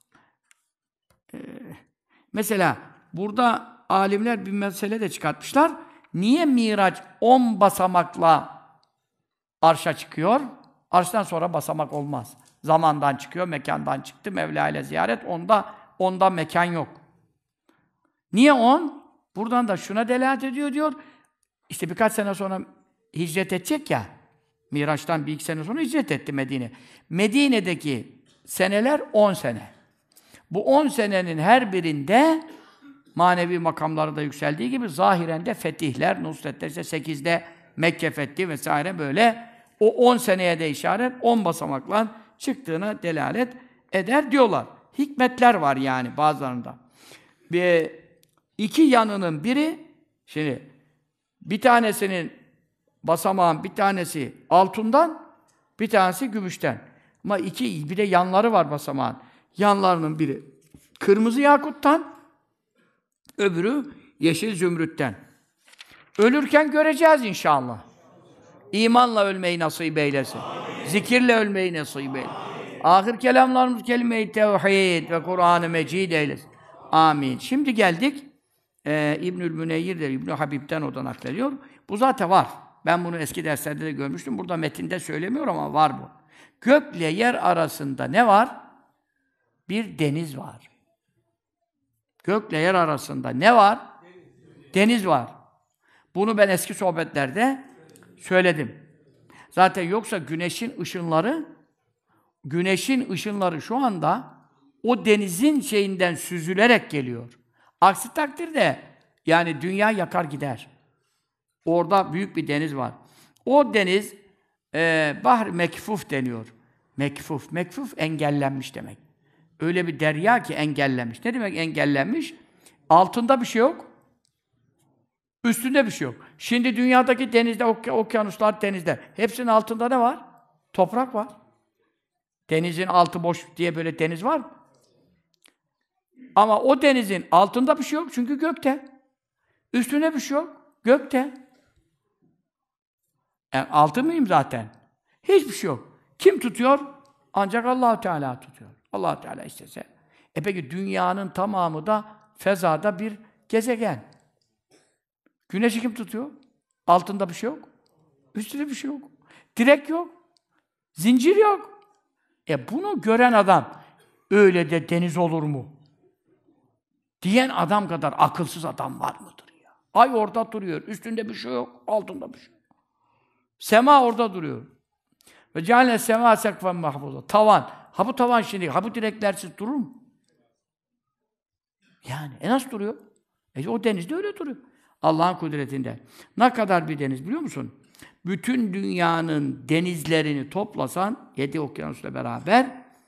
mesela burada alimler bir mesele de çıkartmışlar. Niye Miraç 10 basamakla arşa çıkıyor? Arştan sonra basamak olmaz. Zamandan çıkıyor, mekandan çıktı. Mevla ile ziyaret, onda mekan yok. Niye 10? Buradan da şuna delalet ediyor diyor. İşte birkaç sene sonra hicret edecek ya. Miraç'tan bir iki sene sonra hicret etti Medine. Medine'deki seneler 10 sene. Bu 10 senenin her birinde manevi makamları da yükseldiği gibi zahiren de fetihler, nusretler, işte 8'de Mekke fethi vesaire böyle o 10 seneye de işaret 10 basamakla çıktığına delalet eder diyorlar. Hikmetler var yani bazılarında. İki yanının biri, şimdi bir tanesinin basamağın bir tanesi altından, bir tanesi gümüşten. Ama bir de yanları var basamağın. Yanlarının biri kırmızı yakuttan, öbürü yeşil zümrütten. Ölürken göreceğiz inşallah. İmanla ölmeyi nasip eylesin. Zikirle ölmeyi nasip eylesin. Ahir kelamlarımız kelime-i tevhid ve Kur'an-ı Mecid eylesin. Amin. Şimdi geldik. İbnül Müneyyir de İbn Habib'den o da naklediyor. Bu zaten var. Ben bunu eski derslerde de görmüştüm. Burada metinde söylemiyor ama var bu. Gökle yer arasında ne var? Bir deniz var. Gökle yer arasında ne var? Deniz var. Bunu ben eski sohbetlerde söyledim. Zaten yoksa güneşin ışınları şu anda o denizin şeyinden süzülerek geliyor. Aksi takdirde yani dünya yakar gider. Orada büyük bir deniz var. O deniz Bahr Mekfuf deniyor. Mekfuf engellenmiş demek. Öyle bir derya ki engellenmiş. Ne demek engellenmiş? Altında bir şey yok. Üstünde bir şey yok. Şimdi dünyadaki denizde, okyanuslar, denizler. Hepsinin altında ne var? Toprak var. Denizin altı boş diye böyle deniz var mı? Ama o denizin altında bir şey yok çünkü gökte. Üstüne bir şey yok. Gökte. Yani altı mıyım zaten? Hiçbir şey yok. Kim tutuyor? Ancak Allah-u Teala tutuyor. Allah-u Teala istese. Peki dünyanın tamamı da fezada bir gezegen. Güneşi kim tutuyor? Altında bir şey yok. Üstünde bir şey yok. Direk yok. Zincir yok. Bunu gören adam öyle de deniz olur mu? Diyen adam kadar akılsız adam var mıdır ya? Ay orada duruyor. Üstünde bir şey yok. Altında bir şey yok. Sema orada duruyor. Ve cealne sema sekfen mahfuza. Tavan. Ha bu tavan şimdi, ha bu direklersiz durur mu? Yani nasıl duruyor? O denizde öyle duruyor. Allah'ın kudretinde. Ne kadar bir deniz biliyor musun? Bütün dünyanın denizlerini toplasan, 7 okyanusla beraber,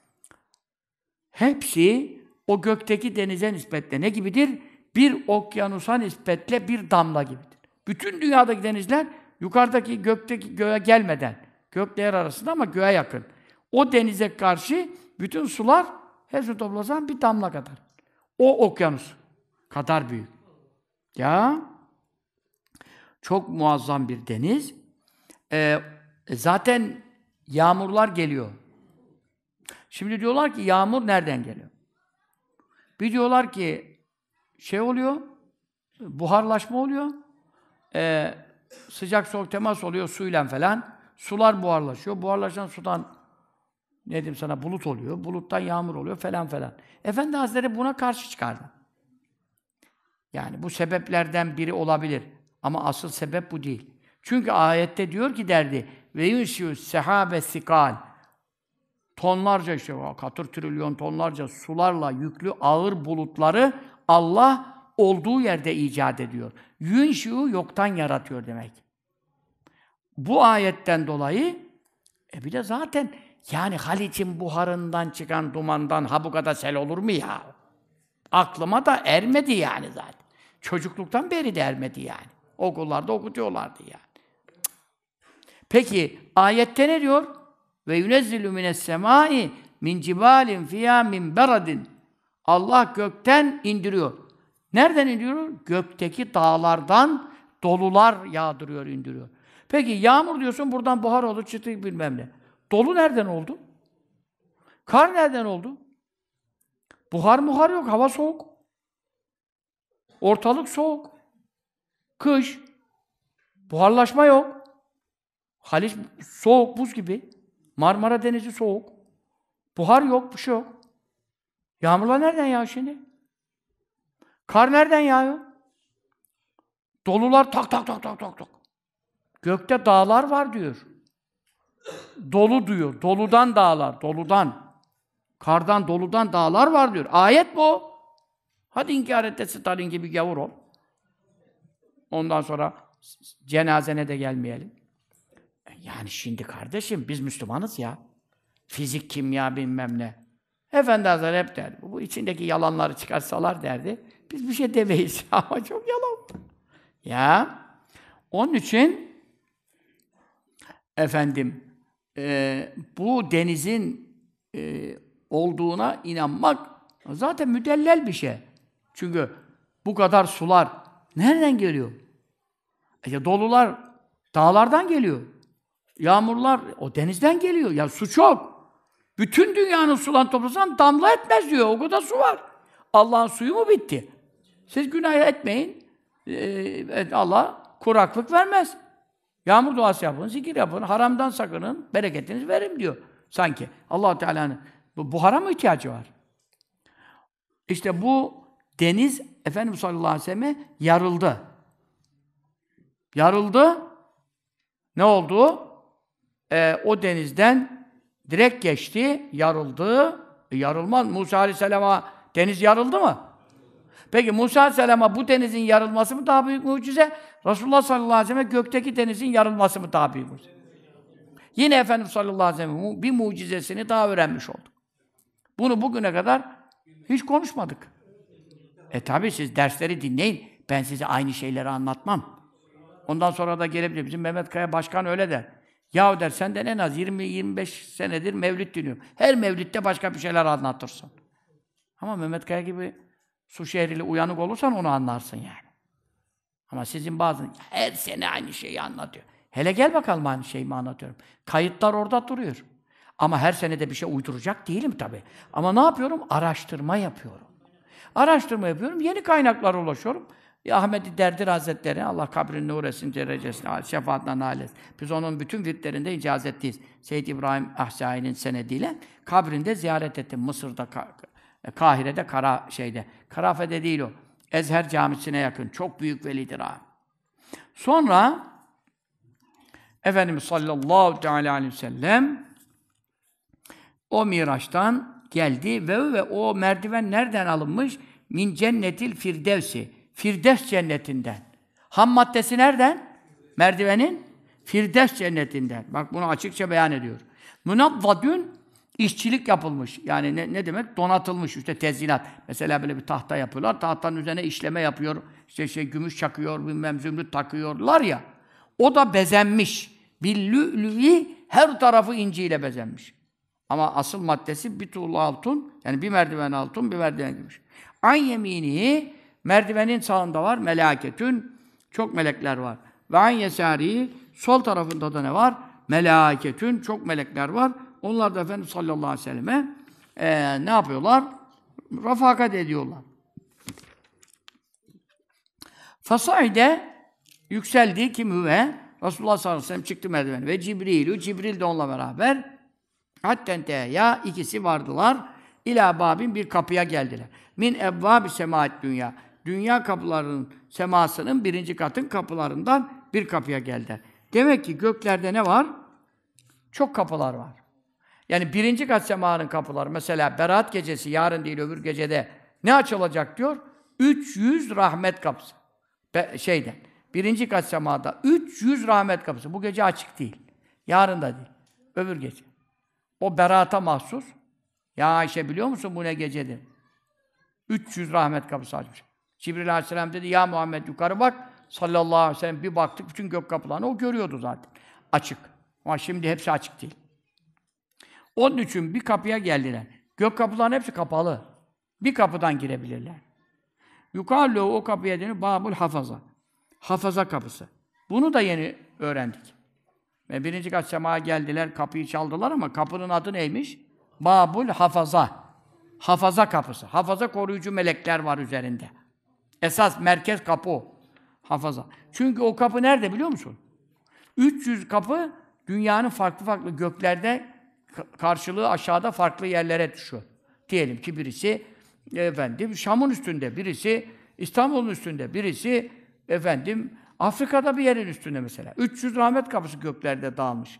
hepsi o gökteki denize nispetle ne gibidir? Bir okyanusa nispetle bir damla gibidir. Bütün dünyadaki denizler, yukarıdaki göğe gelmeden, gökle yer arasında ama göğe yakın. O denize karşı bütün sular, hepsini toplasan bir damla kadar. O okyanus kadar büyük. Ya, çok muazzam bir deniz. Zaten yağmurlar geliyor. Şimdi diyorlar ki yağmur nereden geliyor? Bir diyorlar ki şey oluyor, buharlaşma oluyor. Sıcak soğuk temas oluyor suyla falan. Sular buharlaşıyor. Buharlaşan sudan ne diyeyim sana bulut oluyor. Buluttan yağmur oluyor falan falan. Efendi Hazretleri buna karşı çıkardı. Yani bu sebeplerden biri olabilir. Ama asıl sebep bu değil. Çünkü ayette diyor ki derdi ve yunşius sehabe sikal, tonlarca işte katır trilyon tonlarca sularla yüklü ağır bulutları Allah olduğu yerde icat ediyor. Yunşiu yoktan yaratıyor demek. Bu ayetten dolayı bir de zaten yani Haliç'in buharından çıkan dumandan ha bu kadar sel olur mu ya? Aklıma da ermedi yani zaten. Çocukluktan beri de ermedi yani. Okullarda okutuyorlardı yani. Peki ayette ne diyor? Ve yunezzilu mines semai min cibalin fiyâ min beradin. Allah gökten indiriyor. Nereden indiriyor? Gökteki dağlardan dolular yağdırıyor, indiriyor. Peki yağmur diyorsun, buradan buhar olur, çıtı bilmem ne. Dolu nereden oldu? Kar nereden oldu? Buhar muhar yok, hava soğuk. Ortalık soğuk. Kış. Buharlaşma yok. Haliç soğuk, buz gibi. Marmara Denizi soğuk. Buhar yok, bir şey yok. Yağmurlar nereden yağıyor şimdi? Kar nereden yağıyor? Dolular tak tak tak tak tak tak. Gökte dağlar var diyor. Dolu diyor. Doludan dağlar, doludan. Kardan, doludan dağlar var diyor. Ayet bu. Hadi inkar et de Stalin gibi gavur ol. Ondan sonra cenazene de gelmeyelim. Yani şimdi kardeşim biz Müslümanız ya. Fizik, kimya bilmem ne. Efendi Hazretleri hep derdi. Bu içindeki yalanları çıkarsalar derdi. Biz bir şey demeyiz. Ama çok yalan. Ya. Onun için efendim bu denizin olduğuna inanmak zaten müdellel bir şey. Çünkü bu kadar sular nereden geliyor? Dolular dağlardan geliyor. Yağmurlar o denizden geliyor. Ya su çok. Bütün dünyanın sularını toplasan damla etmez diyor. O kadar su var. Allah'ın suyu mu bitti? Siz günah etmeyin. Allah kuraklık vermez. Yağmur duası yapın, zikir yapın, haramdan sakının, bereketinizi verin diyor sanki. Allah Teala'nın buhara mı ihtiyacı var? İşte bu deniz Efendimiz sallallahu aleyhi ve sellem'e yarıldı. Yarıldı. Ne oldu? O denizden direkt geçti, yarıldı. Yarılmaz. Musa aleyhisselama deniz yarıldı mı? Peki Musa aleyhisselama bu denizin yarılması mı daha büyük mucize? Resulullah sallallahu aleyhi ve sellem gökteki denizin yarılması mı daha büyük mucize? Yine Efendimiz sallallahu aleyhi ve sellem bir mucizesini daha öğrenmiş olduk. Bunu bugüne kadar hiç konuşmadık. Tabi siz dersleri dinleyin. Ben size aynı şeyleri anlatmam. Ondan sonra da gelebilir. Bizim Mehmet Kaya Başkan öyle der. Yahu der senden en az 20-25 senedir mevlid dinliyorum. Her mevlidde başka bir şeyler anlatırsın. Ama Mehmet Kaya gibi Suşehirli uyanık olursan onu anlarsın yani. Ama sizin bazı her sene aynı şeyi anlatıyor. Hele gel bakalım aynı şeyi mi anlatıyorum. Kayıtlar orada duruyor. Ama her sene de bir şey uyduracak değilim tabii. Ama ne yapıyorum? Araştırma yapıyorum. Araştırma yapıyorum, yeni kaynaklara ulaşıyorum. Ahmet-i Derdir Hazretleri, Allah kabrini nur etsin, derecesine, şefaatine nail etsin. Biz onun bütün virtlerinde icazetliyiz. Seyyid İbrahim Ahsai'nin senediyle kabrinde ziyaret ettim. Mısır'da, Kahire'de, Karafe'de değil o. Ezher Camisi'ne yakın. Çok büyük velidir ha. Sonra Efendimiz sallallahu teala aleyhi ve sellem o Miraç'tan geldi ve o merdiven nereden alınmış? Min cennetil firdevsi. Firdevs cennetinden. Ham maddesi nereden? Merdivenin Firdevs cennetinden. Bak bunu açıkça beyan ediyor. Münavvadün işçilik yapılmış. Yani ne demek? Donatılmış işte tezyinat. Mesela böyle bir tahta yapıyorlar. Tahtanın üzerine işleme yapıyor. İşte gümüş çakıyor, bilmem zümrüt takıyorlar ya. O da bezenmiş. Billü'lü'i her tarafı inciyle bezenmiş. Ama asıl maddesi bir tuğla altın, yani bir merdiven altın, bir merdiven gümüş. An yemini, merdivenin sağında var, melâketün, çok melekler var. Ve an yesâri, sol tarafında da ne var? Melâketün, çok melekler var. Onlar da Efendimiz sallallahu aleyhi ve selleme ne yapıyorlar? Rafakat ediyorlar. Fasaide yükseldi kim hüve? Resulullah sallallahu aleyhi ve sellem çıktı merdiveni. Ve Cibril de onunla beraber hatten ya ikisi vardılar. İlâ babin bir kapıya geldiler. Min ebvâbi semâet dünya. Dünya kapılarının, semasının birinci katın kapılarından bir kapıya geldiler. Demek ki göklerde ne var? Çok kapılar var. Yani birinci kat semanın kapıları, mesela Berat gecesi, yarın değil öbür gecede ne açılacak diyor? 300 rahmet kapısı. Birinci kat semada 300 rahmet kapısı. Bu gece açık değil. Yarın da değil. Öbür gece. O Berat'a mahsus. Ya Ayşe biliyor musun bu ne gecedir? 300 rahmet kapısı açmış. Cibril Aleyhisselam dedi, ya Muhammed yukarı bak. Sallallahu aleyhi ve sellem bir baktık bütün gök kapılarını o görüyordu zaten. Açık. Ama şimdi hepsi açık değil. Onun için bir kapıya geldiler. Gök kapılarının hepsi kapalı. Bir kapıdan girebilirler. Yukarı o kapıya deniyor Babul Hafaza. Hafaza kapısı. Bunu da yeni öğrendik. Ve birinci kat semaya geldiler, kapıyı çaldılar ama kapının adı neymiş? Babul Hafaza. Hafaza kapısı. Hafaza koruyucu melekler var üzerinde. Esas merkez kapı o. Hafaza. Çünkü o kapı nerede biliyor musun? 300 kapı dünyanın farklı göklerde karşılığı aşağıda farklı yerlere düşüyor. Diyelim ki birisi Şam'ın üstünde, birisi İstanbul'un üstünde, birisi Afrika'da bir yerin üstünde mesela. 300 rahmet kapısı göklerde dağılmış.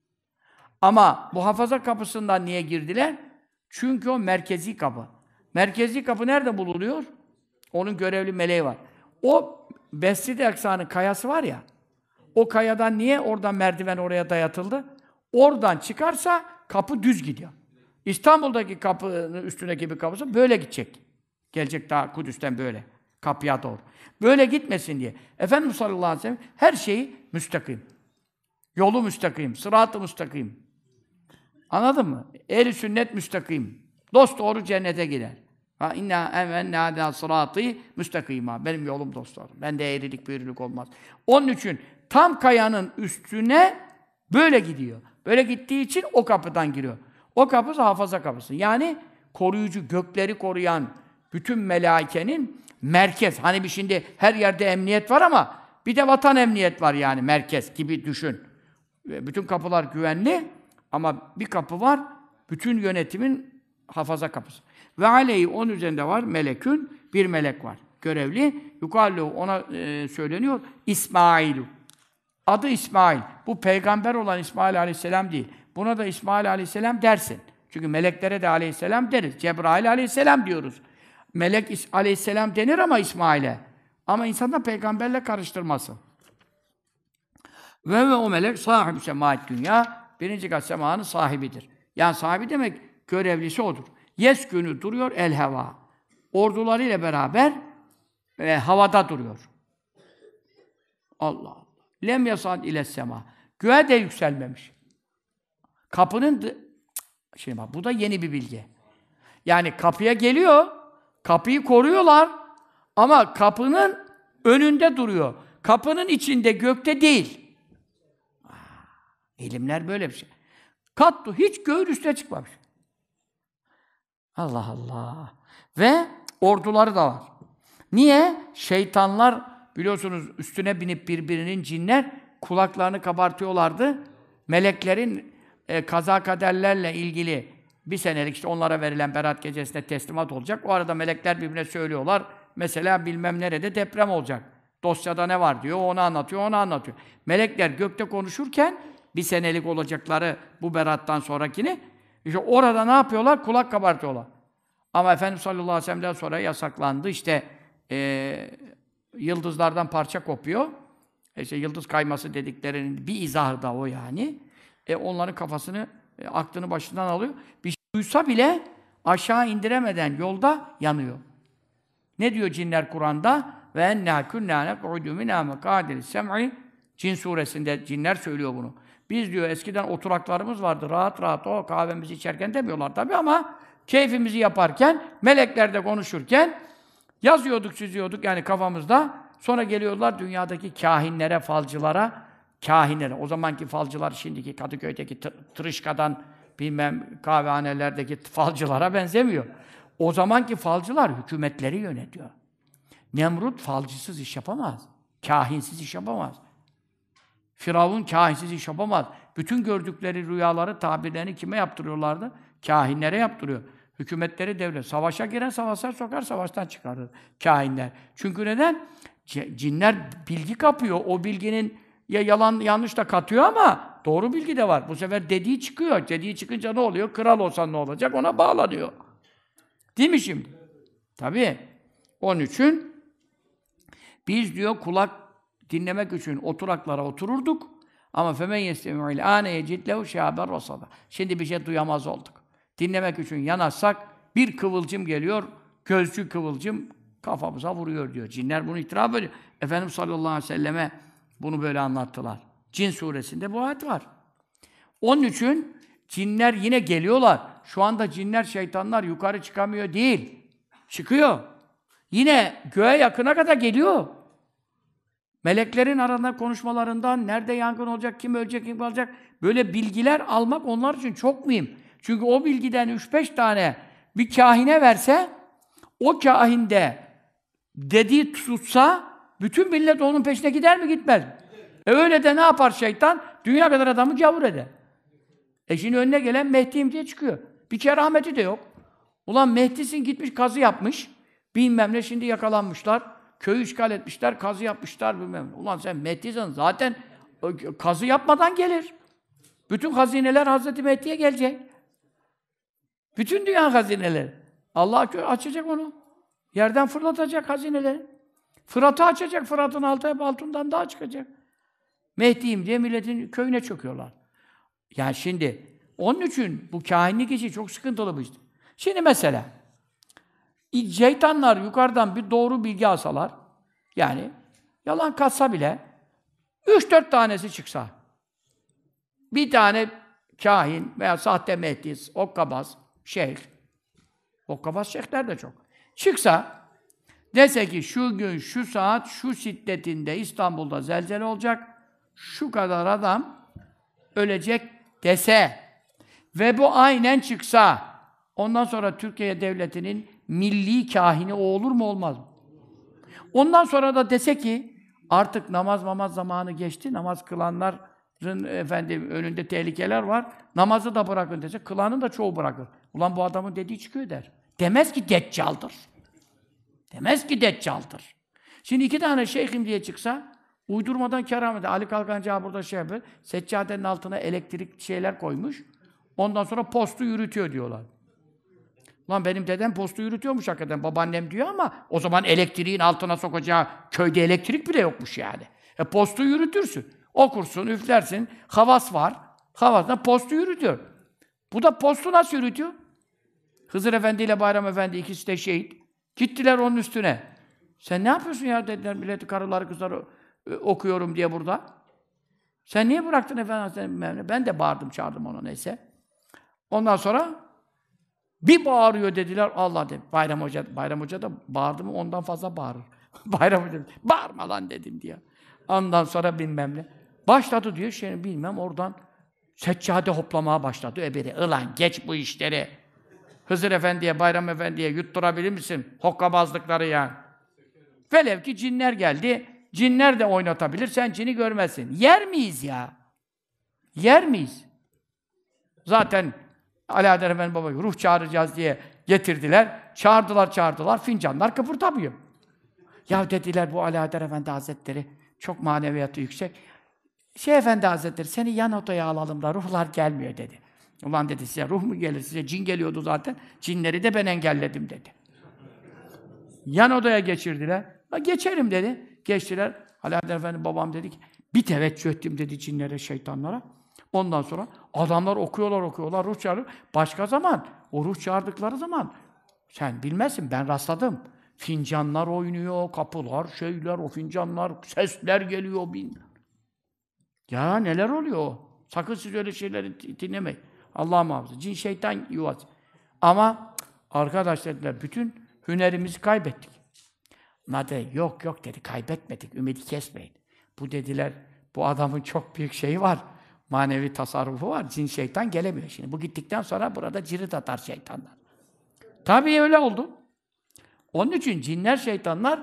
Ama bu hafaza kapısından niye girdiler? Çünkü o merkezi kapı. Merkezi kapı nerede bulunuyor? Onun görevli meleği var. O Besri-i Aksa'nın kayası var ya, o kayadan niye oradan merdiven oraya dayatıldı? Oradan çıkarsa kapı düz gidiyor. İstanbul'daki kapının üstündeki bir kapısı böyle gidecek. Gelecek daha Kudüs'ten böyle. Kapıya doğru. Böyle gitmesin diye. Efendimiz sallallahu aleyhi ve sellem her şeyi müstakim. Yolu müstakim, sırat-ı müstakim. Anladın mı? Ehl-i sünnet müstakim. Dosdoğru cennete gider. Ha inna emmennâ sıratı müstakîmâ. Benim yolum dostlarım. Bende eğrilik büğrülük olmaz. Onun için tam kayanın üstüne böyle gidiyor. Böyle gittiği için o kapıdan giriyor. O kapı hafaza kapısı. Yani koruyucu, gökleri koruyan bütün melaikenin merkez. Hani bir şimdi her yerde emniyet var ama bir de vatan emniyet var yani merkez gibi düşün. Bütün kapılar güvenli ama bir kapı var, bütün yönetimin hafaza kapısı. Ve aleyhi onun üzerinde var melekün, bir melek var. Görevli. Yukallu ona söyleniyor İsmail'u. Adı İsmail. Bu peygamber olan İsmail Aleyhisselam değil. Buna da İsmail Aleyhisselam dersin. Çünkü meleklere de Aleyhisselam deriz. Cebrail Aleyhisselam diyoruz. Melek Aleyhisselam denir ama İsmail'e. Ama insanlar peygamberle karıştırmasın. Ve o melek sahibi semaat dünya, birinci kat semanın sahibidir. Yani sahibi demek görevlisi odur. Yeskünü duruyor el heva. Ordularıyla beraber havada duruyor. Allah Allah. Lem yasad ile sema. Göğe de yükselmemiş. Şimdi bak bu da yeni bir bilgi. Yani kapıya geliyor. Kapıyı koruyorlar. Ama kapının önünde duruyor. Kapının içinde, gökte değil. İlimler böyle bir şey. Kattu hiç göğün üstüne çıkmamış. Allah Allah. Ve orduları da var. Niye? Şeytanlar biliyorsunuz üstüne binip birbirinin cinler kulaklarını kabartıyorlardı. Meleklerin kaza kaderlerle ilgili bir senelik işte onlara verilen Berat gecesinde teslimat olacak. O arada melekler birbirine söylüyorlar. Mesela bilmem nerede deprem olacak. Dosyada ne var diyor, onu anlatıyor, onu anlatıyor. Melekler gökte konuşurken bir senelik olacakları bu Berat'tan sonrakini işte orada ne yapıyorlar? Kulak kabartıyorlar. Ama Efendimiz sallallahu aleyhi ve sellem'den sonra yasaklandı. İşte yıldızlardan parça kopuyor. İşte yıldız kayması dediklerinin bir izahı da o yani. Onların kafasını, aklını başından alıyor. Bir şey duysa bile aşağı indiremeden yolda yanıyor. Ne diyor cinler Kur'an'da? Ve ennâ kunnâ nek'udû minâ mekâdil sem'i. Cin suresinde cinler söylüyor bunu. Biz diyor eskiden oturaklarımız vardı. Rahat rahat o kahvemizi içerken demiyorlar tabii ama keyfimizi yaparken, meleklerle konuşurken yazıyorduk, çiziyorduk yani kafamızda. Sonra geliyorlar dünyadaki kâhinlere, falcılara, kâhinlere. O zamanki falcılar şimdiki Kadıköy'deki tırışkadan bilmem kahvehanelerdeki falcılara benzemiyor. O zamanki falcılar hükümetleri yönetiyor. Nemrut falcısız iş yapamaz. Kâhinsiz iş yapamaz. Firavun kâhinsiz iş yapamaz. Bütün gördükleri rüyaları, tabirlerini kime yaptırıyorlardı? Kâhinlere yaptırıyor. Hükümetleri devlet. Savaşa giren savaşa sokar, savaştan çıkarır kâhinler. Çünkü neden? Cinler bilgi kapıyor. O bilginin ya yalan yanlış da katıyor ama doğru bilgi de var. Bu sefer dediği çıkıyor. Dediği çıkınca ne oluyor? Kral olsan ne olacak? Ona bağlanıyor. Değil mi şimdi? Tabii. Onun için biz diyor kulak dinlemek için oturaklara otururduk. Ama femen yestemi'il âne yecid lehu şâben rasada. Şimdi bir şey duyamaz olduk. Dinlemek için yanaşsak bir kıvılcım geliyor, gözcü kıvılcım kafamıza vuruyor diyor. Cinler bunu itiraf ediyor. Efendimiz sallallahu aleyhi ve selleme bunu böyle anlattılar. Cin suresinde bu ayet var. Onun için cinler yine geliyorlar. Şu anda cinler, şeytanlar yukarı çıkamıyor değil. Çıkıyor. Yine göğe yakına kadar geliyor. Meleklerin arasında konuşmalarından nerede yangın olacak, kim ölecek, kim kalacak böyle bilgiler almak onlar için çok mühim. Çünkü o bilgiden 3-5 tane bir kâhine verse, o kâhin de dediği tutsa, bütün millet onun peşine gider mi, gitmez mi? Öyle de ne yapar şeytan? Dünya kadar adamı gavur eder. Şimdi önüne gelen Mehdi'yim diye çıkıyor. Bir kerameti de yok. Ulan Mehdi'sin gitmiş, kazı yapmış. Bilmem ne, şimdi yakalanmışlar. Köyü işgal etmişler, kazı yapmışlar bilmem. Ulan sen Mehdi'sin zaten kazı yapmadan gelir. Bütün hazineler Hazreti Mehdi'ye gelecek. Bütün dünya hazineleri. Allah açacak onu. Yerden fırlatacak hazineleri. Fırat'ı açacak, Fırat'ın altı hep altından daha çıkacak. Mehdi'yim diye milletin köyüne çöküyorlar. Yani şimdi, onun için bu kâhinlik işi çok sıkıntılı bu işte. Şimdi mesela, şeytanlar yukarıdan bir doğru bilgi alsalar, yani yalan katsa bile, 3-4 tanesi çıksa, bir tane kâhin veya sahte Mehdi, okkabaz, şeyh, okkabaz şeyhler de çok, çıksa, dese ki şu gün, şu saat, şu şiddetinde İstanbul'da zelzele olacak, şu kadar adam ölecek dese ve bu aynen çıksa, ondan sonra Türkiye Devleti'nin milli kâhini o olur mu, olmaz mı? Ondan sonra da dese ki artık namaz zamanı geçti, namaz kılanların önünde tehlikeler var, namazı da bırakın dese, kılanın da çoğu bırakır. Ulan bu adamın dediği çıkıyor der. Demez ki deccaldır. Demez ki deccaldır. Şimdi 2 tane şeyhim diye çıksa, uydurmadan keramet. Ali Kalkancı burada şey yapıyor, seccadenin altına elektrik şeyler koymuş, ondan sonra postu yürütüyor diyorlar. Lan benim dedem postu yürütüyormuş hakikaten, babaannem diyor ama o zaman elektriğin altına sokacağı köyde elektrik bile yokmuş yani. Postu yürütürsün, okursun, Hızır Efendi ile Bayram Efendi ikisi de şehit. Gittiler onun üstüne. Sen ne yapıyorsun ya dediler milleti karıları kızları okuyorum diye burada. Sen niye bıraktın efendim? Ben de bağırdım çağırdım ona neyse. Ondan sonra bir bağırıyor dediler Allah dedi. Bayram Hoca da bağırdı mı ondan fazla bağırır. Bayram Hoca bağırma lan dedim diye. Ondan sonra bilmem ne. Başladı diyor bilmem oradan seccade hoplamaya başladı öbürü. Ulan geç bu işleri. Hızır Efendi'ye, Bayram Efendi'ye yutturabilir misin? Hokkabazlıkları yani. Velev ki cinler geldi. Cinler de oynatabilir. Sen cini görmezsin. Yer miyiz ya? Yer miyiz? Zaten Alaeddin Efendi Baba ruh çağıracağız diye getirdiler. Çağırdılar. Fincanlar kıpırdamıyor. Ya dediler bu Alaeddin Efendi Hazretleri çok maneviyatı yüksek. Efendi Hazretleri seni yan odaya alalım da ruhlar gelmiyor dedi. Ulan dedi size ruh mu gelir? Size cin geliyordu zaten. Cinleri de ben engelledim dedi. Yan odaya geçirdiler. Geçerim dedi. Geçtiler. Alaeddin Efendi babam dedi ki bir teveccüh ettim dedi cinlere, şeytanlara. Ondan sonra adamlar okuyorlar, ruh çağırıyor. Başka zaman, o ruh çağırdıkları zaman sen bilmezsin, ben rastladım. Fincanlar oynuyor, kapılar, o fincanlar, sesler geliyor. Ya neler oluyor? Sakın siz öyle şeyleri dinlemeyin. Allah muhafaza. Cin şeytan yuvası. Ama arkadaşlar dediler, bütün hünerimizi kaybettik. Yok dedi, kaybetmedik, ümidi kesmeyin. Bu dediler, bu adamın çok büyük şeyi var. Manevi tasarrufu var. Cin şeytan gelemiyor şimdi. Bu gittikten sonra burada cirit atar şeytanlar. Tabii öyle oldu. Onun için cinler, şeytanlar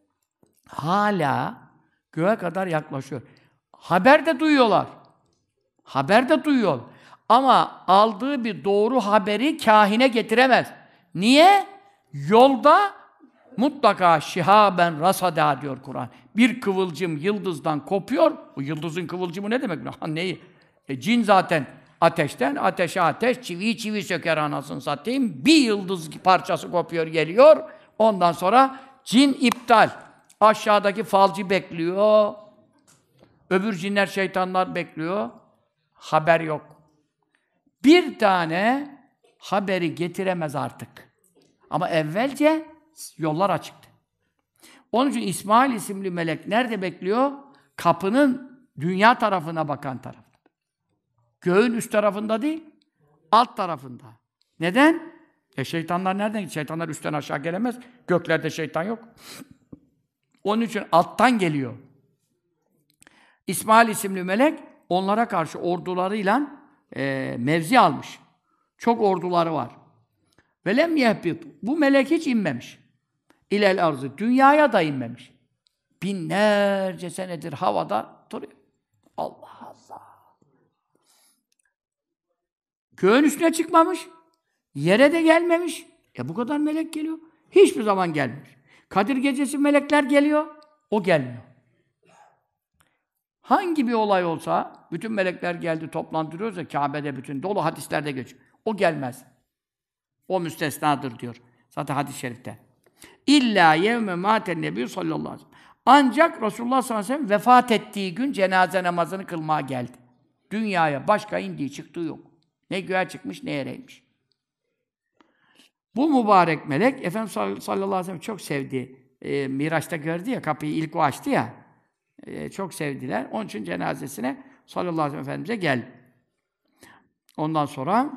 hala göğe kadar yaklaşıyor. Haber de duyuyorlar. Ama aldığı bir doğru haberi kâhine getiremez. Niye? Yolda mutlaka şihaben rasada diyor Kur'an. Bir kıvılcım yıldızdan kopuyor. O yıldızın kıvılcımı ne demek? Neyi? Cin zaten ateşten, ateşe ateş, çivi söker anasını satayım. Bir yıldız parçası kopuyor, geliyor. Ondan sonra cin iptal. Aşağıdaki falcı bekliyor. Öbür cinler, şeytanlar bekliyor. Haber yok. Bir tane haberi getiremez artık. Ama evvelce yollar açıktı. Onun için İsmail isimli melek nerede bekliyor? Kapının dünya tarafına bakan tarafta. Göğün üst tarafında değil, alt tarafında. Neden? Şeytanlar nereden gidiyor? Şeytanlar üstten aşağı gelemez. Göklerde şeytan yok. Onun için alttan geliyor. İsmail isimli melek onlara karşı ordularıyla mevzi almış. Çok orduları var. Velem yehbit. Bu melek hiç inmemiş. İlel arzı. Dünyaya da inmemiş. Binlerce senedir havada duruyor. Allah Allah. Göğün üstüne çıkmamış. Yere de gelmemiş. Bu kadar melek geliyor. Hiçbir zaman gelmemiş. Kadir Gecesi melekler geliyor. O gelmiyor. Hangi bir olay olsa, bütün melekler geldi, toplandırıyoruz ya, Kâbe'de bütün dolu hadislerde geçiyor. O gelmez. O müstesnadır diyor. Zaten hadis-i şerifte. İllâ yevme mâten nebiyyü sallallahu aleyhi ve sellem. Ancak Resulullah sallallahu aleyhi ve sellem vefat ettiği gün cenaze namazını kılmaya geldi. Dünyaya başka indiği çıktığı yok. Ne göğe çıkmış, ne yereymiş. Bu mübarek melek, Efendimiz sallallahu aleyhi ve sellem çok sevdi. Miraç'ta gördü ya, kapıyı ilk o açtı ya. Çok sevdiler. Onun için cenazesine sallallahu aleyhi ve sellem Efendimiz'e geldi. Ondan sonra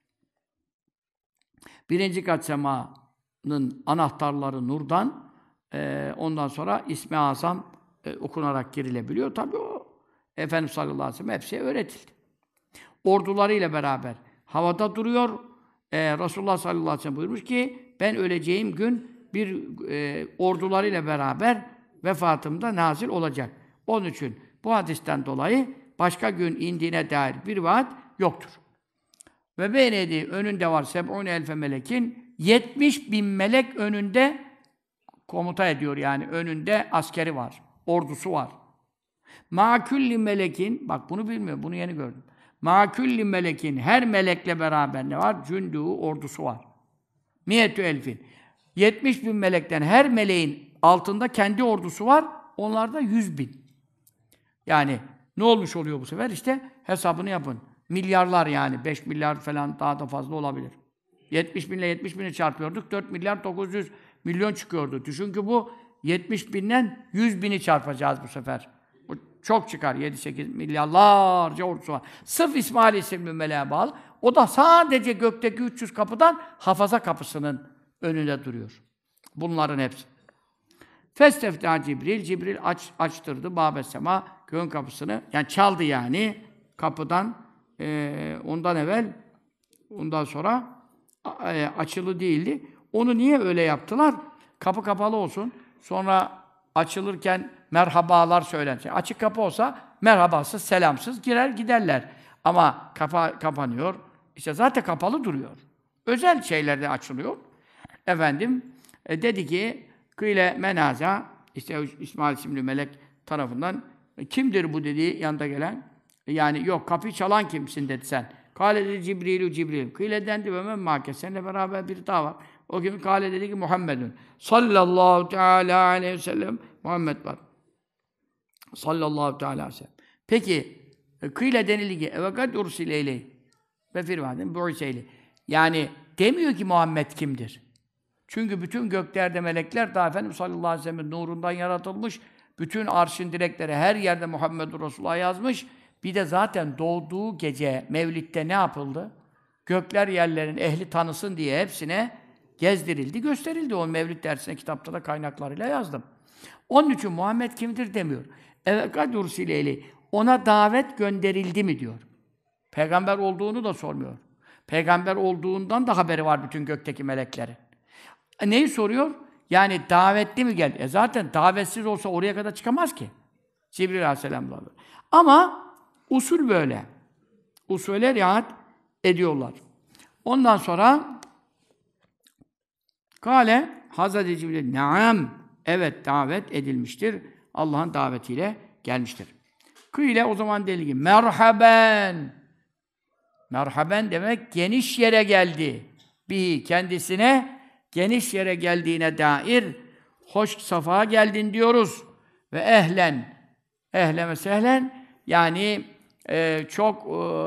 birinci kat semanın anahtarları nurdan, ondan sonra İsmi Azam okunarak girilebiliyor. Tabii o Efendimiz sallallahu aleyhi ve sellem hepsi öğretildi. Ordularıyla beraber havada duruyor. Resulullah sallallahu aleyhi ve sellem buyurmuş ki ben öleceğim gün bir ordularıyla beraber vefatımda nazil olacak. Onun için bu hadisten dolayı başka gün indiğine dair bir vaat yoktur. Ve beynedi önünde var 70.000 melekin 70.000 melek önünde komuta ediyor yani önünde askeri var, ordusu var. Ma kulli melekin bak bunu bilmiyorum, bunu yeni gördüm. Ma kulli melekin her melekle beraber ne var? Cündû ordusu var. Miyetü elfin. 70.000 melekten her meleğin altında kendi ordusu var. Onlarda 100.000. Yani ne olmuş oluyor bu sefer? İşte hesabını yapın. Milyarlar yani. 5 milyar falan daha da fazla olabilir. 70 binle 70 bini çarpıyorduk. 4 milyar 900 milyon çıkıyordu. Düşün ki bu 70 binden 100 bini çarpacağız bu sefer. Bu çok çıkar. 7-8 milyarlarca ordusu var. Sırf İsmail isimli meleğe bağlı. O da sadece gökteki 300 kapıdan hafaza kapısının önünde duruyor. Bunların hepsi. Festefta Cibril. Cibril açtırdı Bâbe Sema, göğün kapısını. Yani çaldı yani kapıdan. Ondan evvel, ondan sonra açılı değildi. Onu niye öyle yaptılar? Kapı kapalı olsun. Sonra açılırken merhabalar söylenecek. Açık kapı olsa merhabasız, selamsız girer giderler. Ama kapanıyor. İşte zaten kapalı duruyor. Özel şeylerde açılıyor. Efendim dedi ki kıyle menaza, işte İsmail isimli melek tarafından kimdir bu dedi yanında gelen. Yani yok kapıyı çalan kimsin dedi sen. Kâle dedi Cibril'ü Cibril. Kıyle dendi ve men mâke. Seninle beraber biri daha var. O kim? Kâle dedi ki Muhammedun. Sallallahu teâlâ aleyhi ve sellem. Muhammed var. Sallallahu teâlâ aleyhi ve sellem. Peki kıyle denildi ki evekad ursile ileyh. Ve firmaden bu'iseyli. Yani demiyor ki Muhammed kimdir? Çünkü bütün göklerde melekler daha Efendimiz sallallahu aleyhi ve sellem'in nurundan yaratılmış. Bütün arşın direkleri her yerde Muhammedur Resulullah yazmış. Bir de zaten doğduğu gece Mevlid'de ne yapıldı? Gökler yerlerin ehli tanısın diye hepsine gezdirildi, gösterildi. O Mevlid dersine kitapta da kaynaklarıyla yazdım. Onun için Muhammed kimdir demiyor. Evekad ursileyli. Ona davet gönderildi mi diyor. Peygamber olduğunu da sormuyor. Peygamber olduğundan da haberi var bütün gökteki meleklerin. Neyi soruyor? Yani davetli mi geldi? Zaten davetsiz olsa oraya kadar çıkamaz ki. Cibril Aleyhisselam'la. Ama usul böyle. Usule riayet ediyorlar. Ondan sonra Kâle Hazreti Cibril Naam. Evet davet edilmiştir. Allah'ın davetiyle gelmiştir. Kıyle o zaman dedi ki merhaben. Merhaben demek geniş yere geldi. Bir kendisine geniş yere geldiğine dair hoş safa geldin diyoruz. Ve ehlen. Ehlen ve sehlen yani çok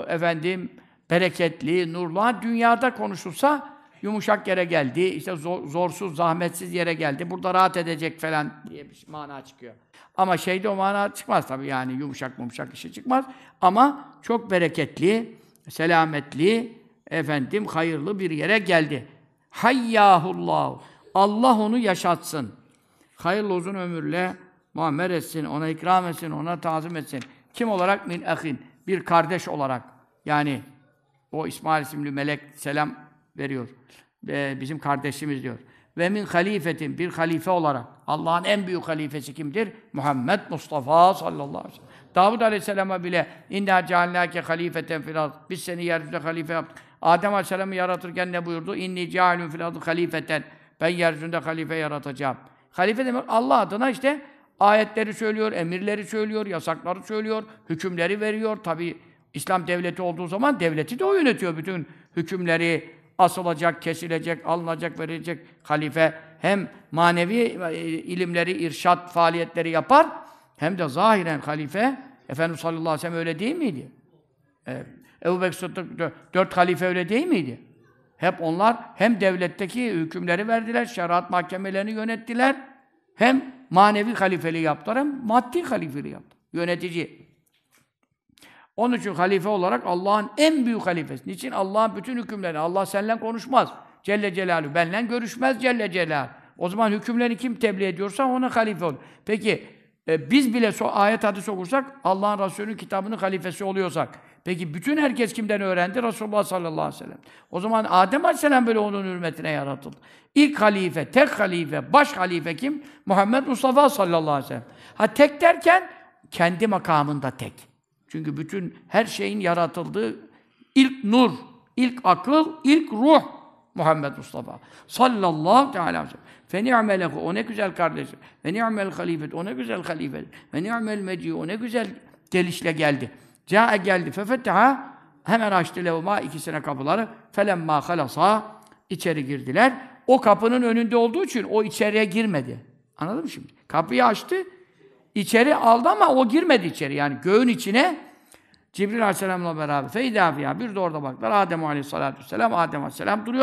bereketli, nurlu. Dünyada konuşulsa yumuşak yere geldi, işte zorsuz, zahmetsiz yere geldi. Burada rahat edecek falan diye bir mana çıkıyor. Ama şeyde o mana çıkmaz tabii yani yumuşak işi çıkmaz. Ama çok bereketli, selametli, hayırlı bir yere geldi. Hayyahullah. Allah onu yaşatsın. Hayırlı uzun ömürle muammer etsin, ona ikram etsin, ona tazim etsin. Kim olarak? Min ahin. Bir kardeş olarak. Yani o İsmail isimli melek selam veriyor. Bizim kardeşimiz diyor. Ve min halifetin. Bir halife olarak. Allah'ın en büyük halifesi kimdir? Muhammed Mustafa sallallahu aleyhi ve sellem. Davud aleyhisselama bile inna ceallâke halifeten fil ard. Biz seni yeryüzünde halife yaptık. Adem aleyhisselamı yaratırken ne buyurdu? İnni cealun fil ardı halifeten. Ben yeryüzünde halife yaratacağım. Halife demek Allah adına işte ayetleri söylüyor, emirleri söylüyor, yasakları söylüyor, hükümleri veriyor. Tabii İslam devleti olduğu zaman devleti de o yönetiyor. Bütün hükümleri asılacak, kesilecek, alınacak, verilecek halife hem manevi ilimleri, irşat faaliyetleri yapar hem de zahiren halife Efendimiz sallallahu aleyhi ve sellem öyle değil miydi? Ebu Bekir Sıddık 4 halife öyle değil miydi? Hep onlar hem devletteki hükümleri verdiler, şeriat mahkemelerini yönettiler, hem manevi halifeliği yaptılar, hem maddi halifeliği yaptılar. Yönetici. Onun için halife olarak Allah'ın en büyük halifesi. Niçin? Allah'ın bütün hükümlerini, Allah seninle konuşmaz. Celle Celaluhu. Benle görüşmez Celle Celaluhu. O zaman hükümlerini kim tebliğ ediyorsa ona halife olur. Peki, biz bile ayet hadis okursak, Allah'ın Resulü'nün kitabının halifesi oluyorsak, peki bütün herkes kimden öğrendi? Resulullah sallallahu aleyhi ve sellem. O zaman Adem aleyhisselam böyle onun hürmetine yaratıldı. İlk halife, tek halife, baş halife kim? Muhammed Mustafa sallallahu aleyhi ve sellem. Ha tek derken, kendi makamında tek. Çünkü bütün her şeyin yaratıldığı ilk nur, ilk akıl, ilk ruh Muhammed Mustafa sallallahu aleyhi ve sellem. Fe ni'melehu, o ne güzel kardeşim. Ve ni'mel halifet, o ne güzel halife. Ve ni'mel meci, o ne güzel gelişle geldi. Câe geldi. Fefetteha, hemen açtı levma ikisine kapıları. Felemma halasa, içeri girdiler. O kapının önünde olduğu için o içeriye girmedi. Anladın mı şimdi? Kapıyı açtı, içeri aldı ama o girmedi içeri. Yani göğün içine Cibril Aleyhisselam'la beraber feydâfiyâ bir de orada baktılar. Adem Aleyhisselatü Vesselam, Adem Aleyhisselam duruyor.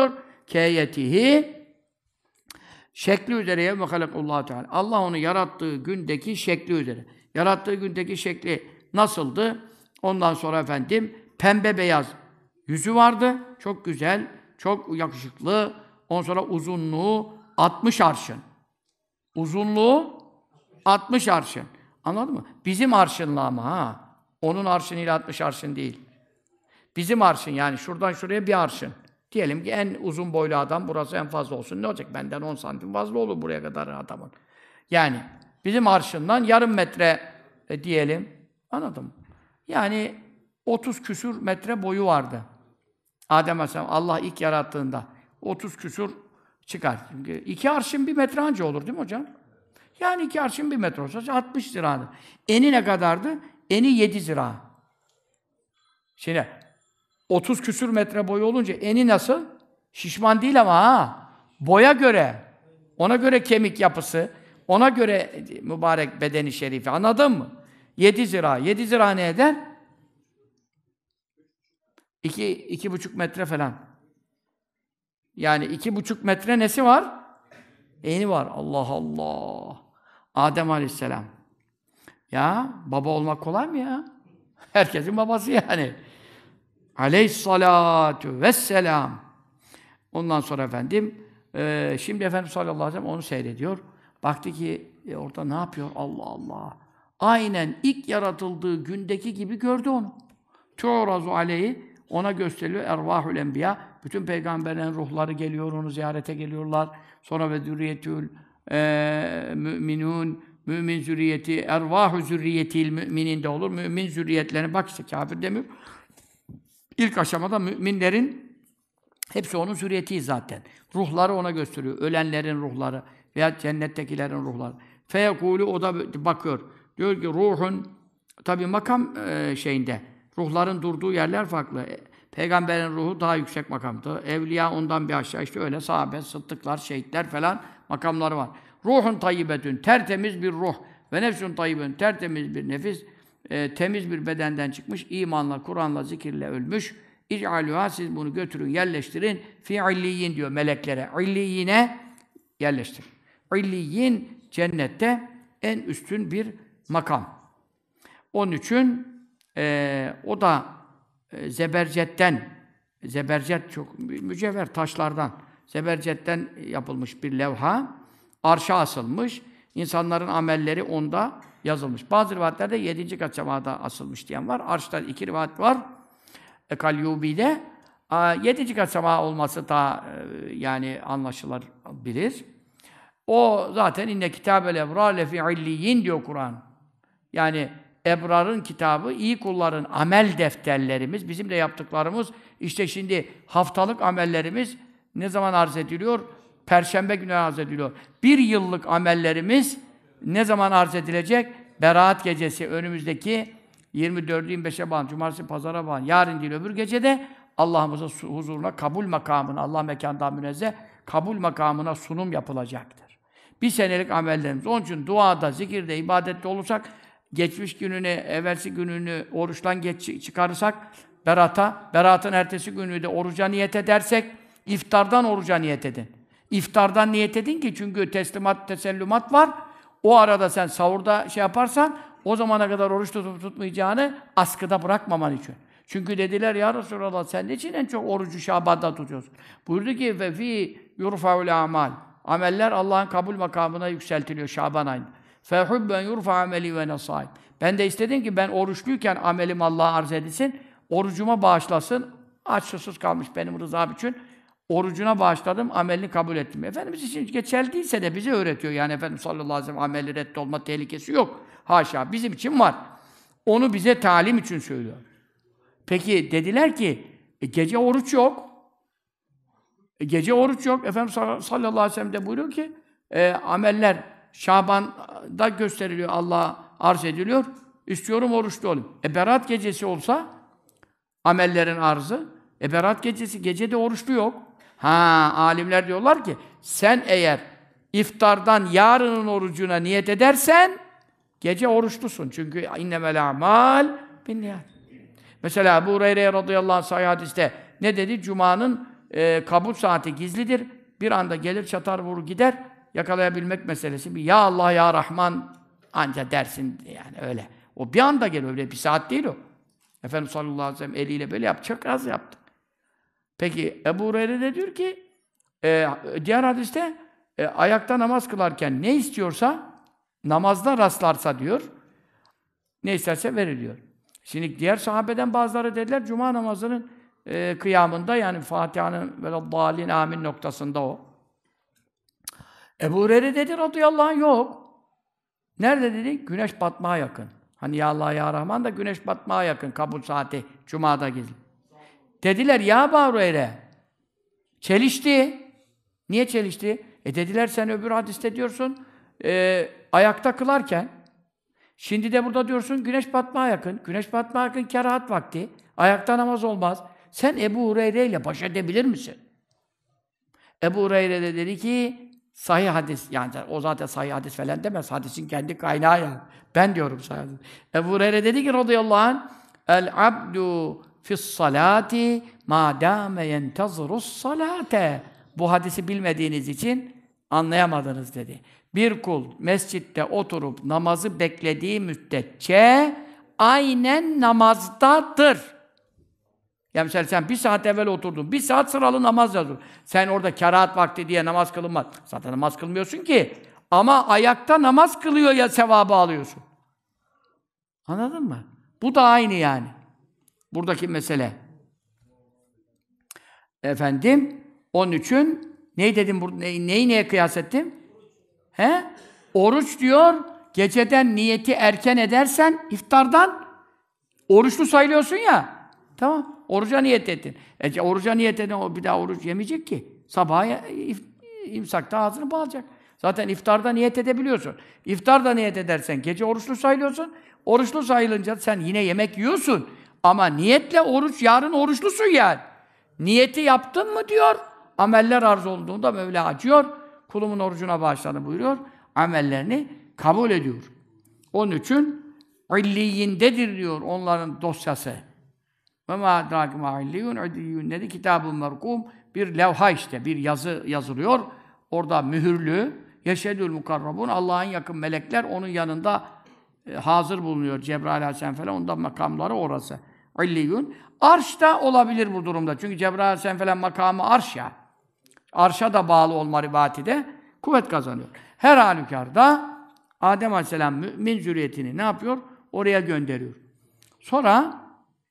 keyetihi şekli üzere yevme halakullahu teala. Allah onu yarattığı gündeki şekli üzere. Yarattığı gündeki şekli nasıldı? Ondan sonra efendim pembe beyaz yüzü vardı. Çok güzel, çok yakışıklı. Ondan sonra uzunluğu 60 arşın. Uzunluğu 60 arşın. Anladın mı? Bizim arşınla ama ha. Onun arşınıyla 60 arşın değil. Bizim arşın yani şuradan şuraya bir arşın. Diyelim ki en uzun boylu adam burası en fazla olsun. Ne olacak? Benden 10 santim fazla olur buraya kadar adamın. Yani bizim arşından yarım metre diyelim. Anladın mı? Yani 30 küsur metre boyu vardı. Adem Aleyhisselam Allah ilk yarattığında 30 küsur çıkar. Çünkü 2 arşın 1 metre anca olur değil mi hocam? Yani 2 arşın 1 metre olsa 60 ziradır. Eni ne kadardı? Eni 7 zira. Şimdi 30 küsür metre boyu olunca eni nasıl? Şişman değil ama ha. Boya göre, ona göre kemik yapısı, ona göre mübarek bedeni şerifi. Anladın mı? 7 zira. 7 zira ne eder? 2,5 metre falan. Yani 2,5 metre nesi var? Eni var. Allah Allah. Adem Aleyhisselam. Ya baba olmak kolay mı ya? Herkesin babası yani. Aleyhissalatu vesselam. Ondan sonra efendim, şimdi Efendimiz sallallahu aleyhi ve sellem onu seyrediyor. Baktı ki orada ne yapıyor? Allah Allah. Aynen ilk yaratıldığı gündeki gibi gördü onu. Tu'razu aleyhi, ona gösteriliyor. Ervahül enbiya. Bütün peygamberlerin ruhları geliyor, onu ziyarete geliyorlar. Sonra ve zürriyetül müminun, mümin zürriyeti, ervahü zürriyetil müminin de olur. Mümin zürriyetlerine bak işte kafir demiyor. İlk aşamada müminlerin hepsi onun zürriyeti zaten. Ruhları ona gösteriyor. Ölenlerin ruhları veya cennettekilerin ruhları. Feyekûlü, o da bakıyor. Diyor ki ruhun, tabi makam şeyinde, ruhların durduğu yerler farklı. Peygamberin ruhu daha yüksek makamdı. Evliya ondan bir aşağı, işte öyle sahabe, sıddıklar, şehitler falan makamları var. Ruhun tayyibetün, tertemiz bir ruh. Ve nefsün tayyibetün, tertemiz bir nefis. Temiz bir bedenden çıkmış, imanla, Kur'an'la, zikirle ölmüş. İc'alûhâ, siz bunu götürün, yerleştirin. Fî illiyyin diyor meleklere. İlliyine yerleştir. İlliyyin, cennette en üstün bir makam. Onun için o da zebercetten, zebercet çok mücevher taşlardan, zebercetten yapılmış bir levha, arşa asılmış. İnsanların amelleri onda yazılmış. Bazı rivayetlerde 7. kat semada asılmış diyen var. Arş'ta 2 rivayet var. Kalyubi'de 7. kat sema olması da yani anlaşılabilir. O zaten inne kitâbel ebrar lefî illiyyin diyor Kur'an. Yani ebrarın kitabı, iyi kulların amel defterlerimiz, bizim de yaptıklarımız, işte şimdi haftalık amellerimiz ne zaman arz ediliyor? Perşembe günü arz ediliyor. 1 yıllık amellerimiz ne zaman arz edilecek? Berat gecesi, önümüzdeki 24'ü 25'e bağlı, cumartesi pazara bağlı. Yarın değil, öbür gecede Allah'ımızın huzuruna, kabul makamına, Allah mekandan münezzeh, kabul makamına sunum yapılacaktır. 1 senelik amellerimiz. Onun için duada, zikirde, ibadette olursak, geçmiş gününü, evvelsi gününü oruçtan çıkarırsak, beratın ertesi günü de oruca niyet edersek, iftardan oruca niyet edin. İftardan niyet edin ki çünkü teslimat, tesellümat var. O arada sen sahurda şey yaparsan, o zamana kadar oruç tutup tutmayacağını askıda bırakmaman için. Çünkü dediler ya Resulallah, sen niçin en çok orucu Şaban'da tutuyorsun? Buyurdu ki ve fî yurfa'ul amal. Ameller Allah'ın kabul makamına yükseltiliyor Şaban ayında. Fehubben yurfa ameli ve nasâib. Ben de istedim ki ben oruçluyken amelim Allah'a arz edilsin, orucuma bağışlasın. Aç susuz kalmış benim rızam için. Orucuna bağışladım, amelini kabul ettim. Efendimiz için geçerli değilse de bize öğretiyor. Yani Efendimiz sallallahu aleyhi ve sellem ameli reddolma tehlikesi yok. Haşa, bizim için var. Onu bize talim için söylüyor. Peki dediler ki, gece oruç yok. Gece oruç yok. Efendimiz sallallahu aleyhi ve sellem de buyuruyor ki, ameller Şaban'da gösteriliyor, Allah'a arz ediliyor. İstiyorum oruçlu olayım. Berat gecesi olsa, amellerin arzı, Berat gecesi, gecede oruçlu yok. Alimler diyorlar ki, sen eğer iftardan yarının orucuna niyet edersen, gece oruçlusun. Çünkü innemel a'mal binniyat. Mesela Ebu Hureyre radıyallahu anh sahih hadiste ne dedi? Cuma'nın kabul saati gizlidir. Bir anda gelir, çatar, vurur, gider. Yakalayabilmek meselesi. Bir ya Allah, ya Rahman anca dersin yani öyle. O bir anda geliyor, öyle bir saat değil o. Efendimiz sallallahu aleyhi ve sellem eliyle böyle yaptı, çok az yaptı. Peki Ebu Hureyre de diyor ki, diğer hadiste ayakta namaz kılarken ne istiyorsa, namazda rastlarsa diyor, ne isterse veriliyor. Şimdi diğer sahabeden bazıları dediler, Cuma namazının kıyamında, yani Fatiha'nın ve dâlin amin noktasında o. Ebu Hureyre dedi radıyallahu anh, yok. Nerede dedi? Güneş batmaya yakın. Hani ya Allah ya Rahman da güneş batmaya yakın kabul saati Cuma'da gizli. Dediler ya Ebu Hureyre, çelişti. Niye çelişti? Dediler sen öbür hadiste diyorsun ayakta kılarken, şimdi de burada diyorsun güneş batmaya yakın. Güneş batmaya yakın kerahat vakti. Ayakta namaz olmaz. Sen Ebu Hureyre ile baş edebilir misin? Ebu Hureyre de dedi ki sahih hadis, yani o zaten sahih hadis falan demez. Hadisin kendi kaynağı yani. Ben diyorum sahih hadis. Ebu Hureyre dedi ki radıyallahu anh, el abdu fis salati ma dâme yentazırus salate. Bu hadisi bilmediğiniz için anlayamadınız dedi. Bir kul mescitte oturup namazı beklediği müddetçe aynen namazdadır. Yani mesela sen bir saat evvel oturdun, bir saat sıralı namaz yazıyor. Sen orada kerahat vakti diye namaz kılınmaz. Zaten namaz kılmıyorsun ki. Ama ayakta namaz kılıyor ya sevabı alıyorsun. Anladın mı? Bu da aynı yani. Buradaki mesele. Efendim, onun için neyi dedim, neyi neye kıyas ettim? He? Oruç diyor, geceden niyeti erken edersen iftardan oruçlu sayılıyorsun ya. Tamam, oruca niyet ettin. Oruca niyet eden o bir daha oruç yemeyecek ki. Sabaha imsakta ağzını bağlayacak. Zaten iftarda niyet edebiliyorsun. İftarda niyet edersen gece oruçlu sayılıyorsun. Oruçlu sayılınca sen yine yemek yiyorsun. Ama niyetle oruç, yarın oruçlusun yani. Niyeti yaptın mı diyor. Ameller arz olduğunda Mevla acıyor. Kulumun orucuna bağışlanı buyuruyor. Amellerini kabul ediyor. Onun için illiyindedir diyor onların dosyası. Ve mâ adrâke mâ illiyûn, illiyûn dedi, kitab-ı merkûm, bir levha işte, bir yazı yazılıyor. Orada mühürlü, yeşedül mukarrabun, Allah'ın yakın melekler onun yanında hazır bulunuyor. Cebrail aleyhisselam falan, ondan makamları orası. İlliyûn. Arş da olabilir bu durumda. Çünkü Cebrail aleyhisselam falan makamı arş ya. Arşa da bağlı olma rivati de kuvvet kazanıyor. Her halükarda Adem aleyhisselam mümin zürriyetini ne yapıyor? Oraya gönderiyor. Sonra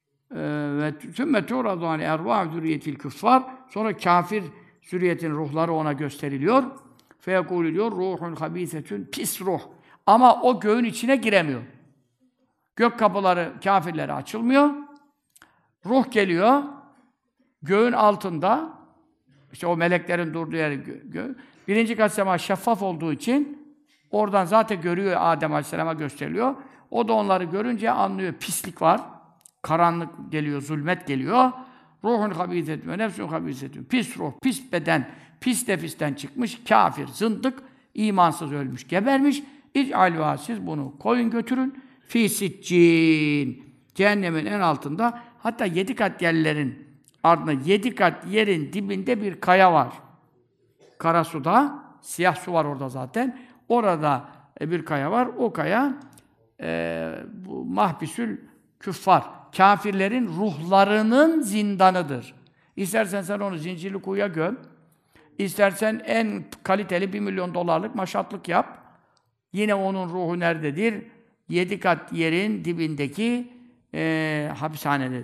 ve sümme tu'radu an ervâ zürriyetil küffâr, sonra kafir zürriyetin ruhları ona gösteriliyor. Feyekûlü diyor, ruhun habîsetün, pis ruh. Ama o göğün içine giremiyor. Gök kapıları kafirlere açılmıyor. Ruh geliyor, göğün altında, işte o meleklerin durduğu yer birinci kat sema şeffaf olduğu için oradan zaten görüyor, Adem Aleyhisselam'a gösteriliyor. O da onları görünce anlıyor, pislik var. Karanlık geliyor, zulmet geliyor. Ruhun habîsetün ve nefsün habîsetün. Pis ruh, pis beden, pis nefisten çıkmış, kafir, zındık, imansız ölmüş, gebermiş. İc'alûhâ, siz bunu koyun götürün. Fî siccîn. Cehennemin en altında, hatta 7 kat yerlerin ardında, 7 kat yerin dibinde bir kaya var. Kara suda, siyah su var orada zaten. Orada bir kaya var. O kaya bu mahbisül küffar. Kâfirlerin ruhlarının zindanıdır. İstersen sen onu zincirli kuyuya göm. İstersen en kaliteli $1 milyon maşatlık yap. Yine onun ruhu nerededir? 7 kat yerin dibindeki hapishanededir.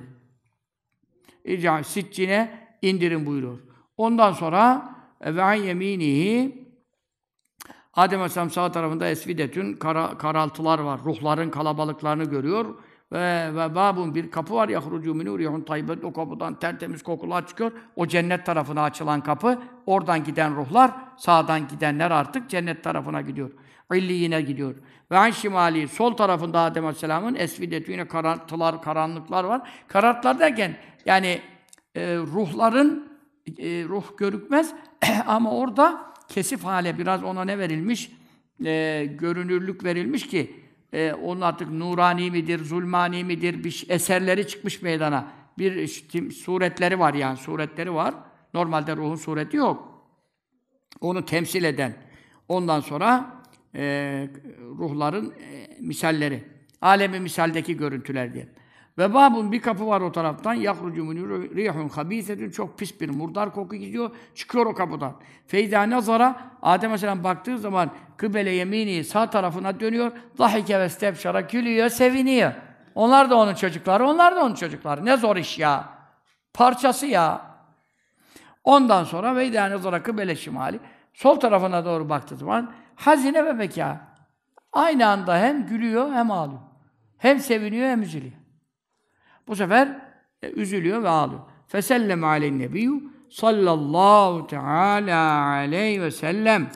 İcâ siccine indirin buyuruyor. Ondan sonra ve an yemînihi, Adem Aleyhisselam sağ tarafında esvidetün, karaltılar var. Ruhların kalabalıklarını görüyor. Ve babun, bir kapı var. Yahrucu min rihun tayyibet, o kapıdan tertemiz kokular çıkıyor. O cennet tarafına açılan kapı. Oradan giden ruhlar, sağdan gidenler artık cennet tarafına gidiyor. İlliyine gidiyor. Ve an şimali, sol tarafında Adem Aleyhisselam'ın esvidetü, yine karaltılar, karanlıklar var. Karartlar derken yani ruhların ruh görükmez ama orada kesif hale biraz ona ne verilmiş? Görünürlük verilmiş ki onun artık nurani midir, zulmani midir, bir eserleri çıkmış meydana. Bir suretleri var yani, suretleri var. Normalde ruhun sureti yok. Onu temsil eden. Ondan sonra ruhların misalleri. Alemi misaldeki görüntüler diye. Ve babun bir kapı var o taraftan. Yahrucu minhu rihun habisetun, çok pis bir murdar koku gidiyor. Çıkıyor o kapıdan. Feyda nazara, Adem Aleyhisselam baktığı zaman kıbele yemini, sağ tarafına dönüyor. Zahike ve stebşara, gülüyor, seviniyor. Onlar da onun çocukları, onlar da onun çocukları. Ne zor iş ya. Parçası ya. Ondan sonra veyda nazara kıbele şimali, sol tarafına doğru baktığı zaman hazine ve beka. Aynı anda hem gülüyor hem ağlıyor. Hem seviniyor hem üzülüyor. Bu sefer üzülüyor ve ağlıyor. Fesellem aleyhin nebiyyü sallallahu teala aleyhi ve sellem.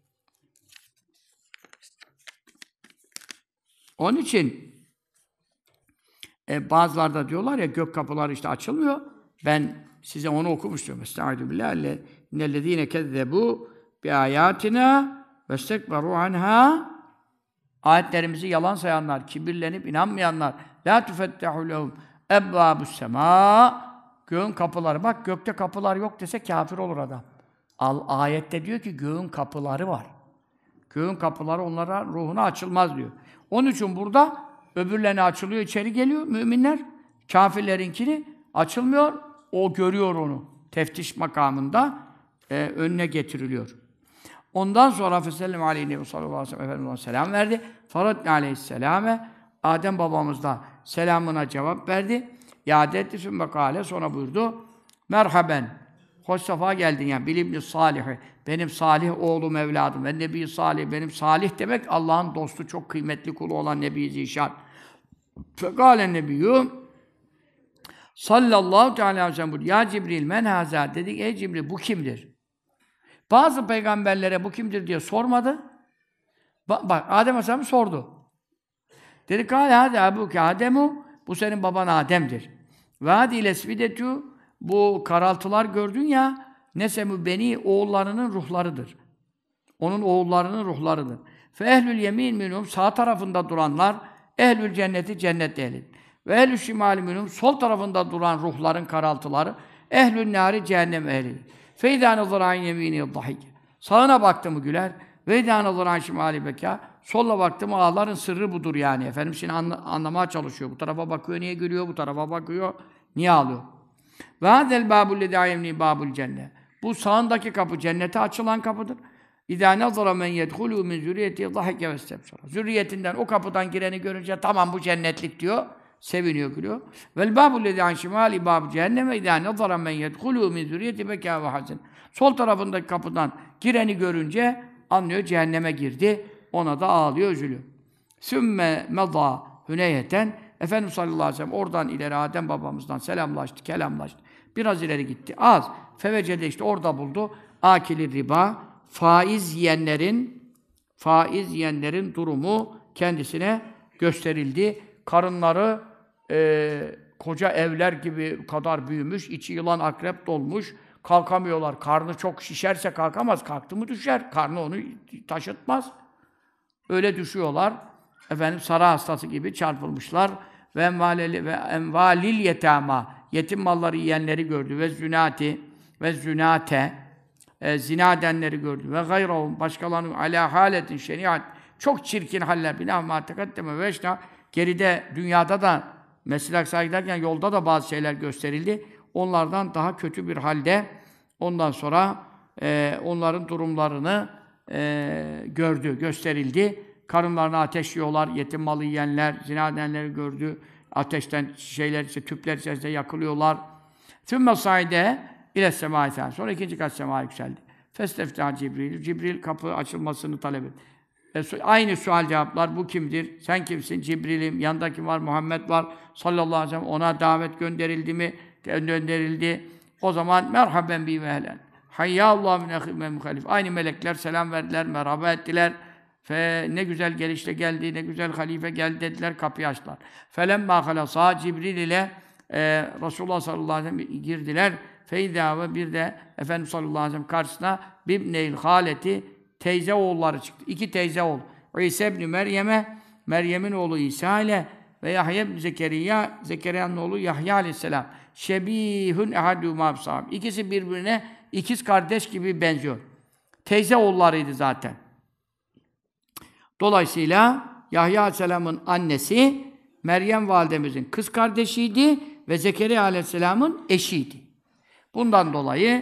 Onun için bazılarda diyorlar ya, gök kapıları işte açılmıyor. Ben size onu okumuştum. Estaizu billahi innellezîne kezzebû bi âyâtinâ ve istekberû anhâ. Ayetlerimizi yalan sayanlar, kibirlenip inanmayanlar, lâ tufettehu lehum ebbâbus semâ. Göğün kapıları. Bak, gökte kapılar yok dese kâfir olur adam. Ayette diyor ki göğün kapıları var. Göğün kapıları onlara, ruhuna açılmaz diyor. Onun için burada öbürlerine açılıyor, içeri geliyor müminler. Kâfirlerinkini açılmıyor. O görüyor onu. Teftiş makamında önüne getiriliyor. Ondan sonra Fesellem aleyhi ve sallallahu aleyhi ve sellem Efendimiz selam verdi. Faradna aleyhisselame, Adem babamız da selamına cevap verdi. İade etti, sümme kâle, sonra buyurdu. Merhaben, hoş safa geldin yani. Bil ibn-i Salih, benim salih oğlum, evladım. Ve Nebi Salih, benim salih demek Allah'ın dostu, çok kıymetli kulu olan Nebi Zişan. Fekâle nebiyyü sallallahu teâlâ aleyhi ve sellem buyurdu. Ya Cibril men hâzâ, dedik ey Cibril bu kimdir? Bazı peygamberlere bu kimdir diye sormadı. Bak Adem Aleyhisselam sordu. Dedi kâle hâdâ ebûke Adem'u, bu senin baban Adem'dir. Ve hâdî lesvidetû, bu karaltılar gördün ya, nesemü beni, oğullarının ruhlarıdır. Onun oğullarının ruhlarıdır. Fe ehlül yemin minhum, sağ tarafında duranlar, ehlül cenneti, cennet ehli. Ve ehlül şimali minhum, sol tarafında duran ruhların karaltıları, ehlül nâri, cehennem ehli. Fe idâ nazarâ yemîni dhahike. Sağına baktı mı güler, ve idâ nazarâ şimali bekâ. Solla baktı mı ağların sırrı budur yani. Efendim şimdi anlamaya çalışıyor. Bu tarafa bakıyor, niye gülüyor? Bu tarafa bakıyor, niye ağlıyor? Ve hâzel bâbul ledâ yemnî bâbul cennet. Bu sağındaki kapı cennete açılan kapıdır. İzâ nazara men yedhulû min zürriyeti dhahike ve istebşara. Zürriyetinden o kapıdan gireni görünce tamam bu cennetlik diyor. Seviniyor, gülüyor. Vel bâbul ledâ an şimâli bâbu cehenneme idâ nazara men yedhulû min zürriyeti bekâ ve hazin. Sol tarafındaki kapıdan gireni görünce anlıyor cehenneme girdi. Ona da ağlıyor, üzülüyor. Sümme medâ hüneyeten. Efendimiz sallallahu aleyhi ve sellem oradan ileri Adem babamızdan selamlaştı, kelamlaştı. Biraz ileri gitti. Az. Fevecede işte orada buldu. Akili riba, faiz yiyenlerin durumu kendisine gösterildi. Karınları koca evler gibi kadar büyümüş, içi yılan akrep dolmuş. Kalkamıyorlar. Karnı çok şişerse kalkamaz. Kalktı mı düşer. Karnı onu taşıtmaz. Öyle düşüyorlar. Efendim sarı hastası gibi çarpılmışlar. Ve envalil yetâmâ. Yetim malları yiyenleri gördü. Ve zünâti ve zünâte. Zina edenleri gördü. Ve gayrahum, başkalarının alâ hâletin şeniat. Çok çirkin haller. Bilâh mâ tekaddeme ve eşnâ. Geride, dünyada da Mescid-i Aksa'ya giderken yolda da bazı şeyler gösterildi. Onlardan daha kötü bir halde ondan sonra onların durumlarını gördü, gösterildi. Karınlarına ateşliyorlar, yetim malı yiyenler, zina edenleri gördü. Ateşten şeyler, işte, tüpler içerisinde yakılıyorlar. Sümme saide ile semâi sen. Sonra ikinci kat semâya yükseldi. Festeftâ Cibril. Cibril kapı açılmasını talep etti. Aynı sual cevaplar. Bu kimdir? Sen kimsin? Cibril'im. Yanında kim var? Muhammed var. Sallallahu aleyhi ve sellem. Ona davet gönderildi mi? Gönderildi. O zaman merhaben bi ve ehlen. Hayyâllâhu min ehî ve muhalif. Aynı melekler selam verdiler, merhaba ettiler. Ne güzel gelişte geldi, ne güzel halife geldi dediler, kapıyı açtılar. Felemmâ halâsâ Cibril ile Resulullah sallallahu aleyhi ve sellem girdiler. Feydâ ve bir de Efendimiz sallallahu aleyhi ve sellem karşısına bibneyl hâleti, teyze oğulları çıktı. İki teyze oğul. İsa ibn Meryem'e, Meryem'in oğlu İsa ile ve Yahya ibn Zekeriya, Zekeriya'nın oğlu Yahya aleyhisselam. Şebihun ehadûmâ bisâhib. İkisi birbirine ikiz kardeş gibi benziyor. Teyze oğullarıydı zaten. Dolayısıyla Yahya aleyhisselamın annesi Meryem validemizin kız kardeşiydi ve Zekeriya aleyhisselamın eşiydi. Bundan dolayı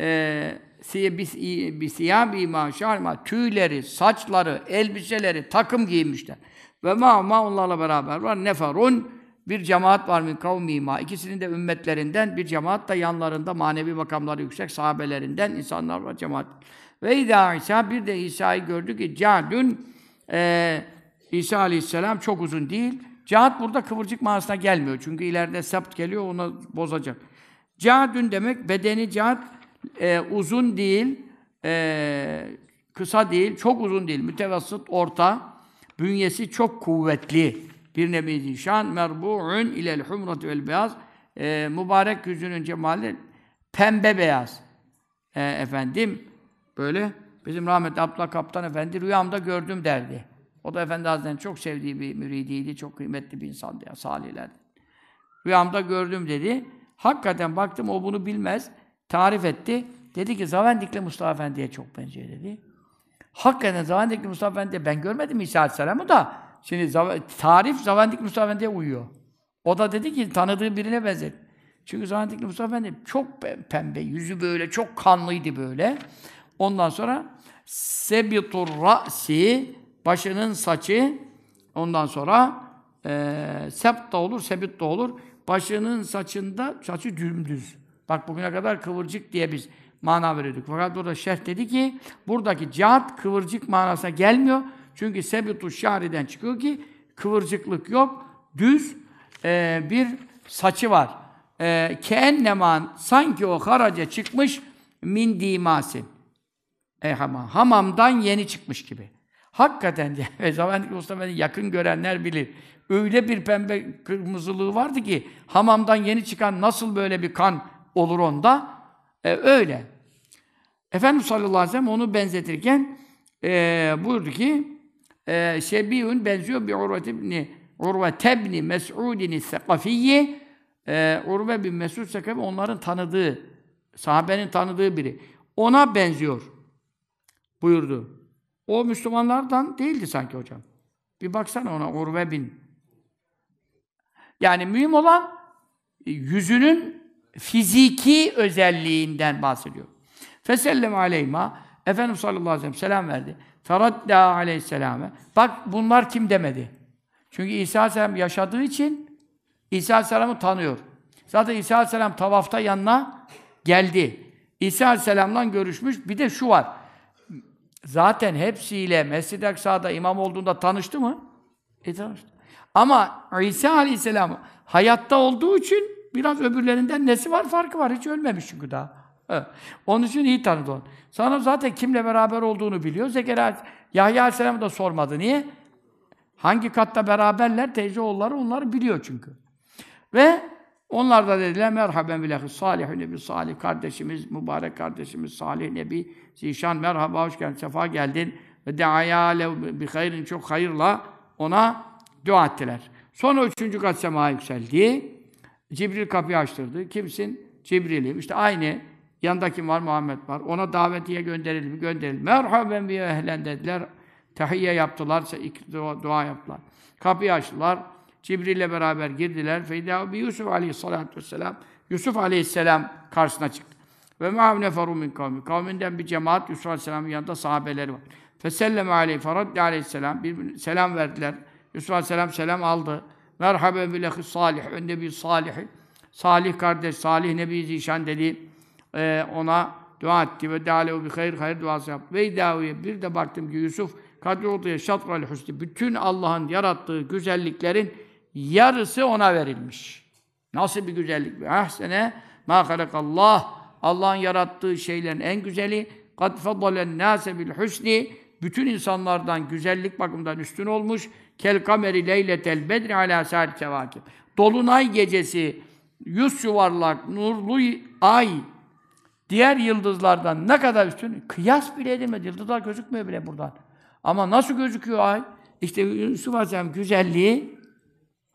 tüyleri, saçları, elbiseleri, takım giymişler. Ve ma onlarla beraber var. Neferun bir cemaat var min kavmihima. İkisinin de ümmetlerinden bir cemaat da yanlarında manevi makamları yüksek sahabelerinden insanlar var cemaat. Ve İsa İsa bir de İsa'yı gördü ki Câdün İsa aleyhisselam çok uzun değil. Câd burada kıvırcık manasına gelmiyor. Çünkü ileride sept geliyor onu bozacak. Câdün demek bedeni câd uzun değil, kısa değil, çok uzun değil. Mütevasıt, orta, bünyesi çok kuvvetli. Bir nebi zişan merbu'un ilel humrat vel beyaz. Mübarek yüzünün cemali pembe beyaz. Efendim böyle bizim rahmetli Abdullah Kaptan Efendi rüyamda gördüm derdi. O da Efendi Hazretleri'nin çok sevdiği bir müridiydi, çok kıymetli bir insandı ya, salihler. Rüyamda gördüm dedi. Hakikaten baktım o bunu bilmez. Tarif etti. Dedi ki Zavendikli Mustafa Efendi'ye çok benziyor dedi. Hakikaten Zavendikli Mustafa Efendi'ye ben görmedim İsa Aleyhisselam'ı da. Şimdi tarif Zavendikli Mustafa Efendi'ye uyuyor. O da dedi ki tanıdığı birine benzer. Çünkü Zavendikli Mustafa Efendi çok pembe, yüzü böyle çok kanlıydı böyle. Ondan sonra sebitur ra'si başının saçı ondan sonra sebt da olur, sebit de olur. Başının saçı dümdüz. Bak bugüne kadar kıvırcık diye biz mana veriyorduk. Fakat burada şerh dedi ki buradaki câd kıvırcık manasına gelmiyor. Çünkü sebitu şâriden çıkıyor ki kıvırcıklık yok. Düz bir saçı var. Keenneman sanki o haraca çıkmış min dimasin. Hamamdan yeni çıkmış gibi. Hakikaten ve Zavendikli Mustafa'yı yakın görenler bilir. Öyle bir pembe kırmızılığı vardı ki hamamdan yeni çıkan nasıl böyle bir kan olur onda? Öyle. Efendimiz sallallahu aleyhi ve sellem onu benzetirken buyurdu ki şebihun benziyor bir Urve tebni Mes'udin Sekafiyye Urve bin Mes'ud Sekafi onların tanıdığı, sahabenin tanıdığı biri. Ona benziyor buyurdu. O Müslümanlardan değildi sanki hocam. Bir baksana ona Urve bin. Yani mühim olan yüzünün fiziki özelliğinden bahsediyor. Fesellem aleyhima Efendimiz sallallahu aleyhi ve sellem selam verdi. Feradda aleyhisselame. Bak bunlar kim demedi. Çünkü İsa aleyhisselam yaşadığı için İsa aleyhisselam'ı tanıyor. Zaten İsa aleyhisselam tavafta yanına geldi. İsa aleyhisselam'la görüşmüş. Bir de şu var. Zaten hepsiyle Mescid-i Aksa'da imam olduğunda tanıştı mı? Tanıştı. Ama İsa aleyhisselam hayatta olduğu için biraz öbürlerinden nesi var, farkı var. Hiç ölmemiş çünkü daha. Evet. Onun için iyi tanıdı onu. Sonra zaten kimle beraber olduğunu biliyor. Yahya aleyhisselam'ı da sormadı. Niye? Hangi katta beraberler? Teyze oğulları onları biliyor çünkü. Ve onlar da dediler merhaben bilahis salih nebi salih kardeşimiz, mübarek kardeşimiz Salih Nebi Zişan merhaba hoş geldin, sefa geldin ve deaya lev bi hayrin çok hayırla ona dua ettiler. Sonra 3. kat semaya yükseldi. Cibril kapıyı açtırdı. Kimsin? Cibril'im. İşte aynı yanında kim var? Muhammed var. Ona davetiye gönderildi. Gönderildi. Merhaben bi ehlen dediler. Tahiyye yaptılar. Dua yaptılar. Kapıyı açtılar. Cibril'le beraber girdiler. Feyda bi Yusuf aleyhissalatu vesselam. Yusuf aleyhisselam karşısına çıktı. Ve ma'av neferu min kavmi. Kavminden bir cemaat Yusuf aleyhisselamın yanında sahabeleri var. Feselleme aleyhi feraddi aleyhisselam. Bir selam verdiler. Yusuf aleyhisselam selam aldı. Merhaben bilehi salih. Nebi salihi. Salih kardeş, Salih Nebi Zişan dedi. Ona dua etti ve dâlehu bi hayır duası yaptı. Ve idâviye bir de baktım ki Yusuf kadrotuya şatral husni. Bütün Allah'ın yarattığı güzelliklerin yarısı ona verilmiş. Nasıl bir güzellik? Ve ahsene mâ halakallah. Allah'ın yarattığı şeylerin en güzeli. Kad feddalen nâse bil husni. Bütün insanlardan güzellik bakımından üstün olmuş. Kel kameri leyletel bedri alâ sâri sevâkib. Dolunay gecesi 100 yuvarlak nurlu ay diğer yıldızlardan ne kadar üstün? Kıyas bile edilmedi. Yıldızlar gözükmüyor bile buradan. Ama nasıl gözüküyor ay? İşte Yusuf Aleyhisselam güzelliği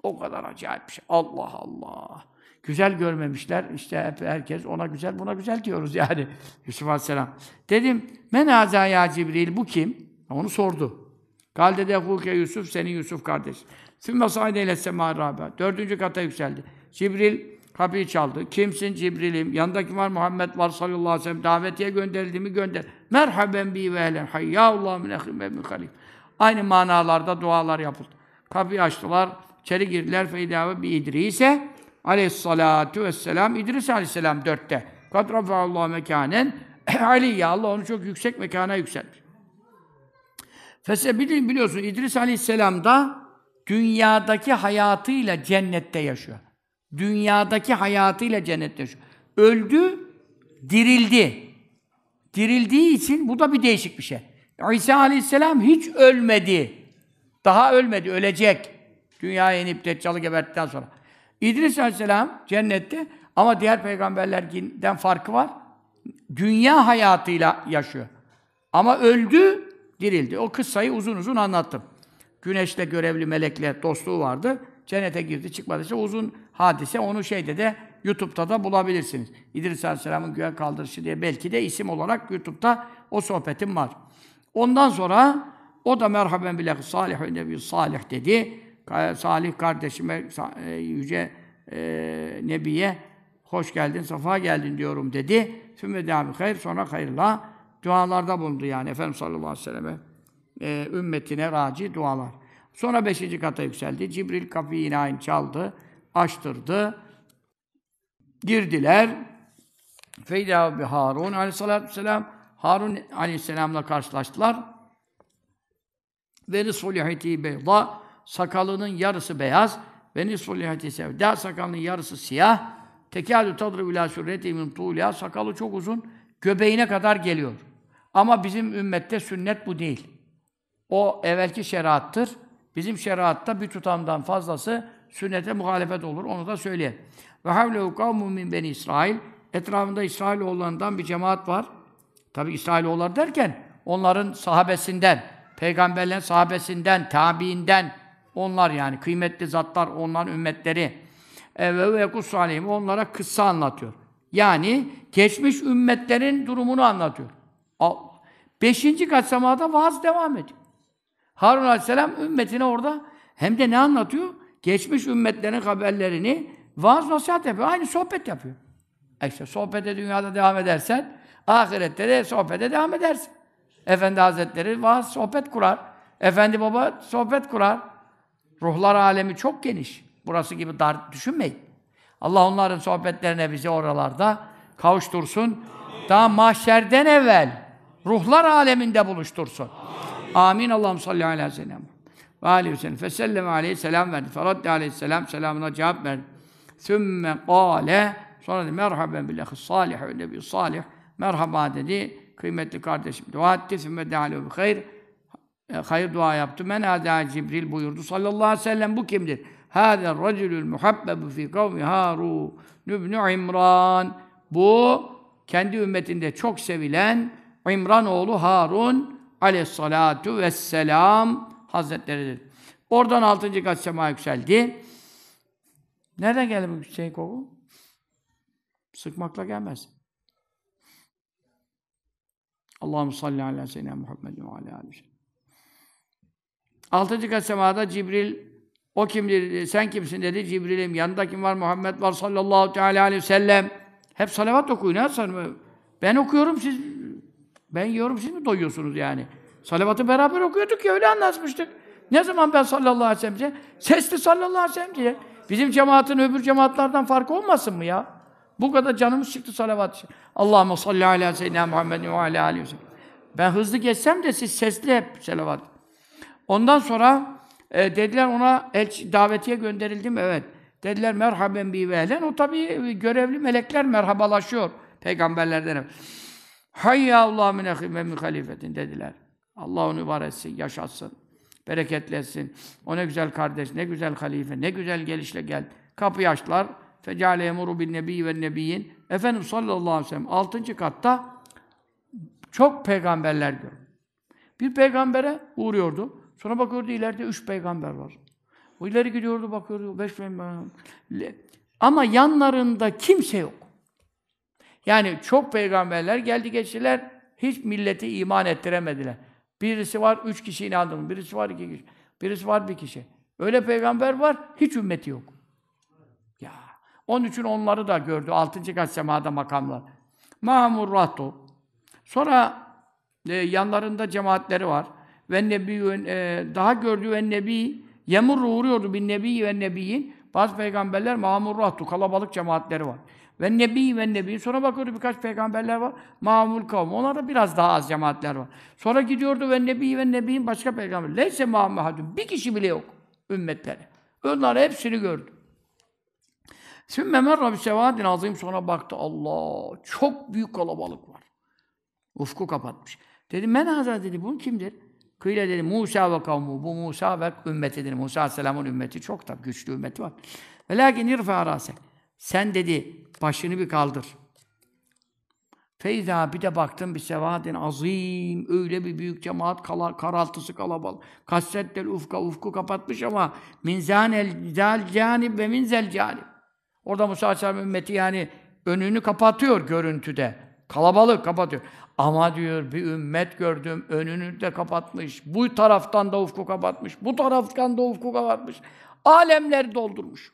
O kadar acayip bir şey. Allah Allah. Güzel görmemişler. İşte hep herkes ona güzel, buna güzel diyoruz yani. Yusuf Aleyhisselam. Dedim, men hâzâ ya Cibril, bu kim? Onu sordu. Kaldede huke Yusuf, senin Yusuf kardeş. Sümme sâide ile semâ râbâ. 4. kata yükseldi. Cibril kapıyı çaldı. Kimsin? Cibril'im. Yanında kim var? Muhammed var sallallahu aleyhi ve sellem. Davetiye gönderildiğimi gönder. Merhaben bi ve ehlen hayyâullah min ehim ve min halif. Aynı manalarda dualar yapıldı. Kapıyı açtılar. İçeri girdiler. Feydâve bi İdris'e aleyhissalâtu vesselam. İdris aleyhisselam 4'te. Kad rafa'allahu mekânen aliyya. Allah onu çok yüksek mekana yükseltmiş. Biliyorsun İdris aleyhisselam da dünyadaki hayatıyla cennette yaşıyor. Dünyadaki hayatıyla cennette yaşıyor. Öldü, dirildi. Dirildiği için bu da bir değişik bir şey. İsa aleyhisselam hiç ölmedi. Daha ölmedi, ölecek. Dünyaya inip Deccal'ı geberttikten sonra. İdris aleyhisselam cennette ama diğer peygamberlerden farkı var. Dünya hayatıyla yaşıyor. Ama öldü, dirildi. O kıssayı uzun uzun anlattım. Güneşle görevli melekle dostluğu vardı. Cennete girdi, çıkmadıysa uzun hadise. Onu şeyde de YouTube'da da bulabilirsiniz. İdris Aleyhisselam'ın göğe kaldırışı diye belki de isim olarak YouTube'da o sohbetim var. Ondan sonra o da merhaben billah salih nebi salih dedi. Salih kardeşime, yüce nebiye hoş geldin, safa geldin diyorum dedi. Sümme devam hayır, sonra hayırla dualarda bulundu yani Efendimiz sallallahu aleyhi ve selleme ümmetine raci dualar. Sonra 5. kata yükseldi. Cibril kapıyı yine aynı çaldı, açtırdı. Girdiler. Feyda bi Harun aleyhissalatu vesselam. Harun aleyhisselamla karşılaştılar. Ve nisfu lihiyeti beyda. Sakalının yarısı beyaz. Ve nisfu lihiyeti sevda. Sakalının yarısı siyah. Tekâdü tadrib ilâ sürreti min tûlâ. Sakalı çok uzun. Göbeğine kadar geliyor. Ama bizim ümmette sünnet bu değil. O evvelki şeriattır. Bizim şeriatta bir tutamdan fazlası sünnete muhalefet olur. Onu da söyleyeyim. Ve havlehu kavmun min beni İsrail. Etrafında İsrailoğullarından bir cemaat var. Tabi İsrailoğulları derken onların sahabesinden, peygamberlerin sahabesinden, tabiinden onlar yani kıymetli zatlar, onların ümmetleri. Ve yekussu aleyhim. Onlara kıssa anlatıyor. Yani geçmiş ümmetlerin durumunu anlatıyor. 5. kat semada vaaz devam ediyor. Harun aleyhisselam ümmetine orada hem de ne anlatıyor? Geçmiş ümmetlerin haberlerini vaaz nasihat yapıyor. Aynı sohbet yapıyor. İşte sohbete dünyada devam edersen ahirette de sohbete devam edersin. Efendi Hazretleri vaaz sohbet kurar. Efendi Baba sohbet kurar. Ruhlar alemi çok geniş. Burası gibi dar düşünmeyin. Allah onların sohbetlerine bizi oralarda kavuştursun. Daha mahşerden evvel ruhlar aleminde buluştursun. Amin. Allah'ım salli aleyhi ve sellem. Ve aleyhi ve sellem. Feselleme aleyhi selam verdi. Feraddi aleyhisselam selamına cevap verdi. Sümme kâle. Sonra dedi merhaben billahi salih ve nebi salih. Merhaba dedi. Kıymetli kardeşim dua etti. Sümme deâlehu bi hayr. Hayır dua yaptı. Men hâdâ Cibril buyurdu. Sallallahu aleyhi ve sellem bu kimdir? Hâdâ racülül muhabbebu fî kavmi Hârûn ibn İmran. Bu kendi ümmetinde çok sevilen İmran oğlu Harun aleyhissalatu vesselam Hazretleri'dir. Oradan 6. kat semaya yükseldi. Nereden geldi bu şey koku? Sıkmakla gelmez. Allahumme salli ala seyyidina Muhammed ve ala alihi. 6. kat semada Cibril o kimdir? Sen kimsin dedi. Cibril'im. Yanında kim var? Muhammed var sallallahu teala aleyhi ve sellem. Hep salavat okuyun ha. Ben okuyorum ben yiyorum siz mi doyuyorsunuz yani? Salavatı beraber okuyorduk ya öyle anlaşmıştık. Ne zaman ben sallallahu aleyhi ve sellem sesli sallallahu aleyhi ve sellem diye. Bizim cemaatin öbür cemaatlerden farkı olmasın mı ya? Bu kadar canımız çıktı salavat için. Allahümme salli ala seyyidina Muhammedin ve ala aleyhi ve sellem. Ben hızlı geçsem de siz sesli hep salavat. Ondan sonra dediler ona davetiye gönderildim. Evet. Dediler merhaben bi ve ehlen. O tabii görevli melekler merhabalaşıyor peygamberlerden. Hayya Allah min ehim ve min halifetin dediler. Allah onu var etsin, yaşatsın, bereketlesin. O ne güzel kardeş, ne güzel halife, ne güzel gelişle gel. Kapıyı açtılar. Fecale emuru bin nebi ve nebiyin. Efendimiz sallallahu aleyhi ve sellem 6. katta çok peygamberler gördü. Bir peygambere uğruyordu. Sonra bakıyordu ileride 3 peygamber var. O ileri gidiyordu, bakıyordu, 5 bin. Ama yanlarında kimse yok. Yani çok peygamberler geldi geçtiler, hiç milleti iman ettiremediler. Birisi var 3 kişi inandı, birisi var 2 kişi, birisi var 1 kişi. Öyle peygamber var, hiç ümmeti yok. Ya, onun için onları da gördü, 6. kat semada makamlar. Ma'murratu. Sonra yanlarında cemaatleri var. Ve nebiyyün, daha gördüğü ve nebi yemurru uğruyordu bin nebi ve nebiyin. Bazı peygamberler ma'murratu, kalabalık cemaatleri var. Ve nebi ve nebiyin. Sonra bakıyordu birkaç peygamberler var. Ma'mul kavm. Onlarda biraz daha az cemaatler var. Sonra gidiyordu ve nebiyin başka peygamber. Leyse ma'mehadun. Bir kişi bile yok ümmetleri. Onları hepsini gördü. Sümme merra bi sevadin azim, sonra baktı, Allah, çok büyük kalabalık var. Ufku kapatmış. Dedi, men haza dedi, bu kimdir? Kıyle dedi, Musa ve kavmu, bu Musa ve ümmetidir. Musa Aleyhisselam'ın ümmeti çok da güçlü ümmeti var. Ve lakin irfa rasek. Sen dedi, başını bir kaldır. Feyza, bir de baktım bir sevadin azim, öyle bir büyük cemaat, karaltısı kalabalık. Kassettel ufka, ufku kapatmış ama min zanel canib ve min zel canib. Orada Musa Aleyhisselam ümmeti yani önünü kapatıyor görüntüde. Kalabalık kapatıyor. Ama diyor bir ümmet gördüm, önünü de kapatmış. Bu taraftan da ufku kapatmış. Bu taraftan da ufku kapatmış. Alemleri doldurmuş.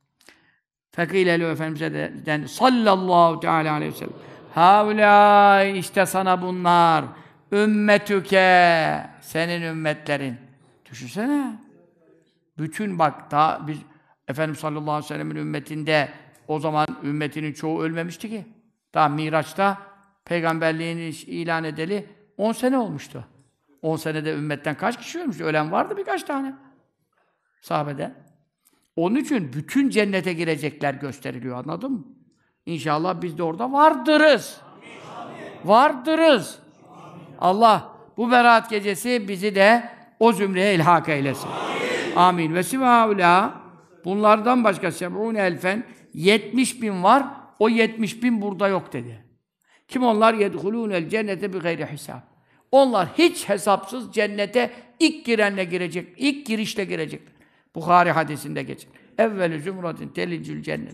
Fekîle lehu, Efendimiz'e de dendi sallallahu teâlâ aleyhi ve sellem. Haulâi, işte sana bunlar. Ümmetüke, senin ümmetlerin. Düşünsene. Bütün bak daha biz Efendimiz sallallahu aleyhi ve sellem'in ümmetinde o zaman ümmetinin çoğu ölmemişti ki. Daha Miraç'ta peygamberliğini ilan edeli 10 sene olmuştu. 10 senede ümmetten kaç kişi ölmüş? Ölen vardı birkaç tane. Sahabede. Onun için bütün cennete girecekler gösteriliyor, anladın mı? İnşallah biz de orada vardırız. Vardırız. Allah bu berat gecesi bizi de o zümreye ilhak eylesin. Amin. Ve sivâulâ, bunlardan başka 70.000 70.000 var. O 70.000 burada yok dedi. Kim onlar? Yedhulûnel cennete bi gayri hisab. Onlar hiç hesapsız cennete ilk girenle girecek, ilk girişle girecekler. Buhari hadisinde geçer. Evvelü zümratin telicül cennet.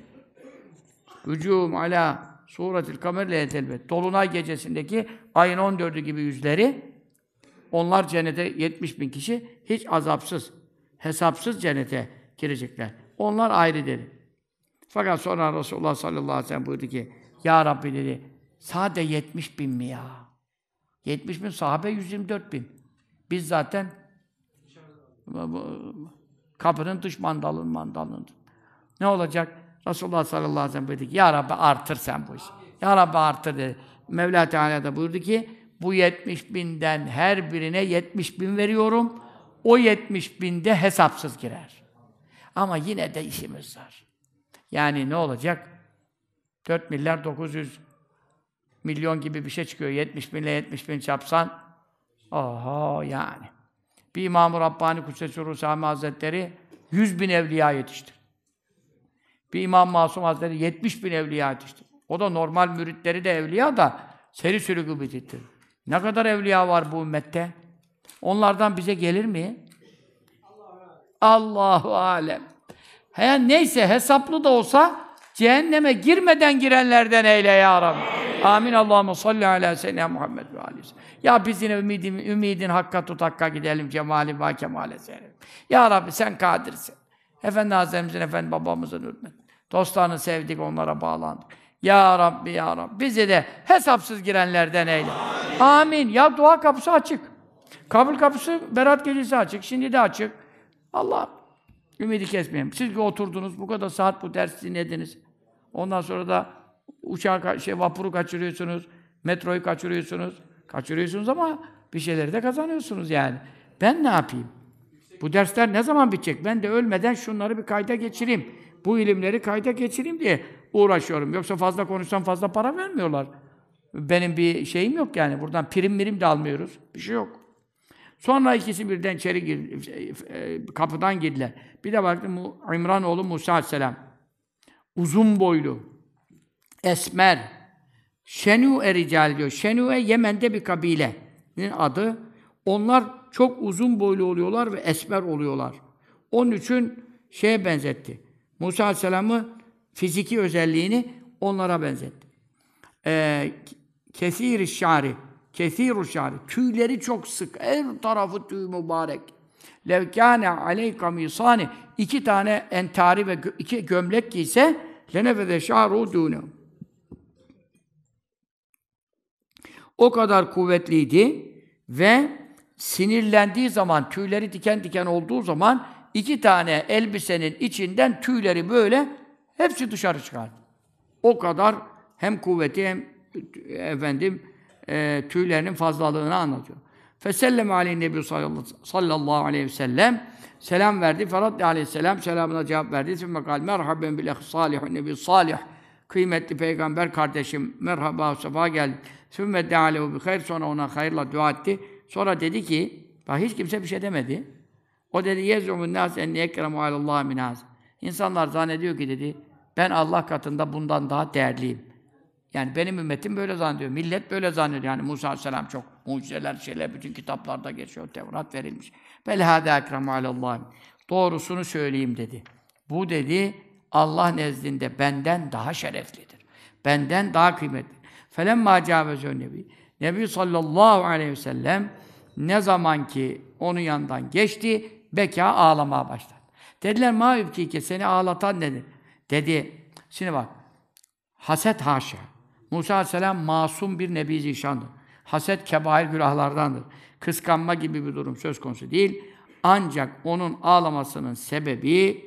Vücûm alâ sûretil kamer leyetelbet. Dolunay gecesindeki ayın 14'ü gibi yüzleri, onlar cennete 70.000 kişi hiç azapsız, hesapsız cennete girecekler. Onlar ayrı dedi. Fakat sonra Resulullah sallallahu aleyhi ve sellem buyurdu ki, Ya Rabbi dedi, sadece 70.000 mi ya? 70.000 sahabe 124.000. Biz zaten kapının dış mandalında. Ne olacak? Resulullah sallallahu aleyhi ve sellem buyurdu ki, Ya Rabbi artır sen bu işi. Ya Rabbi artır dedi. Mevla Teala da buyurdu ki, bu 70.000'den her birine 70.000 veriyorum. O 70.000 de hesapsız girer. Ama yine de işimiz var. Yani ne olacak? 4 milyar 900 milyon gibi bir şey çıkıyor. 70.000 ile 70.000 çarpsan, oho yani. Bir İmam-ı Rabbani Kudsesi Ruh Sami Hazretleri 100.000 evliya yetiştir. Bir İmam Masum Hazretleri 70.000 evliya yetiştir. O da normal müritleri de evliya da seri sürü gibi yetiştir. Ne kadar evliya var bu ümmette? Onlardan bize gelir mi? Allahu alem. Neyse hesaplı da olsa cehenneme girmeden girenlerden eyle ya Rabbi. Amin. Allahumme salli ala seyyidina Muhammed ve aleyhi. Ya biz yine ümidin hakka tut, hakka gidelim, cemali ve kemale seyredelim. Ya Rabbi sen kadirsin. Efendi Hazretlerimizin, Efendi babamızın hürmet. Dostlarını sevdik, onlara bağlandık. Ya Rabbi, Ya Rabbi. Bizi de hesapsız girenlerden eyle. Amin. Ya dua kapısı açık. Kabul kapısı berat gecesi açık. Şimdi de açık. Allah ümidi kesmeyin. Siz ki oturdunuz, bu kadar saat bu dersi dinlediniz. Ondan sonra da vapuru kaçırıyorsunuz, metroyu kaçırıyorsunuz. Kaçırıyorsunuz ama bir şeyleri de kazanıyorsunuz yani. Ben ne yapayım? Bu dersler ne zaman bitecek? Ben de ölmeden şunları bir kayda geçireyim. Bu ilimleri kayda geçireyim diye uğraşıyorum. Yoksa fazla konuşsam fazla para vermiyorlar. Benim bir şeyim yok yani. Buradan prim mirim de almıyoruz. Bir şey yok. Sonra ikisi birden içeri girdi, kapıdan girdiler. Bir de baktım İmran oğlu Musa Aleyhisselam. Uzun boylu, esmer, Şenû'e rical diyor. Şenû'e Yemen'de bir kabilenin adı. Onlar çok uzun boylu oluyorlar ve esmer oluyorlar. Onun için şeye benzetti. Musa Aleyhisselam'ı fiziki özelliğini onlara benzetti. Kesir-i şari, kesir-u şari. Tüyleri çok sık. Her tarafı tüy mübarek. Lev kâne aleyka misâni. 2 tane entari ve 2 gömlek giyse lenefede şâru dûne. O kadar kuvvetliydi ve sinirlendiği zaman, tüyleri diken diken olduğu zaman 2 tane elbisenin içinden tüyleri böyle hepsi dışarı çıkardı. O kadar hem kuvveti hem tüylerinin fazlalığını anlatıyor. Feselleme aleyhi nebi sallallahu aleyhi ve sellem selam verdi. Feraddi aleyhisselam selamına cevap verdi. Sümme kal merhaben bil ehli salihun nebi salih. Kıymetli peygamber kardeşim merhaba sefa geldi. Sümme dealehu bi hayr, sonra ona hayırla dua etti. Sonra dedi ki, bak hiç kimse bir şey demedi. O dedi yezumun nas en ekremu alallah min haz. İnsanlar zannediyor ki dedi ben Allah katında bundan daha değerliyim. Yani benim ümmetim böyle zannediyor. Millet böyle zannediyor. Yani Musa Aleyhisselam çok mucizeler, şeyler bütün kitaplarda geçiyor. Tevrat verilmiş. Bel hâdâ ekremu alallâh. Doğrusunu söyleyeyim dedi. Bu dedi Allah nezdinde benden daha şereflidir. Benden daha kıymetli. Felemmâ câvezû nebi. Nebi sallallahu aleyhi ve sellem ne zaman ki onun yanından geçti, beka ağlamaya başladı. Dediler mâ übkîke, seni ağlatan nedir? Dedi, şimdi bak, haset haşa. Musa Aleyhisselam masum bir nebi zişandır. Haset kebair günahlardandır. Kıskanma gibi bir durum söz konusu değil. Ancak onun ağlamasının sebebi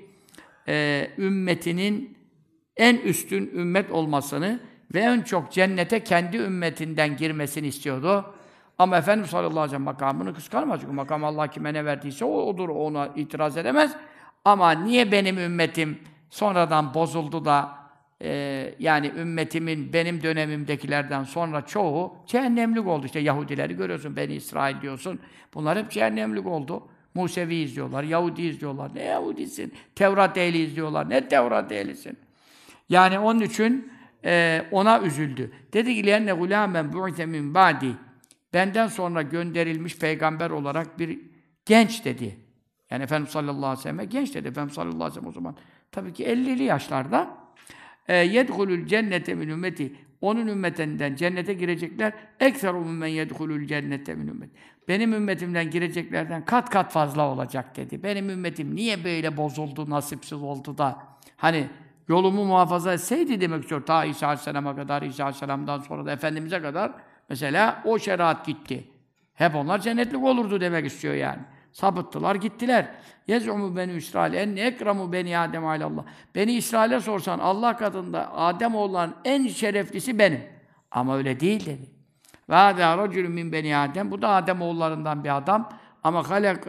ümmetinin en üstün ümmet olmasını ve en çok cennete kendi ümmetinden girmesini istiyordu. Ama Efendimiz sallallahu aleyhi ve sellem makamını kıskanmaz. Çünkü makam Allah kime ne verdiyse odur, ona itiraz edemez. Ama niye benim ümmetim sonradan bozuldu da yani ümmetimin benim dönemimdekilerden sonra çoğu cehennemlik oldu. İşte Yahudileri görüyorsun, Beni İsrail diyorsun. Bunlar hep cehennemlik oldu. Musevi izliyorlar, Yahudi izliyorlar. Ne Yahudisin? Tevrat ehli izliyorlar. Ne Tevrat ehlisin? Yani onun için ona üzüldü. Dedi ki lenne gulâmen bu'ite min ba'di. Benden sonra gönderilmiş peygamber olarak bir genç dedi. Yani Efendimiz sallallahu aleyhi ve sellem'e genç dedi. Efendimiz sallallahu aleyhi ve sellem o zaman tabii ki 50'li yaşlarda. Yedhulul cennete min ümmeti. Onun ümmetinden cennete girecekler. Ekseru men yedhulul cennete min ümmeti. Benim ümmetimden gireceklerden kat kat fazla olacak dedi. Benim ümmetim niye böyle bozuldu, nasipsiz oldu da hani yolumu muhafaza etseydi demek istiyor. Ta İsa Aleyhisselam'a kadar, İsa Aleyhisselam'dan sonra da Efendimiz'e kadar mesela o şeriat gitti. Hep onlar cennetlik olurdu demek istiyor yani. Sapıttılar, gittiler. Yez'umu beni İsrail enne ekramu beni Adem alallah. Beni İsrail'e sorsan Allah katında Adem olan en şereflisi benim. Ama öyle değil dedi. Ve hâdâ racülün min beni Adem. Bu da Adem oğullarından bir adam. Ama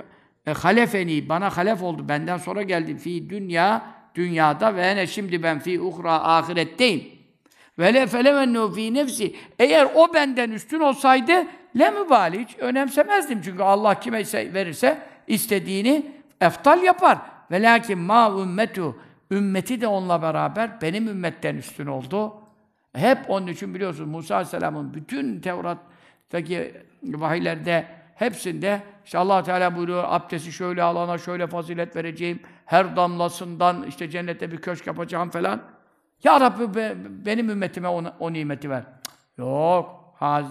halefeni, bana halef oldu. Benden sonra geldi. Fi dünyada ve ene şimdi ben fi uhra ahiretteyim. Ve le felemennu fi nefsi. Eğer o benden üstün olsaydı le mübali, hiç önemsemezdim. Çünkü Allah kime verirse istediğini eftal yapar. Ve lakin ma ümmetu, ümmeti de onunla beraber benim ümmetten üstün oldu. Hep onun için biliyorsunuz Musa Aleyhisselam'ın bütün Tevrat'taki vahiylerde hepsinde işte Allah Teala buyuruyor abdesti şöyle alana şöyle fazilet vereceğim. Her damlasından işte cennete bir köşk yapacağım falan. Ya Rabbi benim ümmetime o nimeti ver. Yok.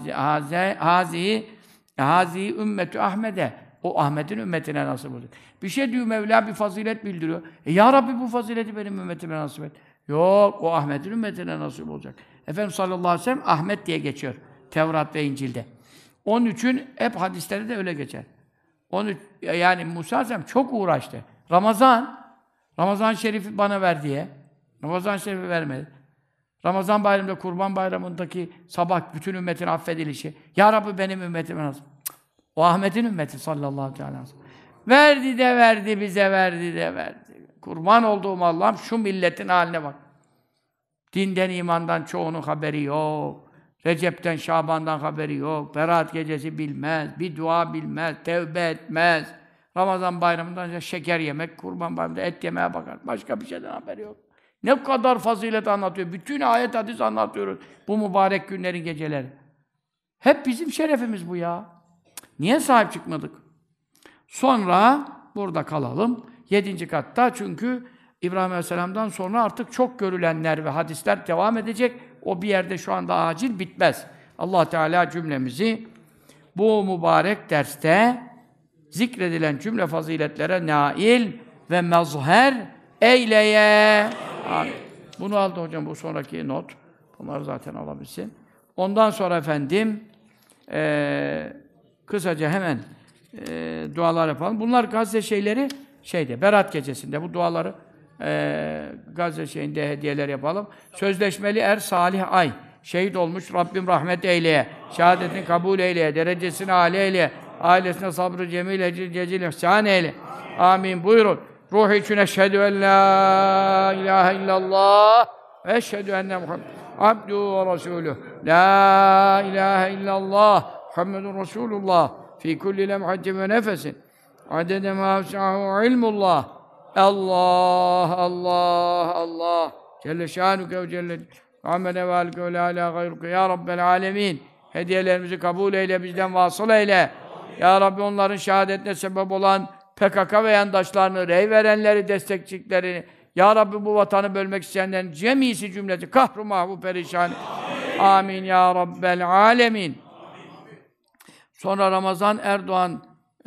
Hazi ümmetü Ahmed'e. O Ahmet'in ümmetine nasip olacak. Bir şey diyor Mevla, bir fazilet bildiriyor. Ya Rabbi bu fazileti benim ümmetime nasip et. Yok, o Ahmet'in ümmetine nasip olacak. Efendimiz sallallahu aleyhi ve sellem Ahmet diye geçiyor Tevrat ve İncil'de. Onun için hep hadislerde de öyle geçer. Yani Musa aleyhisselam çok uğraştı. Ramazan Şerif'i bana ver diye. Ramazan Şerif'i vermedi. Ramazan bayramında, Kurban Bayramı'ndaki sabah bütün ümmetin affedilişi. Ya Rabbi benim ümmetime nasıl? O Ahmet'in ümmeti sallallahu aleyhi ve sellem. Verdi de verdi, bize verdi de verdi. Kurban olduğum Allah'ım şu milletin haline bak. Dinden, imandan çoğunun haberi yok. Recep'ten, Şaban'dan haberi yok. Berat gecesi bilmez, bir dua bilmez, tevbe etmez. Ramazan bayramından şeker yemek, Kurban bayramında et yemeye bakar. Başka bir şeyden haberi yok. Ne kadar fazilet anlatıyor. Bütün ayet hadis anlatıyoruz. Bu mübarek günlerin geceleri. Hep bizim şerefimiz bu ya. Niye sahip çıkmadık? Sonra burada kalalım. 7. katta çünkü İbrahim Aleyhisselam'dan sonra artık çok görülenler ve hadisler devam edecek. O bir yerde şu anda acil bitmez. Allah Teala cümlemizi bu mübarek derste zikredilen cümle faziletlere nail ve mezher eyleye. Amin. Bunu aldı hocam, bu sonraki not. Bunları zaten alabilsin. Ondan sonra efendim kısaca hemen dualar yapalım. Bunlar Gazze şeyleri Berat gecesinde bu duaları Gazze şeyinde hediyeler yapalım. Sözleşmeli er Salih Ay şehit olmuş. Rabbim rahmet eyleye. Şehadetini kabul eyleye. Derecesini âli eyleye. Ailesine sabrı cemil ecil ihsan eyle. Amin. Buyurun. Ruhu için eşhedü en la ilahe illallah ve eşhedü enne Muhammed abduhu ve resuluh. La ilahe illallah Muhammedun Resulullah fi kulli lemhatin ve nefesin adede ma vesi'ahu ilmullah. Allah, Allah, Allah. Celle şanuke ve celle amene ve alike ve la ilahe gayruke. Ya Rabbel alemin. Hediyelerimizi kabul eyle, bizden vasıl eyle. Ya Rabbi onların şehadetine sebep olan PKK ve yandaşlarını, rey verenleri, destekçilerini, Ya Rabbi bu vatanı bölmek isteyenlerin cemisi cümleti kahru mahvu perişan. Amin ya Rabbel alemin. Sonra Ramazan Erdoğan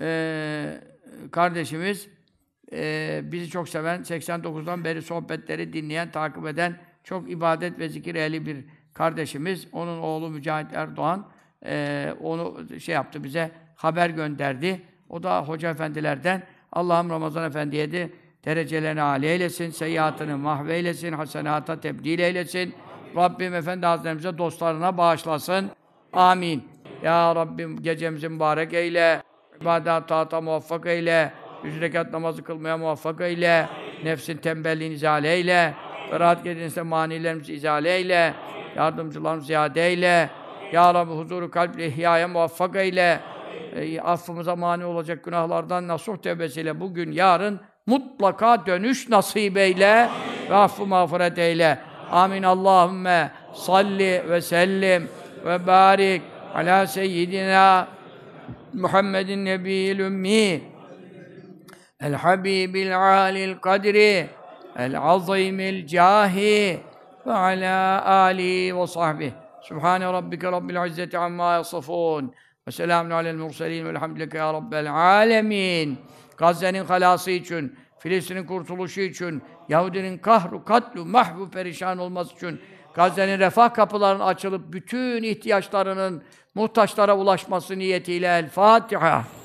kardeşimiz bizi çok seven, 89'dan beri sohbetleri dinleyen, takip eden, çok ibadet ve zikir ehli bir kardeşimiz. Onun oğlu Mücahit Erdoğan onu yaptı, bize haber gönderdi. O da hoca efendilerden. Allah'ım Ramazan Efendi'ye de derecelerini âli eylesin, seyyiatını mahveylesin, hasenata tebdil eylesin. Rabbim Efendi Hazretlerimize dostlarına bağışlasın. Amin. Ya Rabbim gecemizi mübarek eyle, ibadet taata muvaffak eyle, 100 rekat namazı kılmaya muvaffak eyle, nefsin tembelliğini izale eyle, rahat gecesinde manilerimizi izale eyle, yardımcılarımızı ziyade eyle. Ya Rabbi huzuru kalple ihyaya muvaffak eyle. Affımıza mani olacak günahlardan nasuh tevbesiyle bugün, yarın mutlaka dönüş nasip eyle ve affı mağfiret eyle. Amin. Allahümme salli ve sellim ve barik ala seyyidina Muhammedin nebiyil ümmi el habibil alil kadri el azimil cahi ve ala alihi ve sahbihi. Subhane rabbike rabbil izzeti amma yasifun. Ve selamun alel murselin velhamdülillah ya rabbel alemin. Gazze'nin halası için, Filistin'in kurtuluşu için, Yahudinin kahru, katlu, mahvu, perişan olması için, Gazze'nin refah kapılarının açılıp bütün ihtiyaçlarının muhtaçlara ulaşması niyetiyle El Fatiha.